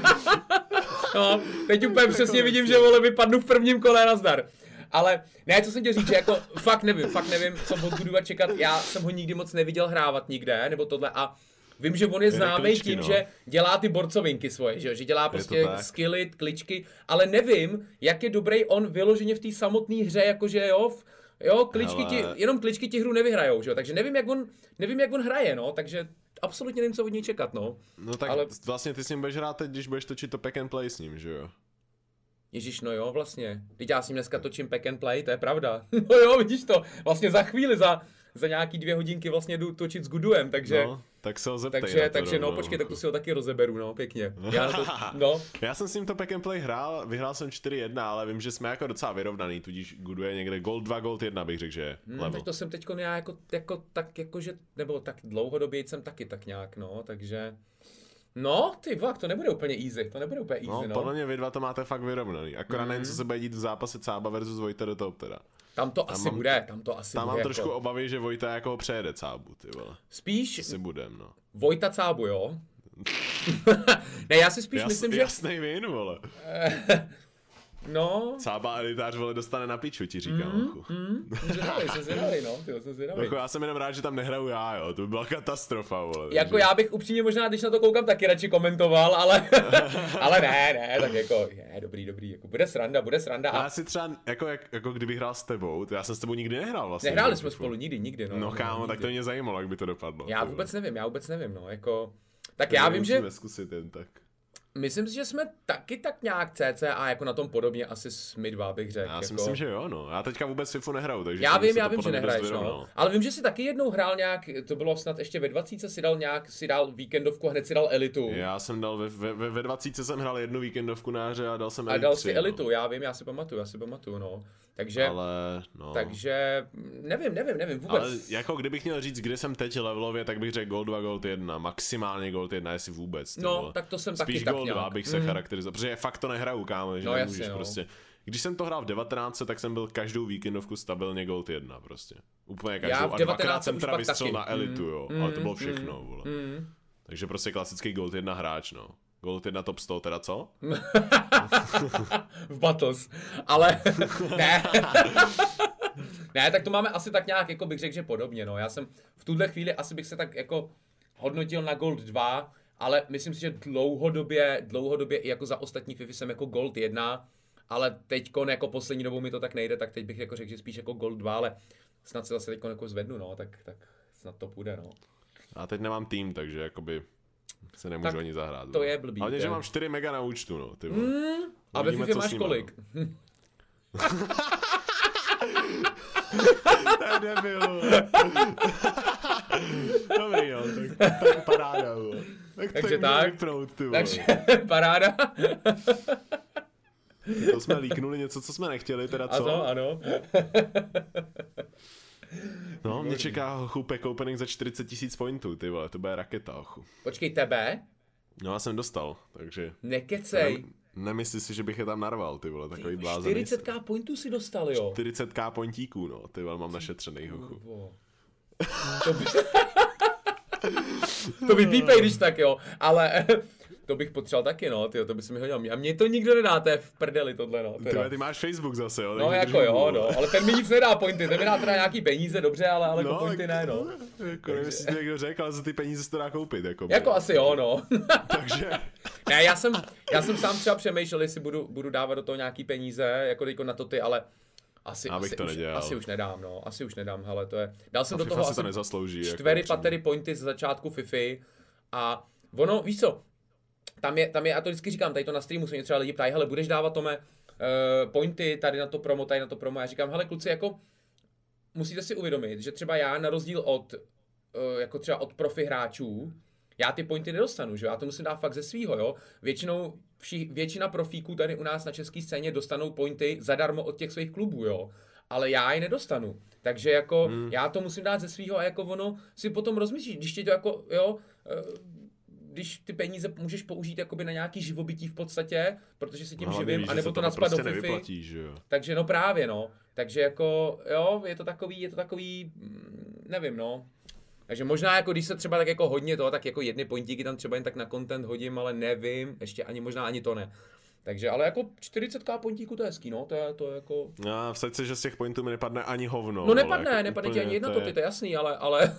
No, teď úplně přesně vidím, že vole, vypadnu v prvním kole, nazdar. Ale ne, co jsem chtěl říct, že jako fakt nevím, fakt nevím, co od Gudua čekat, já jsem ho nikdy moc neviděl hrávat nikde, nebo tohle a Vím, že on je známý tím, no. že dělá ty borcovinky svoje, že, že dělá prostě skilly, kličky, ale nevím, jak je dobrý on vyloženě v té samotné hře, jakože jo, v, jo, kličky ti, jenom kličky ti hru nevyhrajou, že jo, takže nevím, jak on, nevím, jak on hraje, no, takže absolutně nevím, co od něj čekat, no. No tak ale... vlastně ty s ním budeš hrát teď, když budeš točit to pack and play s ním, že jo? Ježíš, no jo, vlastně. Teď já s ním dneska točím pack and play, to je pravda. No jo, vidíš to, vlastně za chvíli, za, za nějaký dvě hodinky vlastně jdu točit s Guduem, takže... No, tak se ho zeptej. Takže, takže no, počkej, tak to si ho taky rozeberu, no, pěkně. Já, to, no. Já jsem s ním to pack and play hrál, vyhrál jsem čtyři jedna, ale vím, že jsme jako docela vyrovnaný, tudíž Gudu je někde gold dva, gold jedna, bych řekl, že je hmm, tak to jsem teďko já jako, jako tak jakože, nebo tak dlouhodobě jsem taky tak nějak, no, takže... No, ty fakt, to nebude úplně easy, to nebude úplně easy, no. No, podle mě vy dva to máte fakt vyrovnaný, akorát mm. nevím, co se bude dít v zápase Cába versus Vojta do top teda. Tam to tam asi mám, bude, tam to asi tam bude. Tam mám jako... trošku obavy, že Vojta jako přejede Cábu, ty vole. Spíš... Si budem, no. Vojta Cábu, jo? Ne, já si spíš Jas, myslím, že... Jasnej vin, vole. No. Cába elitář, vole, dostane na piču, ti říkám. Mm, mm, zvědavej, jsem zvědavej, no, tyjo, jsem zvědavej. Jako já jsem jenom rád, že tam nehraju já, jo, to by byla katastrofa, vole. Jako takže... já bych upřímně možná, když na to koukám, taky radši komentoval, ale, ale ne, ne, tak jako, je, dobrý, dobrý, jako bude sranda, bude sranda. A... Já si třeba, jako, jak, jako kdybych hrál s tebou, to já jsem s tebou nikdy nehrál vlastně. Nehráli jsme spolu nikdy, nikdy, no. No kámo, nikdy. Tak to mě zajímalo, jak by to dopadlo. Já vůbec nevím, já vůbec nevím, no, jako, tak to já vím, že... zkusit jen tak. Myslím si, že jsme taky tak nějak cca jako na tom podobně asi s my dva, bych řekl. Já si jako... myslím, že jo, no. Já teďka vůbec FIFU nehraju, takže... Já vím, já vím, že nehraješ, no. Ale vím, že si taky jednou hrál nějak, to bylo snad ještě ve dvacítce, si dal nějak, si dal víkendovku a hned si dal elitu. Já jsem dal, ve, ve, ve dvacítce jsem hrál jednu víkendovku na hře a dal jsem elitu. A dal si elitu, no. Já vím, já si pamatuju, já si pamatuju, no. Takže, ale, no. takže, nevím, nevím, nevím vůbec. Ale jako kdybych měl říct, kde jsem teď levelově, tak bych řekl gold dva, gold jedna, maximálně gold jedna, jestli vůbec. No, vole. Tak to jsem Spíš taky tak gold dva bych se mm. charakterizoval, protože fakt to nehraju, kámo, že no, nemůžeš jasně, no. prostě. Když jsem to hrál v devatenáctce, tak jsem byl každou víkendovku stabilně gold jedna prostě. Úplně každou. Já v a dvakrát jsem teda vystřel taky. na elitu, jo, mm, ale to bylo mm, všechno, vole. Mm. Takže prostě klasický gold jedna hráč, no. Gold jedna top sto, teda co? V Battles, ale ne. Ne, tak to máme asi tak nějak, jako bych řekl, že podobně, no. Já jsem v tuhle chvíli asi bych se tak jako hodnotil na gold dva, ale myslím si, že dlouhodobě, dlouhodobě i jako za ostatní FIFA jsem jako gold jedna, ale teďko jako poslední dobou mi to tak nejde, tak teď bych jako řekl, že spíš jako gold dva, ale snad se zase teďko jako zvednu, no, tak, tak snad to půjde, no. A teď nemám tým, takže jakoby se nemůžu tak ani zahrát. To je blbý. Hlavně, že mám čtyři mega na účtu, no, ty vole. Mm, a ve FIFA máš kolik? No. To je debil. Dobrý, jo, tak, tak paráda, vole. Tak takže tak, vypnout, ty vole. Takže paráda. To jsme líknuli něco, co jsme nechtěli, teda co? Ano, ano. No, mě čeká hochu pack opening za čtyřicet tisíc pointů, ty vole, to bude raketa, hochu. Počkej, tebe? No, já jsem dostal, takže... Nekecej. Nemyslí si, že bych je tam narval, ty vole, takový blázen. čtyřicet tisíc pointů si dostal, jo? čtyřicet tisíc pointíků, no, ty vole, mám našetřenej, hochu. To, by... to vypípej, když tak, jo, ale... To bych potřeboval taky, no, tyjo, to by se mi hodilo. A mě to nikdo nedá, to je v prdeli tohle, no. Teda. Ty, ty máš Facebook zase, jo? No jako jo, no, ale ten mi nic nedá pointy, ten mi dá teda nějaký peníze, dobře, ale, ale no, jako pointy ne, no. Jako nevím, jestli to někdo řekl, ale za ty peníze se to dá koupit, jako. Jako asi jo, no. Takže... Ne, já jsem, já jsem sám třeba přemýšlel, jestli budu, budu dávat do toho nějaký peníze, jako teďko na to ty, ale... Asi, asi, to už, asi už nedám, no, asi už nedám, hele, to je... Dal jsem a do toho asi to čtyři jako patery pointy z začátku FIFA a ono, víš co, tam je, tam je, a to vždycky říkám, tady to na streamu se mě třeba lidi ptají, hele, budeš dávat tome uh, pointy tady na to promo, tady na to promo, já říkám, hele kluci, jako musíte si uvědomit, že třeba já na rozdíl od, uh, jako třeba od profi hráčů, já ty pointy nedostanu, že já to musím dát fakt ze svýho, jo. Většinou, vši, většina profíků tady u nás na české scéně dostanou pointy zadarmo od těch svých klubů, jo. Ale já je nedostanu. Takže jako hmm. já to musím dát ze svýho a jako ono si potom rozmyslíš, když ti to jako, jo, uh, když ty peníze můžeš použít jakoby na nějaký živobytí v podstatě, protože si tím no, živím, víš, anebo to, to naspat prostě do FIFA. Nevyplatíš, že jo. Takže no právě, no. Takže jako, jo, je to takový, je to takový, nevím, no. Takže možná jako když se třeba tak jako hodně toho, tak jako jedny pointíky tam třeba jen tak na content hodím, ale nevím, ještě ani možná ani to ne. Takže, ale jako čtyřicet tisíc pointíků to je hezký, no, to je, to je jako... No, vsaď se, že z těch pointů mi nepadne ani hovno. No nepadne, jako nepadne ti úplně, ani jedna to to, je... ty, to je jasný, ale, ale,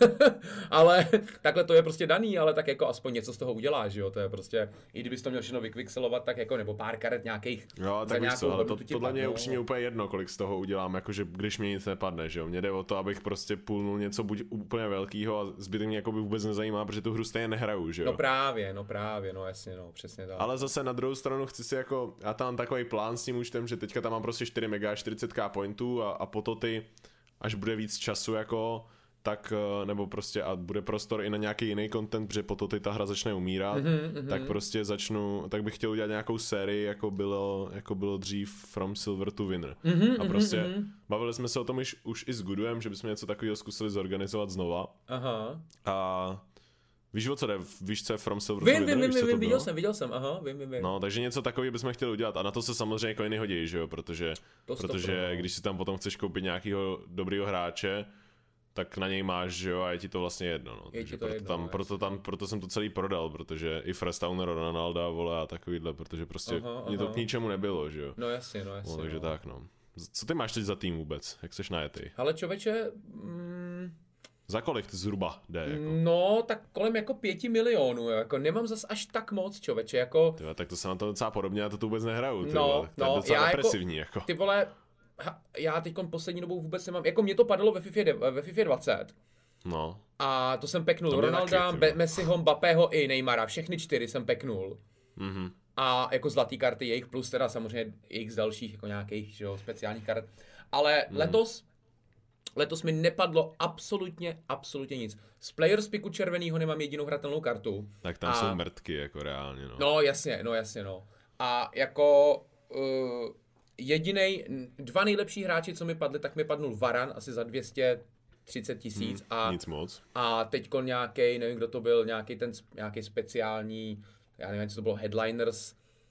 ale takhle to je prostě daný, ale tak jako aspoň něco z toho uděláš, jo, to je prostě, i kdybys to měl všechno vykvixelovat, tak jako, nebo pár karet nějakých. Jo, tak víš co, ale to, podle mě je upřímně úplně jedno, kolik z toho udělám, jakože když mi nic nepadne, že jo, mě jde o to, abych prostě půlnul něco buď úplně velkýho a zbytek mě jako by vůbec nezajímá, protože tu hru stejně nehraju, že jo. No právě, no právě, no jasně, no, přesně tak. Ale zase na druhou stranu chci si jako, já tam mám takový plán s tím účtem, že teďka tam mám prostě čtyři mega, čtyřicet tisíc pointů a, a po to ty, až bude víc času jako, tak, nebo prostě a bude prostor i na nějaký jiný content, protože po to ty ta hra začne umírat, mm-hmm. tak prostě začnu, tak bych chtěl udělat nějakou sérii, jako bylo, jako bylo dřív From Silver to Winner. Mm-hmm, a prostě mm-hmm. bavili jsme se o tom už, už i s Goodem, že bychom něco takového zkusili zorganizovat znova. Aha. A víš, o co jde? Víš, co je From Silver vím, to Winner? Vím, víš, vím, vím, viděl jsem, viděl jsem, aha, vím, vím, vím. No, takže něco takového bychom chtěli udělat a na to se samozřejmě coiny hodí, že jo, protože, protože když si tam potom chceš koupit nějakého dobrýho hráče, tak na něj máš, že jo, a je ti to vlastně jedno, no. Je Takže to proto, jedno, tam, proto, tam, proto jsem to celý prodal, protože i Frestowner, Ronalda, vole, a takovýhle, protože prostě aha, mě to k ničemu nebylo, že jo. No jasně, no jasně. No, takže no. tak, no. Co ty máš teď za tým vůbec? Jak seš najetý? Ale čověče... Mm... Za kolik ty zhruba jde, jako? No, tak kolem jako pěti milionů, jako nemám zas až tak moc, čověče, jako... Tyhle, tak to se na to docela podobně, já to tu vůbec nehraju, ty no, vole. To no, je docela já depresivní, jako, jako. Ty vole, ha, já teď poslední dobou vůbec nemám, jako mě to padlo ve FIFA, ve FIFA dvacet. No. A to jsem peknul Ronalda, Be- Messiho, Mbappého i Neymara, všechny čtyři jsem peknul. Mhm. A jako zlatý karty jejich plus teda samozřejmě jejich dalších jako nějakých, že jo, speciálních karet. Ale mm. letos, letos mi nepadlo absolutně, absolutně nic. Z Players Picku červenýho nemám jedinou hratelnou kartu. Tak tam a... jsou mrtky, jako reálně, no. No jasně, no jasně, no. A jako uh, jedinej, dva nejlepší hráči, co mi padli, tak mi padnul Varan asi za dvě stě třicet tisíc. Hmm, a nic moc. A teďko nějaký, nevím kdo to byl, nějaký ten nějaký speciální, já nevím, co to bylo, Headliners,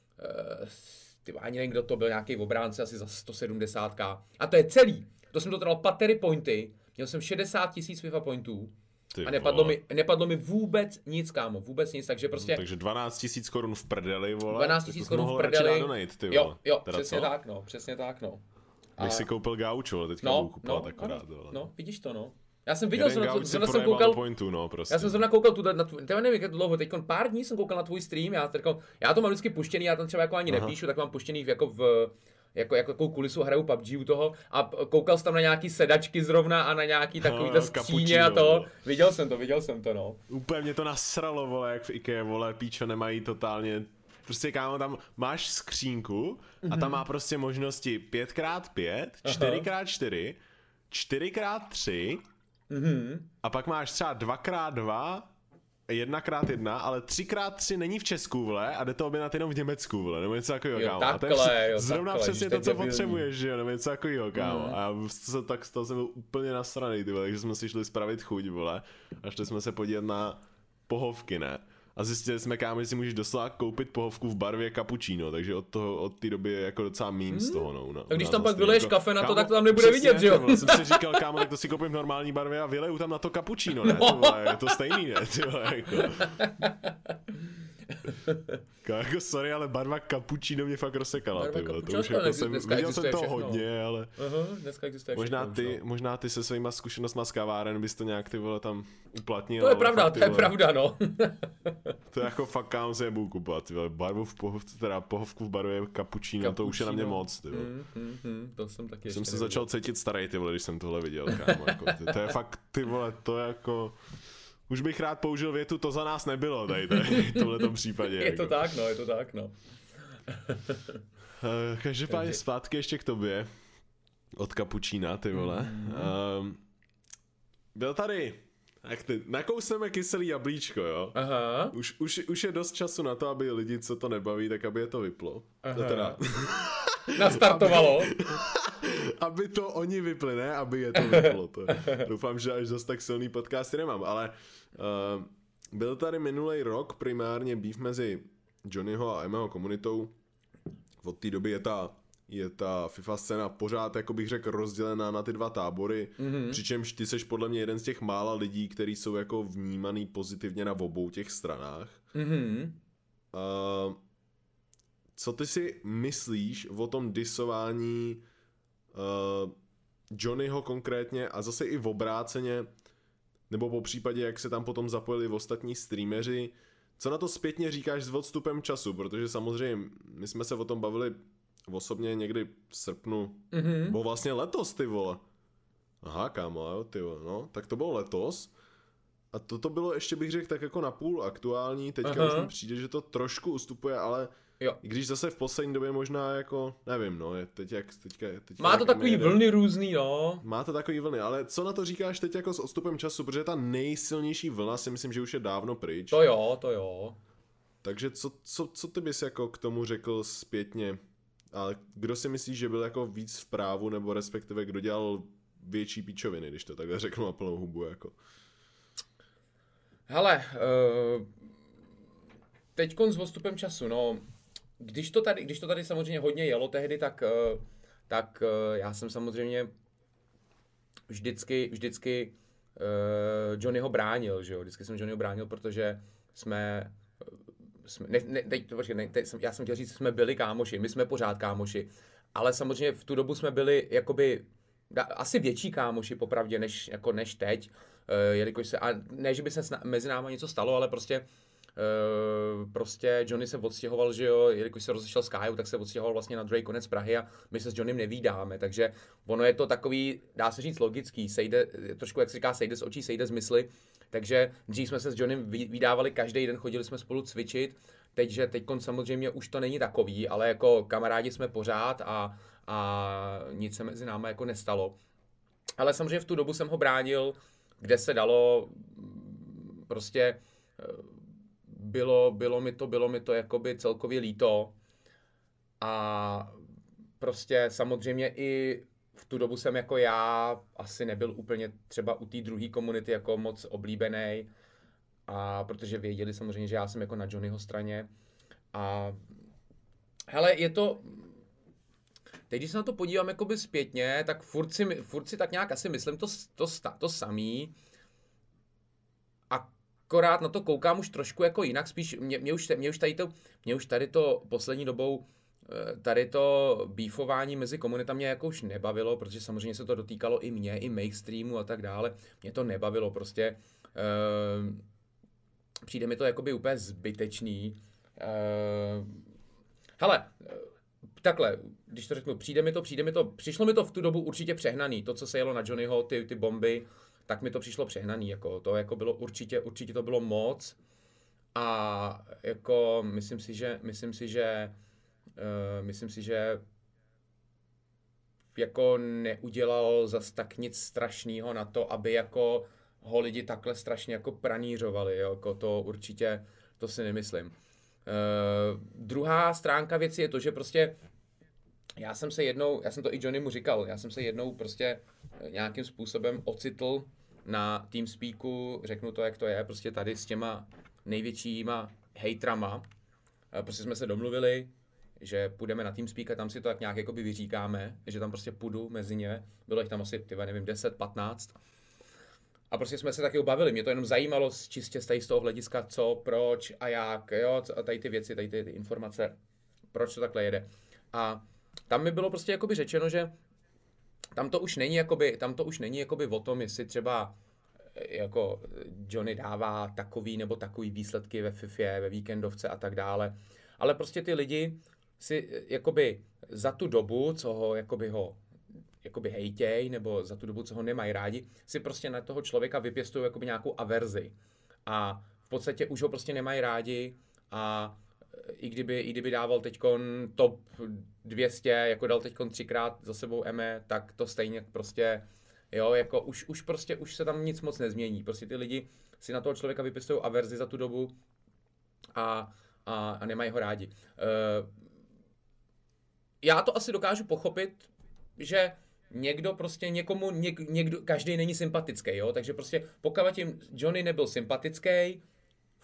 uh, tyba, ani nevím, kdo to byl, nějaký obránce asi za sto sedmdesát tisíc. A to je celý. To jsem to dal patery pointy, měl jsem šedesát tisíc FIFA pointů. Ty a nepadlo mi, nepadlo mi vůbec nic, kámo, vůbec nic, takže prostě... No, takže dvanáct tisíc korun v prdeli, vole. dvanáct tisíc korun v prdeli. Donate, ty vole. Jo, jo, teda přesně co? tak, no, přesně tak, no. A... Bych si koupil gaučo, ale teďka no, budu kupovat no, akorát, no, vole. no, vidíš to, no. Já jsem viděl, Jeden zrovna, si zrovna jsem koukal, pointu, no, prostě. Já jsem zrovna koukal tu, na tvůj, nevím, jak je to dlouho, teď pár dní jsem koukal na tvůj stream, já, teďko, já to mám vždycky puštěný, já tam třeba jako ani Aha. nepíšu, tak mám puštěný jako v, jako, jako takovou kulisu hraju P U B G u toho a koukal jsem tam na nějaký sedačky zrovna a na nějaký takovýhle skříně a to, no. Viděl jsem to, viděl jsem to, no. Úplně mě to nasralo, vole, jak v IKEA, vole, píčo nemají totálně, prostě kámo, tam máš skřínku a tam má prostě možnosti pět krát pět, čtyři krát čtyři, čtyři krát tři, Mm-hmm. a pak máš třeba dva krát dva, jedna krát jedna, ale tři krát tři není v Česku, vole, a jde to objednat jenom v Německu, vole, nebo něco takového, kámo. Jo, takhle, a to je jo, zrovna takhle, přesně to, co debilní. potřebuješ, že jo, nebo něco takového, kámo. Mm. A já se tak z toho jsem byl úplně nasranej, ty vole, takže jsme si šli spravit chuť, vole, a šli jsme se podívat na pohovky, ne? A zjistili jsme, kámo, že si můžeš doslova koupit pohovku v barvě cappuccino, takže od toho, od té doby je jako docela meme z toho, no. Tak když tam pak vyleješ jako, kafe na to, kámo, tak to tam nebude vidět, že jo? Vole, jsem si říkal, kámo, tak to si koupím v normální barvě a vyleju tam na to cappuccino, ne? No. Ty vole, je to stejný, ne? Ty vole, jako. Jako sorry, ale barva cappuccino mě fakt rozsekala, ty vole. To už jako jsem, viděl jsem to hodně, ale... Aha, dneska existuje možná všechno, ty, no. možná ty se svýma zkušenostma z kaváren bys to nějak, ty vole, tam uplatnil. To je pravda, fakt, to je vole, pravda, no. To je jako fakt, kámo, se nebudu kupovat, ty vole. Barvu v pohovce, teda pohovku v barvě cappuccino, cappuccino, to už je na mě moc, ty vole. Mm, mm, mm, to jsem taky Jsem se neviděl. začal cítit starý, ty vole, když jsem tohle viděl, kámo, jako, ty, to je fakt, ty vole, to je jako... Už bych rád použil větu, to za nás nebylo tady, tady v tomhletom případě. Je jako. to tak, no, je to tak, no. uh, každopádně zpátky ještě k tobě. Od kapučína, ty vole. Mm-hmm. Um, byl tady, jak ty, nakousneme kyselý jablíčko, jo? Aha. Už, už, už je dost času na to, aby lidi, co to nebaví, tak aby je to vyplo. To teda... Nastartovalo. aby, aby to oni vypli, ne? Aby je to vyplo. To. Doufám, že až zase tak silný podcasty nemám, ale uh, byl tady minulý rok primárně beef mezi Johnnyho a Emeho komunitou. Od té doby je ta, je ta FIFA scéna pořád, jako bych řekl, rozdělená na ty dva tábory, mm-hmm. přičemž ty seš podle mě jeden z těch mála lidí, kteří jsou jako vnímaný pozitivně na obou těch stranách. Mm-hmm. Uh, co ty si myslíš o tom disování uh, Johnnyho konkrétně a zase i v obráceně, nebo po případě, jak se tam potom zapojili v ostatní streameři, co na to zpětně říkáš s odstupem času, protože samozřejmě my jsme se o tom bavili osobně někdy v srpnu, mm-hmm. bo vlastně letos, ty vole. Aha, kámo, jo, ty vole, no, tak to bylo letos. A toto bylo ještě bych řekl tak jako napůl aktuální, teďka Aha. už mi přijde, že to trošku ustupuje, ale jo. I když zase v poslední době možná jako, nevím, no, je teď jak, teďka, teďka má to takový jede. Vlny různý, no. Má to takový vlny, ale co na to říkáš teď jako s odstupem času, protože ta nejsilnější vlna si myslím, že už je dávno pryč. To jo, to jo. Takže co, co, co ty bys jako k tomu řekl zpětně? A kdo si myslíš, že byl jako víc v právu, nebo respektive kdo dělal větší píčoviny, když to takhle řeknu na plnou hubu, jako? Hele, uh, teďkon s odstupem času, no, když to tady, když to tady samozřejmě hodně jelo tehdy, tak, uh, tak uh, já jsem samozřejmě vždycky, vždycky uh, Johnnyho bránil, že jo, vždycky jsem Johnnyho bránil, protože jsme, jsme ne, ne, teď, počkej, ne, teď jsem, já jsem chtěl říct, jsme byli kámoši, my jsme pořád kámoši, ale samozřejmě v tu dobu jsme byli jakoby asi větší kámoši popravdě, než, jako než teď. Uh, jelikož se, a ne, že by se sna- mezi náma něco stalo, ale prostě uh, prostě Johnny se odstěhoval, že jo, jelikož se rozešel s Kájou, tak se odstěhoval vlastně na druhý konec Prahy a my se s Johnnym nevídáme, takže ono je to takový, dá se říct logický, sejde, trošku jak se říká, sejde z očí, sejde z mysli, takže dřív jsme se s Johnnym vydávali každý den, chodili jsme spolu cvičit, takže teďkon samozřejmě už to není takový, ale jako kamarádi jsme pořád a, a nic se mezi náma jako nestalo. Ale samozřejmě v tu dobu jsem ho bránil, kde se dalo, prostě bylo, bylo mi to, bylo mi to jakoby celkově líto a prostě samozřejmě i v tu dobu jsem jako já asi nebyl úplně třeba u té druhé komunity jako moc oblíbený a protože věděli samozřejmě, že já jsem jako na Johnnyho straně a hele, je to, teď když se na to podívám jakoby zpětně, tak furt si, furt si tak nějak asi myslím to, to, to samý. Akorát na to koukám už trošku jako jinak, spíš mě, mě, už, mě, už tady to, mě už tady to poslední dobou, tady to beefování mezi komunitami mě jako už nebavilo, protože samozřejmě se to dotýkalo i mě, i mých streamů a tak dále. Mě to nebavilo prostě. Uh, přijde mi to jakoby úplně zbytečný. Uh, hele, takhle, když to řeknu, přijde mi to, přijde mi to, přišlo mi to v tu dobu určitě přehnaný, to, co se jelo na Johnnyho, ty, ty bomby, tak mi to přišlo přehnaný, jako to jako bylo určitě, určitě to bylo moc a jako myslím si, že, myslím si, že, uh, myslím si, že jako neudělal zas tak nic strašného na to, aby jako ho lidi takhle strašně jako pranířovali, jo, jako to určitě, to si nemyslím. Uh, druhá stránka věci je to, že prostě já jsem se jednou, já jsem to i Johnnymu říkal, já jsem se jednou prostě nějakým způsobem ocitl na TeamSpeaku, řeknu to, jak to je, prostě tady s těma největšíma hejtrama. Uh, prostě jsme se domluvili, že půjdeme na TeamSpeak a tam si to tak nějak jakoby vyříkáme, že tam prostě půjdu mezi ně, bylo jich tam asi, tyva, nevím, deset, patnáct. A prostě jsme se taky bavili, mě to jenom zajímalo čistě z, z toho hlediska, co, proč a jak, jo, a tady ty věci, tady ty, ty informace, proč to takhle jede. A tam mi bylo prostě jakoby řečeno, že tam to už není jakoby, tam to už není jakoby o tom, jestli třeba jako Johnny dává takový nebo takový výsledky ve FIFA, ve víkendovce a tak dále, ale prostě ty lidi si jakoby za tu dobu, co ho jakoby ho jakoby hejtěj, nebo za tu dobu, co ho nemají rádi, si prostě na toho člověka vypěstují jakoby nějakou averzi. A v podstatě už ho prostě nemají rádi a i kdyby, i kdyby dával teďkon top dvě stě, jako dal teďkon třikrát za sebou Eme, tak to stejně prostě, jo, jako už, už prostě, už se tam nic moc nezmění. Prostě ty lidi si na toho člověka vypěstují averzi za tu dobu a, a, a nemají ho rádi. Uh, já to asi dokážu pochopit, že někdo prostě někomu, něk, někdo, každý není sympatický, jo, takže prostě pokud tím Johnny nebyl sympatický,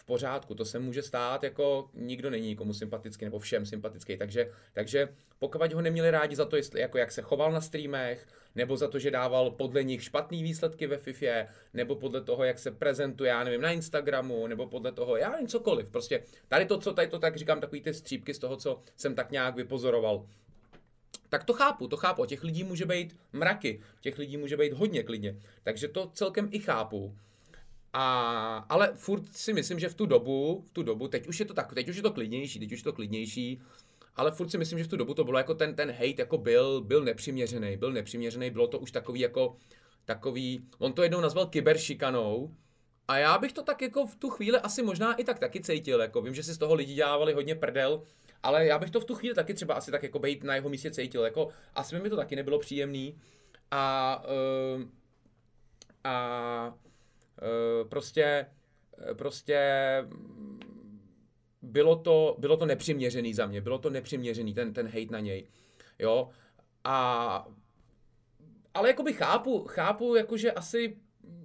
v pořádku, to se může stát, jako nikdo není nikomu sympatický nebo všem sympatický, takže, takže pokud ho neměli rádi za to, jestli, jako jak se choval na streamech, nebo za to, že dával podle nich špatný výsledky ve FIFA, nebo podle toho, jak se prezentuje, já nevím, na Instagramu, nebo podle toho, já nevím, cokoliv, prostě tady to, co tady to tak říkám, takový ty střípky z toho, co jsem tak nějak vypozoroval. Tak to chápu, to chápu, těch lidí může být mraky, těch lidí může být hodně klidně, takže to celkem i chápu. A, ale furt si myslím, že v tu dobu, v tu dobu, teď už je to tak, teď už je to klidnější, teď už je to klidnější, ale furt si myslím, že v tu dobu to bylo jako ten, ten hejt jako byl, byl nepřiměřený, byl nepřiměřený, bylo to už takový jako, takový, on to jednou nazval kyberšikanou a já bych to tak jako v tu chvíli asi možná i tak taky cítil, jako vím, že si z toho lidi dělávali hodně prdel, ale já bych to v tu chvíli taky třeba asi tak jako bejt na jeho místě cítil, jako asi by mi to taky nebylo příjemný a, uh, a uh, prostě, prostě bylo to, bylo to nepřiměřený za mě, bylo to nepřiměřený, ten, ten hejt na něj, jo, a ale jakoby chápu, chápu, jakože asi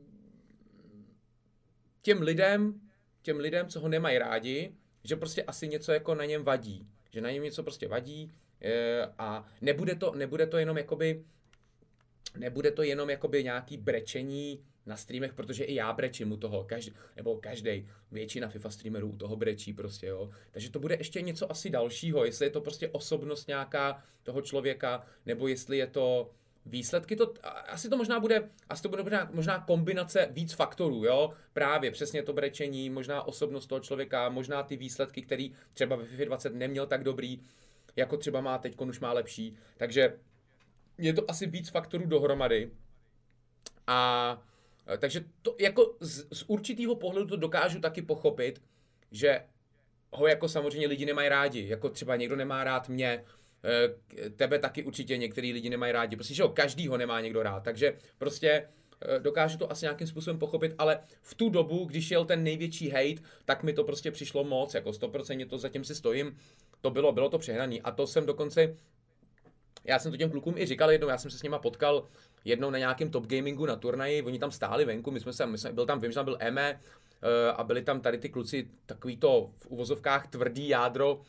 těm lidem, těm lidem, co ho nemají rádi, že prostě asi něco jako na něm vadí, že na něm něco prostě vadí a nebude to, nebude to jenom jakoby, nebude to jenom jakoby nějaký brečení na streamech, protože i já brečím u toho, každý, nebo každý, většina FIFA streamerů u toho brečí prostě, jo. Takže to bude ještě něco asi dalšího, jestli je to prostě osobnost nějaká toho člověka, nebo jestli je to výsledky, to, asi to možná bude, asi to bude možná, možná kombinace víc faktorů, jo, právě přesně to brečení, možná osobnost toho člověka, možná ty výsledky, který třeba ve FIFA dvacet neměl tak dobrý, jako třeba má teď, už má lepší, takže je to asi víc faktorů dohromady a takže to jako z, z určitého pohledu to dokážu taky pochopit, že ho jako samozřejmě lidi nemají rádi, jako třeba někdo nemá rád mě, tebe taky určitě některý lidi nemají rádi, prostě, že jo, každý ho nemá někdo rád, takže prostě dokážu to asi nějakým způsobem pochopit, ale v tu dobu, když jel ten největší hate, tak mi to prostě přišlo moc, jako sto procent to zatím si stojím, to bylo, bylo to přehnaný a to jsem dokonce, já jsem to těm klukům i říkal jednou, já jsem se s nima potkal jednou na nějakém top gamingu na turnaji, oni tam stáli venku, my jsme se, my jsme, byl tam, vím, že tam byl Eme a byli tam tady ty kluci, takový to v uvozovkách tvrdý jádro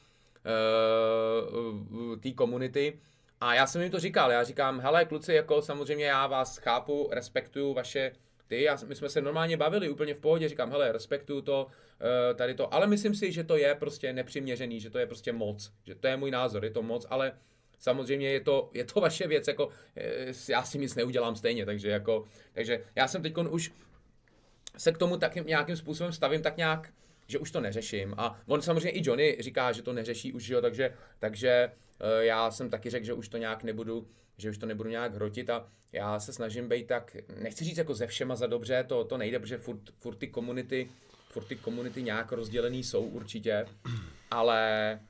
té komunity a já jsem jim to říkal, já říkám, hele kluci, jako samozřejmě já vás chápu, respektuju vaše ty, já, my jsme se normálně bavili úplně v pohodě, říkám, hele, respektuju to, tady to, ale myslím si, že to je prostě nepřiměřený, že to je prostě moc, že to je můj názor, je to moc, ale samozřejmě je to, je to vaše věc, jako já si nic neudělám stejně, takže jako, takže já jsem teď už se k tomu tak nějakým způsobem stavím tak nějak, že už to neřeším a on samozřejmě i Johnny říká, že to neřeší už, jo, takže, takže já jsem taky řekl, že už to nějak nebudu, že už to nebudu nějak hrotit a já se snažím být tak, nechci říct jako ze všema za dobře, to, to nejde, protože furt, furt ty komunity, furt ty komunity nějak rozdělený jsou určitě, ale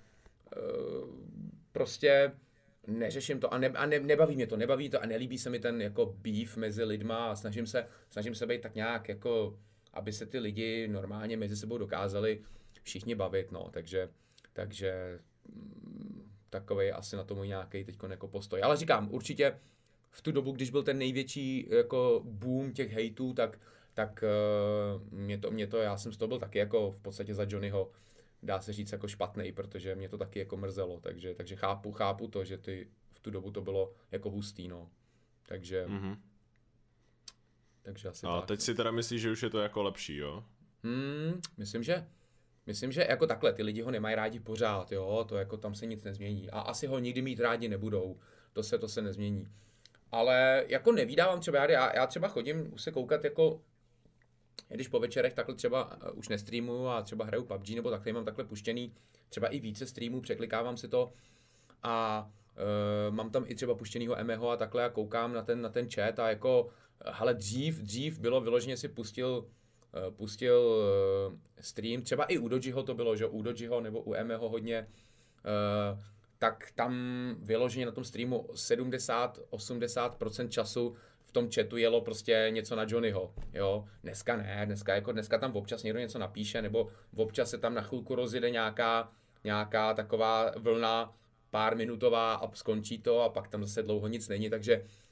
prostě neřeším to a, ne, a ne, nebaví mě to, nebaví to a nelíbí se mi ten jako beef mezi lidma a snažím se, snažím se být tak nějak jako, aby se ty lidi normálně mezi sebou dokázali všichni bavit, no, takže, takže takovej asi na to můj nějaký teď jako postoj. Ale říkám, určitě v tu dobu, když byl ten největší jako boom těch hejtů, tak, tak uh, mě, to, mě to, já jsem z toho byl taky jako v podstatě za Johnnyho, dá se říct jako špatnej, protože mě to taky jako mrzelo, takže, takže chápu, chápu to, že ty v tu dobu to bylo jako hustý, no. Takže, mm-hmm. takže asi A tak. teď si teda myslíš, že už je to jako lepší, jo? Hmm, myslím, že Myslím, že jako takhle, ty lidi ho nemají rádi pořád, jo, to jako tam se nic nezmění a asi ho nikdy mít rádi nebudou, to se, to se nezmění. Ale jako nevídávám třeba, já, já třeba chodím už se koukat jako, když po večerech takhle třeba už nestreamuju a třeba hraju P U B G nebo takhle mám takhle puštěný, třeba i více streamů, překlikávám si to a e, mám tam i třeba puštěnýho Emeho a takhle a koukám na ten, na ten chat a jako, hele dřív, dřív bylo vyloženě si pustil pustil uh, stream, třeba i u Dojiho to bylo, že u Dojiho nebo u Emeho hodně, uh, tak tam vyloženě na tom streamu sedmdesát až osmdesát procent času v tom chatu jelo prostě něco na Johnnyho, jo, dneska ne, dneska jako dneska tam občas někdo něco napíše, nebo občas se tam na chvilku rozjede nějaká, nějaká taková vlna pár minutová a skončí to a pak tam zase dlouho nic není, takže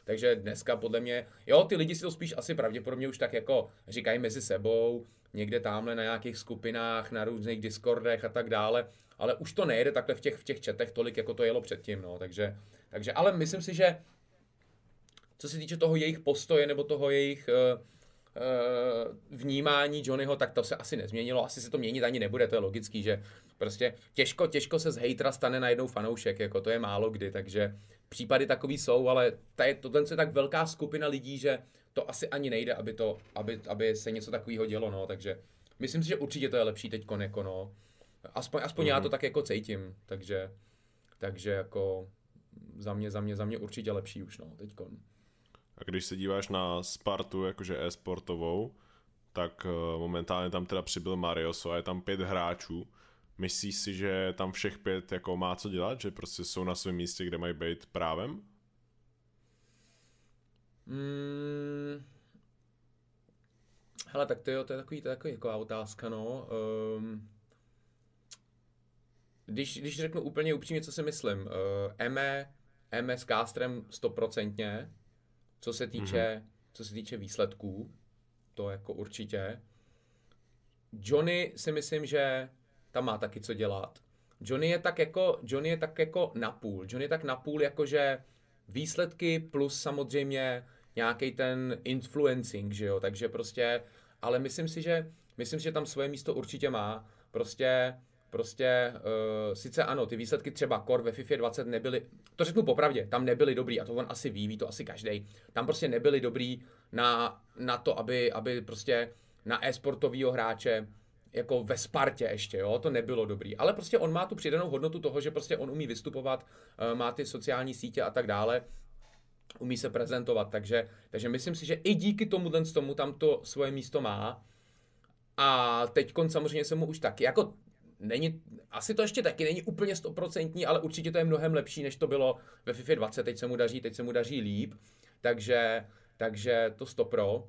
takže dneska podle mě, jo, ty lidi si to spíš asi pravděpodobně už tak jako říkají mezi sebou, někde tamhle na nějakých skupinách, na různých Discordech a tak dále, ale už to nejde takhle v těch, v těch chatech tolik, jako to jelo předtím, no, takže, takže, ale myslím si, že co se týče toho jejich postoje nebo toho jejich uh, uh, vnímání Johnnyho, tak to se asi nezměnilo, asi se to měnit ani nebude, to je logický, že prostě těžko, těžko se z hejtra stane najednou fanoušek, jako to je málo kdy, takže případy takový jsou, ale tohle je tak velká skupina lidí, že to asi ani nejde, aby, to, aby, aby se něco takového dělo, no, takže myslím si, že určitě to je lepší teďkon, jako no, aspoň, aspoň mm-hmm. já to tak jako cítím, takže, takže jako za mě, za mě, za mě určitě lepší už, no, teďkon. A když se díváš na Spartu, jakože e-sportovou, tak momentálně tam teda přibyl Marioso a je tam pět hráčů. Myslíš si, že tam všech pět jako má co dělat? Že prostě jsou na svém místě, kde mají být právem? Hmm. Hele, tak to je, to je takový, to je takový jako otázka, no. Um, když, když řeknu úplně upřímně, co si myslím. Uh, Eme, Eme s Kástrem stoprocentně, co se týče, mm-hmm. co se týče výsledků, to jako určitě. Johnny si myslím, že tam má taky co dělat. Johnny je tak jako, Johnny je tak jako napůl. Johnny je tak napůl, jakože výsledky plus samozřejmě nějaký ten influencing, že jo, takže prostě, ale myslím si, že, myslím si, že tam svoje místo určitě má. Prostě, prostě, uh, sice ano, ty výsledky třeba kor ve FIFA dvacet nebyly, to řeknu popravdě, tam nebyly dobrý, a to on asi ví, ví to asi každej, tam prostě nebyly dobrý na, na to, aby, aby prostě na e-sportovýho hráče jako ve Spartě ještě, jo, to nebylo dobrý, ale prostě on má tu přidanou hodnotu toho, že prostě on umí vystupovat, má ty sociální sítě a tak dále, umí se prezentovat, takže, takže myslím si, že i díky tomu, tomu tam to svoje místo má a teďkon samozřejmě se mu už taky, jako není, asi to ještě taky není úplně stoprocentní, ale určitě to je mnohem lepší, než to bylo ve FIFA dvacet, teď se mu daří, teď se mu daří líp, takže, takže to stopro.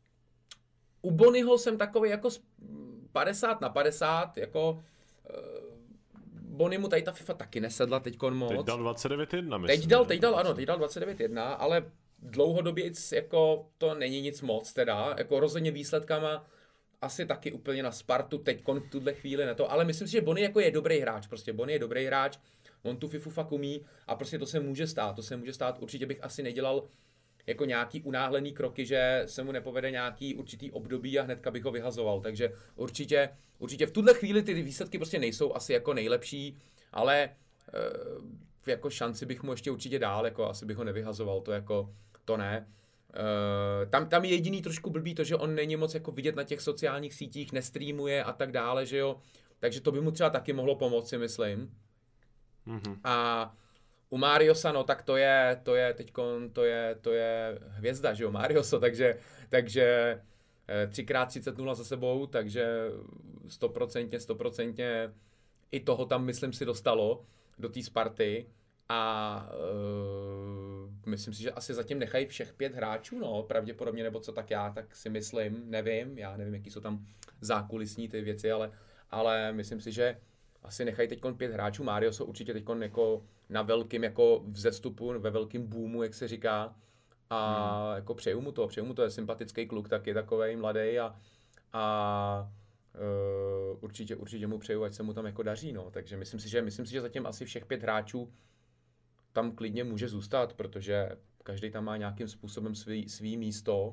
U Bonnyho jsem takový jako padesát na padesát, jako uh, Bonny mu tady ta FIFA taky nesedla teďkon moc. Teď dal dvacet devět jedna, myslím. Teď dal, teď dal, ano, teď dal dvacet devět jedna, ale dlouhodobě jako to není nic moc teda, jako rozhodně výsledkama asi taky úplně na Spartu teďkon v tuhle chvíli ne to, ale myslím si, že Bonny jako je dobrý hráč, prostě Bonny je dobrý hráč, on tu FIFU fakt umí a prostě to se může stát, to se může stát, určitě bych asi nedělal jako nějaký unáhlený kroky, že se mu nepovede nějaký určitý období a hnedka bych ho vyhazoval, takže určitě, určitě v tuhle chvíli ty výsledky prostě nejsou asi jako nejlepší, ale e, jako šanci bych mu ještě určitě dál, jako asi bych ho nevyhazoval, to jako, to ne. E, tam, tam je jediný trošku blbý to, že on není moc jako vidět na těch sociálních sítích, nestreamuje a tak dále, že jo, takže to by mu třeba taky mohlo pomoci, myslím. Mm-hmm. A u Mariosa, no tak to je, to je teďkon, to je, to je hvězda, že jo, Marioso, takže, takže třikrát třicet nula za sebou, takže stoprocentně, stoprocentně i toho tam, myslím si, dostalo do té Sparty a uh, myslím si, že asi zatím nechají všech pět hráčů, no, pravděpodobně, nebo co tak já, tak si myslím, nevím, já nevím, jaký jsou tam zákulisní ty věci, ale, ale myslím si, že asi nechají teďkon pět hráčů, Marioso určitě teďkon jako na velkým jako vzestupu, ve velkým boomu, jak se říká. A hmm. jako přeju mu to, přeju mu to, je sympatický kluk, taky takovej mladý a, a uh, určitě, určitě mu přeju, ať se mu tam jako daří, no. Takže myslím si, že, myslím si, že zatím asi všech pět hráčů tam klidně může zůstat, protože každý tam má nějakým způsobem svý, svý místo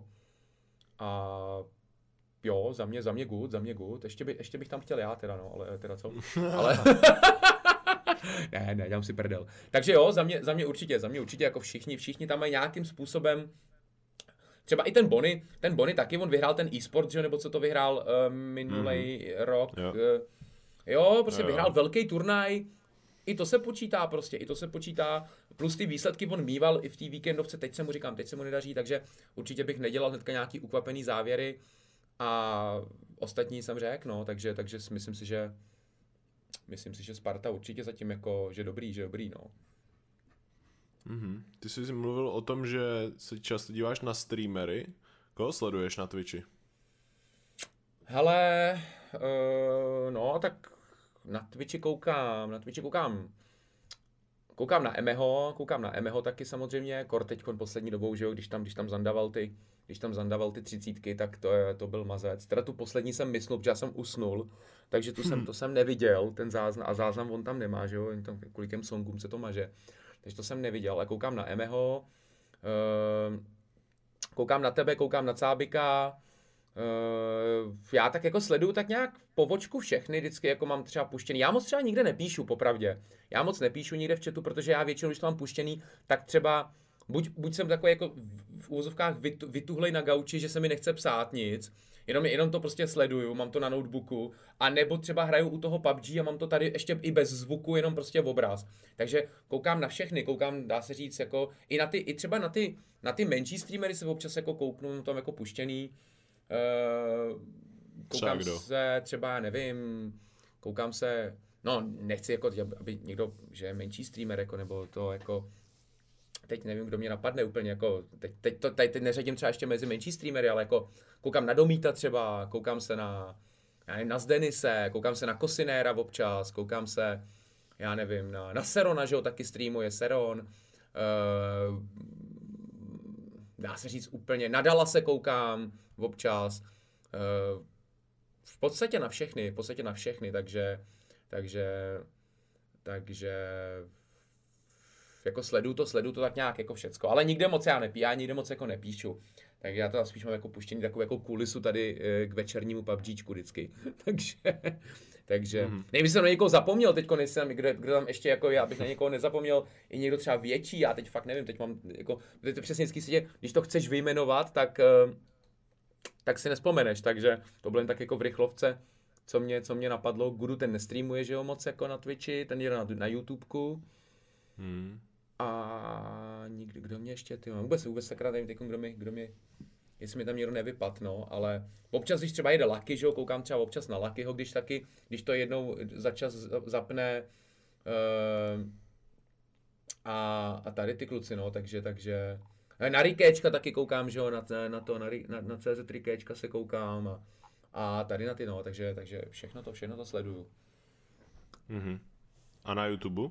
a jo, za mě, za mě good, za mě good. Ještě, by, ještě bych tam chtěl já teda, no, ale teda co? Ale... ne, ne, dělám si prdel. Takže jo, za mě, za mě určitě, za mě určitě jako všichni, všichni tam mají nějakým způsobem, třeba i ten Bonny, ten Bonny taky, on vyhrál ten e-sport, že, nebo co to vyhrál uh, minulej mm-hmm. rok. Jo, uh, jo prostě jo, vyhrál jo. velký turnaj, i to se počítá prostě, i to se počítá, plus ty výsledky on mýval i v té víkendovce, teď se mu říkám, teď se mu nedaří, takže určitě bych nedělal hnedka nějaký ukvapený závěry a ostatní jsem řekl, no, takže, takže myslím si, že Myslím si, že Sparta určitě zatím jako, že dobrý, že dobrý, no. Mm-hmm. Ty jsi mluvil o tom, že se často díváš na streamery. Koho sleduješ na Twitchi? Hele, uh, no tak na Twitchi koukám, na Twitchi koukám koukám na Emeho, koukám na Emeho taky samozřejmě, kor teďkon poslední dobou, že jo, když tam, když tam zandaval ty, když tam zandaval ty třicítky, tak to, je, to byl mazec. Teda tu poslední jsem mysnul, protože já jsem usnul, takže tu jsem, to jsem neviděl, ten záznam, a záznam on tam nemá, že jo, jen tam kvůli těm songům se to maže. Takže to jsem neviděl, ale koukám na Emeho, uh, koukám na tebe, koukám na Cábika, uh, já tak jako sleduju tak nějak po vočku všechny, vždycky jako mám třeba puštěný. Já moc třeba nikde nepíšu, popravdě. Já moc nepíšu nikde v chatu, protože já většinou, když to mám puštěný, tak třeba buď, buď jsem takový jako v úvozovkách vytu, vytuhlej na gauči, že se mi nechce psát nic, jenom, jenom to prostě sleduju, mám to na notebooku, a nebo třeba hraju u toho P U B G a mám to tady ještě i bez zvuku, jenom prostě v obraz. Takže koukám na všechny, koukám, dá se říct, jako i na ty, i třeba na ty, na ty menší streamery se občas jako kouknu, mám tam jako puštěný. Uh, koukám třeba se třeba, nevím, koukám se, no nechci jako, aby někdo, že je menší streamer, jako, nebo to jako, teď nevím, kdo mě napadne úplně, jako, teď, teď, to, teď, teď neřadím třeba ještě mezi menší streamery, ale jako koukám na Domíta třeba, koukám se na, já nevím, na Zdenise, koukám se na Kosinéra občas, koukám se, já nevím, na, na Serona, že jo, taky streamuje Seron, uh, dá se říct úplně, na Dala se koukám občas, uh, v podstatě na všechny, v podstatě na všechny, takže, takže, takže, jako sleduju to, sleduju to tak nějak jako všecko, ale nikde moc já nepí, já nikde moc jako nepíšu, takže já to spíš mám jako puštění takovou jako kulisu tady k večernímu PUBGčku vždycky, takže, takže, mm-hmm. nevím, jsem na někoho zapomněl teďko, nejsem, kdo, kdo tam ještě jako já, abych na někoho nezapomněl, i někdo třeba větší, já teď fakt nevím, teď mám jako, to je přesně vždycky si, když to chceš vyjmenovat, tak, tak si nespomeneš, takže to bylo jen tak jako v rychlovce, co mě, co mě napadlo. Gudu ten nestreamuje, že jo, moc jako na Twitchi, ten je na, na YouTubeku. Hmm. A nikdy, kdo mě ještě, ty vůbec, vůbec takrát nevím, teď, kdo mi, kdo mi, jestli mi tam někdo nevypad, no, ale občas, když třeba jede Lucky, že jo, koukám třeba občas na Luckyho, když taky, když to jednou za čas zapne uh, a, a tady ty kluci, no, takže, takže, na Rikéčka taky koukám, že jo, na, na to, na, na, na C Z Rikéčka se koukám a, a tady na ty, no, takže, takže všechno to, všechno to sleduju. Mm-hmm. A na YouTube?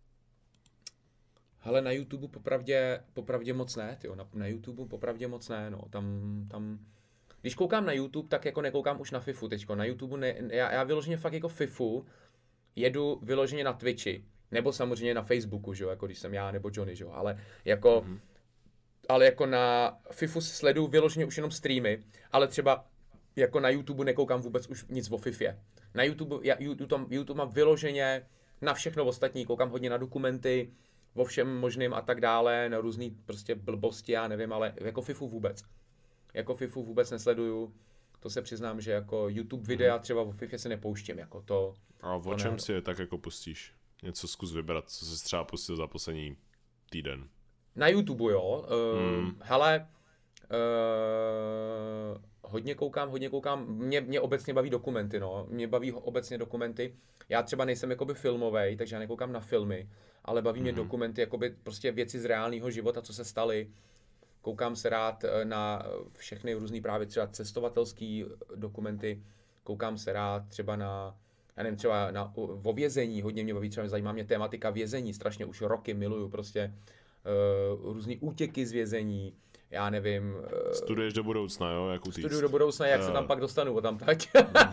Hele, na YouTube popravdě, popravdě moc ne, tyjo, na, na YouTube popravdě moc ne, no, tam, tam, když koukám na YouTube, tak jako nekoukám už na FIFU teďko, na YouTube, ne, já, já vyloženě fakt jako FIFU jedu vyloženě na Twitchi, nebo samozřejmě na Facebooku, že jo, jako když jsem já nebo Johnny, že jo, ale jako, mm-hmm. ale jako na FIFU sleduju vyloženě už jenom streamy, ale třeba jako na YouTube nekoukám vůbec už nic o Fifě. Na YouTube, já, YouTube, YouTube mám vyloženě na všechno ostatní, koukám hodně na dokumenty, o všem možným a tak dále, na různý prostě blbosti, já nevím, ale jako FIFU vůbec. Jako FIFU vůbec nesleduju, to se přiznám, že jako YouTube videa třeba o Fifě se nepouštím, jako to. A o čem ne... si je tak jako pustíš? Něco zkus vybrat, co jsi třeba pustil za poslední týden. Na YouTube, jo. Uh, hmm. Hele, uh, hodně koukám, hodně koukám, mě, mě obecně baví dokumenty, no. Mě baví obecně dokumenty. Já třeba nejsem jakoby filmovej, takže já nekoukám na filmy, ale baví mm-hmm. mě dokumenty, jakoby prostě věci z reálného života, co se staly. Koukám se rád na všechny různý právě třeba cestovatelský dokumenty, koukám se rád třeba na, já nevím, třeba na, o vězení, hodně mě baví, třeba zajímá mě tematika vězení, strašně už roky miluju prostě uh, různý útěky z vězení, já nevím. Uh, Studuješ do budoucna, jo? Jak utíct. Studuju do budoucna, jak uh. se tam pak dostanu, o tam tať.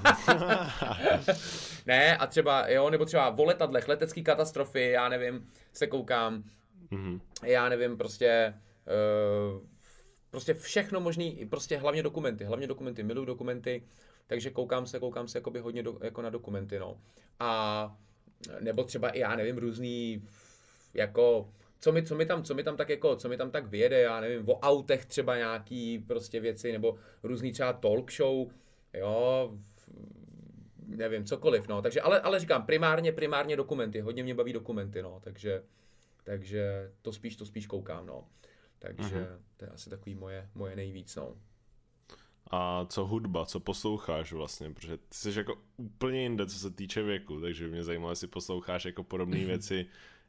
Ne, a třeba, jo, nebo třeba o letadlech, letecký katastrofy, já nevím, se koukám, mm-hmm. já nevím, prostě, uh, prostě všechno možný, prostě hlavně dokumenty, hlavně dokumenty, miluju dokumenty, takže koukám se, koukám se jakoby hodně do, jako na dokumenty, no. A nebo třeba i, já nevím, různý, jako, co mi, co mi tam, co mi tam tak jako, co mi tam tak vyjede, já nevím, o autech třeba nějaký prostě věci, nebo různý třeba talk show, jo, nevím, cokoliv, no, takže, ale, ale říkám, primárně, primárně dokumenty, hodně mě baví dokumenty, no, takže, takže to spíš, to spíš koukám, no, takže uh-huh. to je asi takový moje, moje nejvíc, no. A co hudba, co posloucháš vlastně, protože ty jsi jako úplně jinde, co se týče věku, takže mě zajímalo, jestli posloucháš jako podobné věci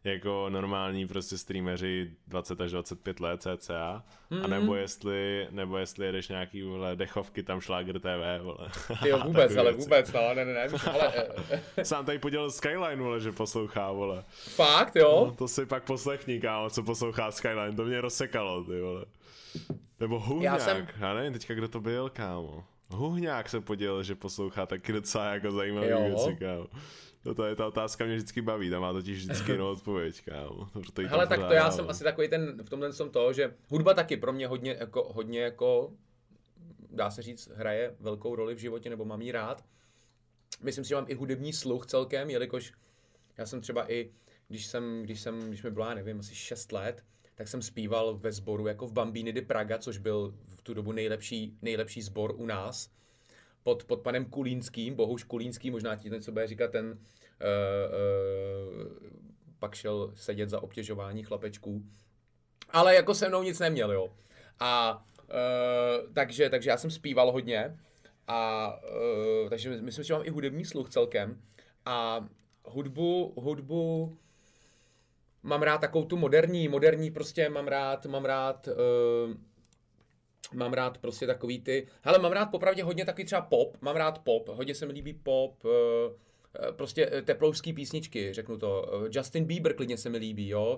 jako normální prostě streameři dvacet až dvacet pět let cca, mm-hmm. a nebo jestli, nebo jestli jedeš nějaký vole, dechovky tam Šláger T V, vole. Jo, vůbec, ale vůbec, no, ne, ne, ne, ale... Sám tady podělal Skyline, vole, že poslouchá, vole. Fakt, jo? No, to si pak poslechni, kámo, co poslouchá Skyline, to mě rozsekalo, ty vole. Nebo Huhňák, já, jsem... já nevím teďka, kdo to byl, kámo. Huhňák se podělil, že poslouchá taky docela jako zajímavý věci, kámo. No to je ta otázka, mě vždycky baví, tam má totiž vždycky jinou odpověď, kámo. Hele, tak to já jsem asi takový ten, v tomhle jsem to, že hudba taky pro mě hodně jako, hodně jako, dá se říct, hraje velkou roli v životě, nebo mám jí rád. Myslím si, že mám i hudební sluch celkem, jelikož já jsem třeba i, když jsem, když jsem, když mi bylo, já nevím, asi šest let, tak jsem zpíval ve sboru jako v Bambini di Praga, což byl v tu dobu nejlepší, nejlepší sbor u nás. Pod, pod panem Kulínským, Bohuš Kulínský, možná ti něco bude říkat, ten uh, uh, pak šel sedět za obtěžování chlapečků. Ale jako se mnou nic neměl, jo. A uh, takže, takže já jsem zpíval hodně. A uh, takže myslím, že mám i hudební sluch celkem. A hudbu, hudbu mám rád takovou tu moderní, moderní prostě mám rád, mám rád... Uh, Mám rád prostě takový ty, hele, mám rád popravdě hodně takový třeba pop, mám rád pop, hodně se mi líbí pop, prostě teplouský písničky, řeknu to, Justin Bieber klidně se mi líbí, jo,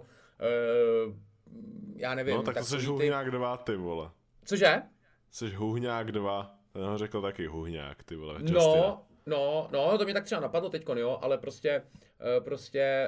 já nevím. No tak to seš ty... Huhňák dva, ty vole. Cože? Seš Huhňák dva, ten ho řekl taky Huhňák, ty vole, Justina. No, no, no, to mě tak třeba napadlo teďkon, jo, ale prostě, prostě,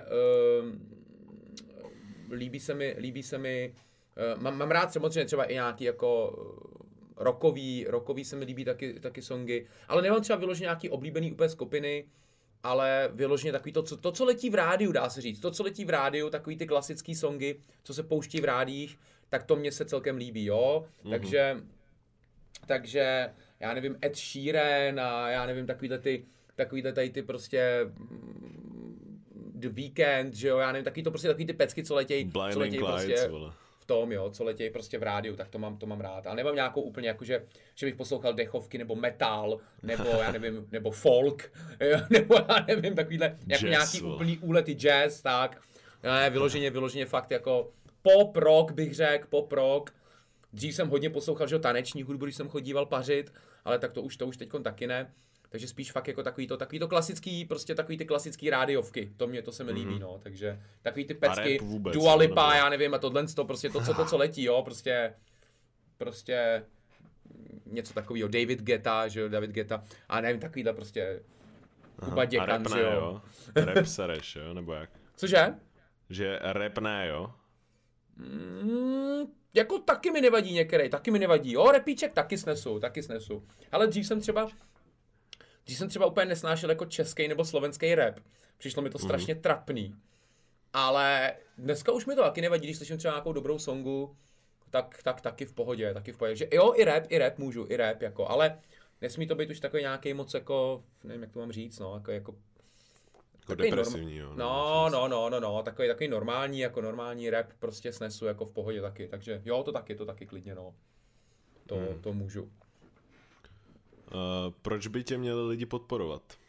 líbí se mi, líbí se mi, Uh, mám, mám rád samozřejmě třeba i nějaký jako rockový, rockový se mi líbí taky, taky songy, ale nemám třeba vyloženě nějaký oblíbený úplně skupiny, ale vyloženě takový to, co, to, co letí v rádiu, dá se říct, to, co letí v rádiu, takový ty klasický songy, co se pouští v rádiích, tak to mně se celkem líbí, jo, mm-hmm. takže, takže, já nevím, Ed Sheeran a já nevím, takovýhle ty, takovýhle tady ty prostě The Weeknd, že jo, já nevím, takový to prostě takový ty pecky, co letějí, co letějí prostě tom, jo, co letějí prostě v rádiu, tak to mám, to mám rád. Ale nemám nějakou úplně jako, že, že bych poslouchal dechovky, nebo metal, nebo já nevím, nebo folk, jo, nebo já nevím, takovýhle, jako nějaký úplný úlety jazz, tak. Ne, vyloženě, vyloženě fakt jako pop rock bych řekl, pop rock. Dřív jsem hodně poslouchal, že taneční hudbu, když jsem chodíval pařit, ale tak to už, to už teďkon taky ne. Takže spíš fakt jako takový to, takový to klasický, prostě takový ty klasický rádiovky, to mě, to se mi líbí, mm-hmm. no, takže takový ty pecky, Dua Lipa, já nevím, a tohle to, prostě to, co, to, co letí, jo, prostě, prostě něco takového, David Guetta, že jo, David Guetta, a nevím, takovýhle prostě, Kuba Děkan, že jo. jo. Rap sereš, jo, nebo jak? Cože? Že rap ne, jo? Mm, jako taky mi nevadí některý, taky mi nevadí, jo, repíček taky snesu, taky snesu, ale dřív jsem třeba, Když jsem třeba úplně nesnášel jako český nebo slovenský rap. Přišlo mi to strašně mm. trapný. Ale dneska už mi to taky nevadí, když slyším třeba nějakou dobrou songu, tak, tak taky v pohodě, taky v pohodě. Že jo, i rap, i rap můžu, i rap, jako, ale nesmí to být už takový nějaký moc jako, nevím, jak to mám říct, no, jako, jako jako depresivní, norm... jo. No, no, no, no, no, takový, takový normální, jako normální rap prostě snesu jako v pohodě taky, takže jo, to taky, to taky klidně, no. To, mm. to můžu. Uh, proč by tě měli lidi podporovat?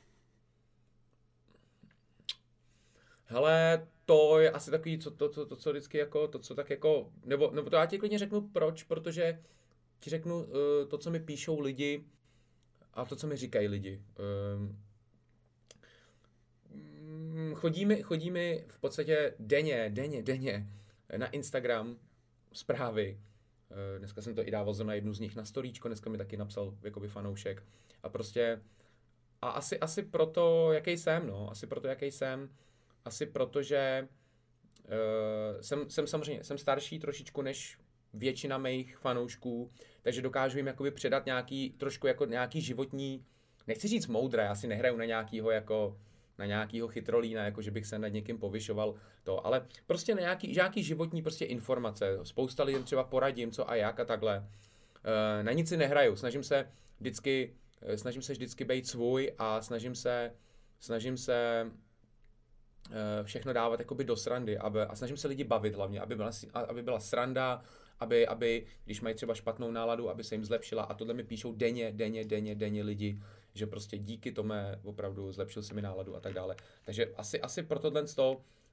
Hele, to je asi takový, co, to, to, to, co vždycky jako, to, co tak jako, nebo, nebo to já ti klidně řeknu proč, protože ti řeknu uh, to, co mi píšou lidi a to, co mi říkají lidi. Um, chodí mi, chodí mi v podstatě denně, denně, denně na Instagram zprávy. Dneska jsem to i dával na jednu z nich na storíčko, dneska mi taky napsal jakoby fanoušek. A prostě, a asi, asi proto, jaký jsem, no, asi proto, jaký jsem, asi proto, že uh, jsem, jsem samozřejmě, jsem starší trošičku než většina mých fanoušků, takže dokážu jim jakoby předat nějaký, trošku jako nějaký životní, nechci říct moudré, já si nehraju na nějakýho jako, na nějakýho chytrolína, jako že bych se nad někým povyšoval to, ale prostě na nějaký, nějaký životní prostě informace. Spousta lidem třeba poradím, co a jak a takhle. E, na nic si nehraju, snažím se vždycky, snažím se vždycky být svůj a snažím se, snažím se e, všechno dávat jakoby do srandy aby, a snažím se lidi bavit hlavně, aby byla, aby byla sranda, aby, aby, když mají třeba špatnou náladu, aby se jim zlepšila a tohle mi píšou denně, denně, denně, denně lidi, že prostě díky tomu opravdu zlepšil si mi náladu a tak dále. Takže asi, asi pro tohle z toho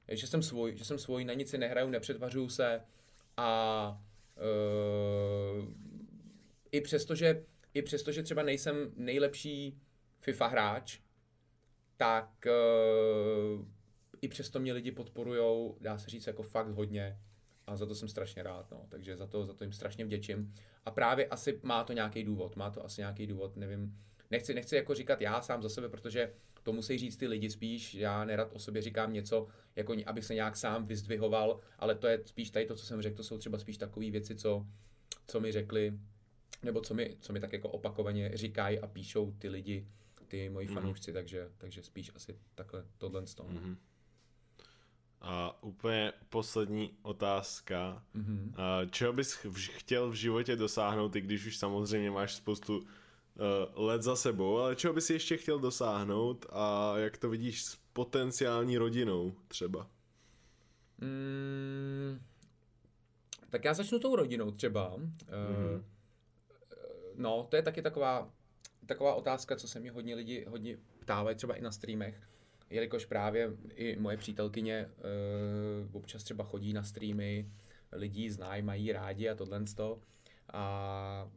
že jsem svůj, že jsem svůj, na nic si nehraju, nepřetvařuju se a uh, i přesto, že, i přesto, že třeba nejsem nejlepší FIFA hráč, tak uh, i přesto mě lidi podporujou, dá se říct, jako fakt hodně a za to jsem strašně rád, no. Takže za to, za to jim strašně vděčím a právě asi má to nějaký důvod, má to asi nějaký důvod, nevím, nechci, nechci jako říkat já sám za sebe, protože to musí říct ty lidi spíš, já nerad o sobě říkám něco, jako abych se nějak sám vyzdvihoval, ale to je spíš tady to, co jsem řekl, to jsou třeba spíš takové věci, co, co mi řekli, nebo co mi, co mi tak jako opakovaně říkají a píšou ty lidi, ty moji fanoušci, mm-hmm. takže, takže spíš asi takhle tohle z toho. Mm-hmm. A úplně poslední otázka. Mm-hmm. Čeho bys chtěl v životě dosáhnout, i když už samozřejmě máš spoustu uh, let za sebou, ale čeho bys ještě chtěl dosáhnout a jak to vidíš s potenciální rodinou třeba? Mm, tak já začnu tou rodinou třeba. Mm-hmm. Uh, no, to je taky taková, taková otázka, co se mě hodně lidi hodně ptávají třeba i na streamech. Jelikož právě i moje přítelkyně uh, občas třeba chodí na streamy, lidi znají, mají rádi a tohle to. A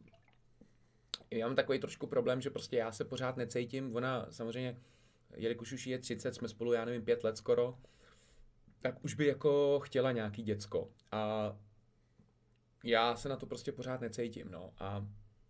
já mám takový trošku problém, že prostě já se pořád necítím. Ona samozřejmě, jelikož už je třicet, jsme spolu, já nevím, pět let skoro, tak už by jako chtěla nějaký děcko. A já se na to prostě pořád necítím, no. A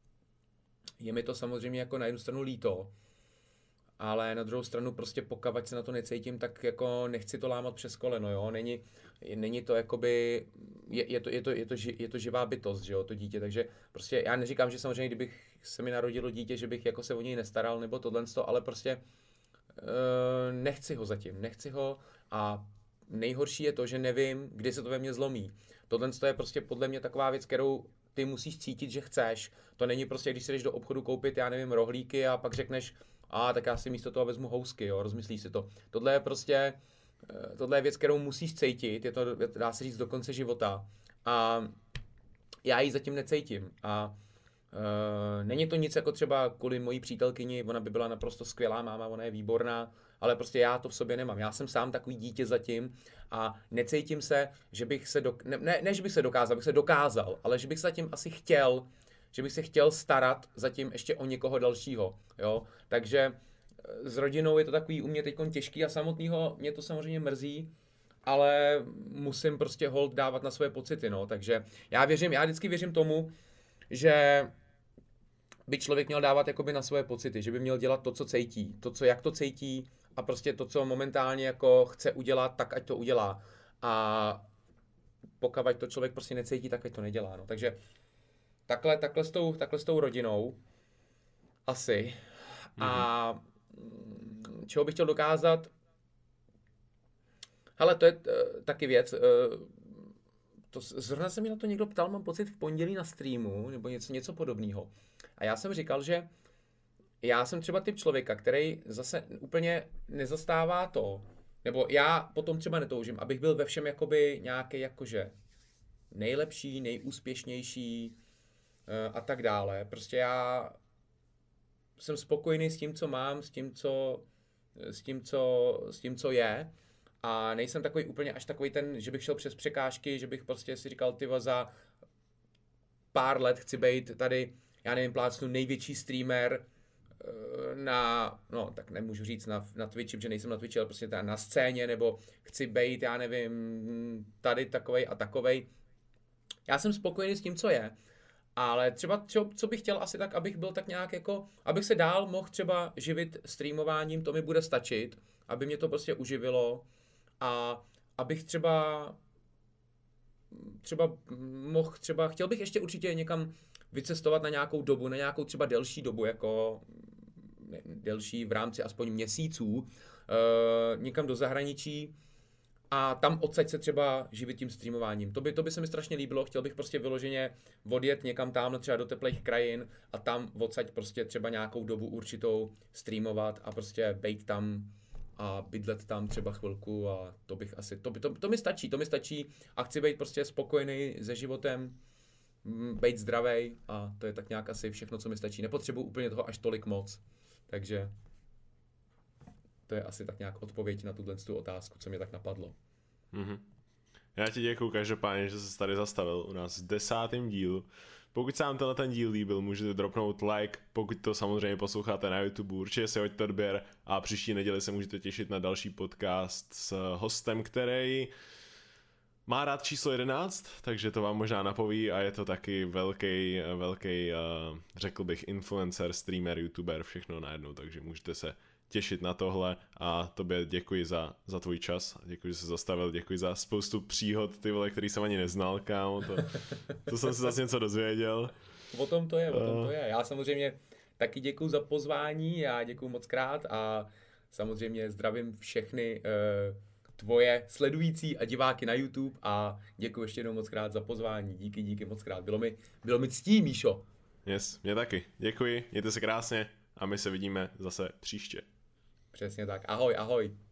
je mi to samozřejmě jako na jednu stranu líto, ale na druhou stranu prostě pokud se na to necítím, tak jako nechci to lámat přes koleno, jo, není, není to jakoby, je, je, to, je, to, je, to, je to živá bytost, že jo, to dítě, takže prostě já neříkám, že samozřejmě, kdybych se mi narodilo dítě, že bych jako se o něj nestaral, nebo tohle, ale prostě uh, nechci ho zatím, nechci ho a nejhorší je to, že nevím, kdy se to ve mně zlomí. Tohle je prostě podle mě taková věc, kterou ty musíš cítit, že chceš, to není prostě, když si jdeš do obchodu koupit, já nevím, rohlíky a pak řekneš, a tak já si místo toho vezmu housky, jo, rozmyslíš si to. Tohle je prostě, tohle je věc, kterou musíš cítit, je to, dá se říct, do konce života. A já ji zatím necítím. A uh, není to nic jako třeba kvůli mojí přítelkyni, ona by byla naprosto skvělá máma, ona je výborná, ale prostě já to v sobě nemám. Já jsem sám takový dítě zatím a necítím se, že bych se, do, ne, ne, ne, že bych se dokázal, bych se dokázal, ale že bych se zatím asi chtěl, že bych se chtěl starat zatím ještě o někoho dalšího, jo, takže s rodinou je to takový u mě teďkon těžký a samotného mě to samozřejmě mrzí, ale musím prostě hold dávat na svoje pocity, no, takže já věřím, já vždycky věřím tomu, že by člověk měl dávat jakoby na svoje pocity, že by měl dělat to, co cítí, to, co jak to cítí a prostě to, co momentálně jako chce udělat, tak ať to udělá a pokud to člověk prostě necítí, tak ať to nedělá, no, takže Takhle, takhle, s tou, takhle s tou rodinou asi. Mm-hmm. A čeho bych chtěl dokázat? Hele, to je uh, taky věc. Uh, to, zrovna se mi na to někdo ptal, mám pocit, v pondělí na streamu, nebo něco, něco podobného. A já jsem říkal, že já jsem třeba typ člověka, který zase úplně nezastává to, nebo já potom třeba netoužím, abych byl ve všem jakoby nějaký jakože nejlepší, nejúspěšnější, a tak dále. Prostě já jsem spokojený s tím, co mám, s tím, co, s tím, co, s tím, co je a nejsem takový úplně až takový ten, že bych šel přes překážky, že bych prostě si říkal, tyva, za pár let chci být tady, já nevím, plácnu největší streamer na, no tak nemůžu říct na, na Twitchi, protože nejsem na Twitchi, ale prostě na scéně, nebo chci být, já nevím, tady takovej a takovej. Já jsem spokojený s tím, co je. Ale třeba, třeba, co bych chtěl asi tak, abych byl tak nějak jako, abych se dál mohl třeba živit streamováním, to mi bude stačit, aby mě to prostě uživilo a abych třeba, třeba mohl třeba, chtěl bych ještě určitě někam vycestovat na nějakou dobu, na nějakou třeba delší dobu, jako ne, delší v rámci aspoň měsíců, uh, někam do zahraničí, a tam odsaď se třeba živit tím streamováním. To by, to by se mi strašně líbilo, chtěl bych prostě vyloženě odjet někam tam, třeba do teplých krajin a tam odsaď prostě třeba nějakou dobu určitou streamovat a prostě bejt tam a bydlet tam třeba chvilku a to bych asi, to, by, to, to mi stačí, to mi stačí a chci být prostě spokojený se životem, bejt zdravej a to je tak nějak asi všechno, co mi stačí. Nepotřebuji úplně toho až tolik moc, takže to je asi tak nějak odpověď na tuhle tu otázku, co mě tak napadlo. Mm-hmm. Já ti děkuju každopádně, že jsi tady zastavil u nás v desátém dílu. Pokud se vám tenhle ten díl líbil, můžete dropnout like, pokud to samozřejmě posloucháte na YouTube, určitě si hoďte odběr a příští neděli se můžete těšit na další podcast s hostem, který má rád číslo jedenáct, takže to vám možná napoví a je to taky velký, velký, řekl bych, influencer, streamer, youtuber, všechno najednou, takže můžete se těšit na tohle a tobě děkuji za, za tvůj čas, děkuji, že jsi zastavil, děkuji za spoustu příhod, ty vole, který jsem ani neznal, kámo, to, to jsem si zase něco dozvěděl. O tom to je, o tom to je. Já samozřejmě taky děkuji za pozvání, já děkuji moc krát a samozřejmě zdravím všechny uh, tvoje sledující a diváky na YouTube a děkuji ještě jednou moc krát za pozvání, díky, díky moc krát, bylo mi, bylo mi ctí, Míšo. Yes, mě taky, děkuji, mějte se krásně a my se vidíme zase příště. Přesně tak, ahoj, ahoj.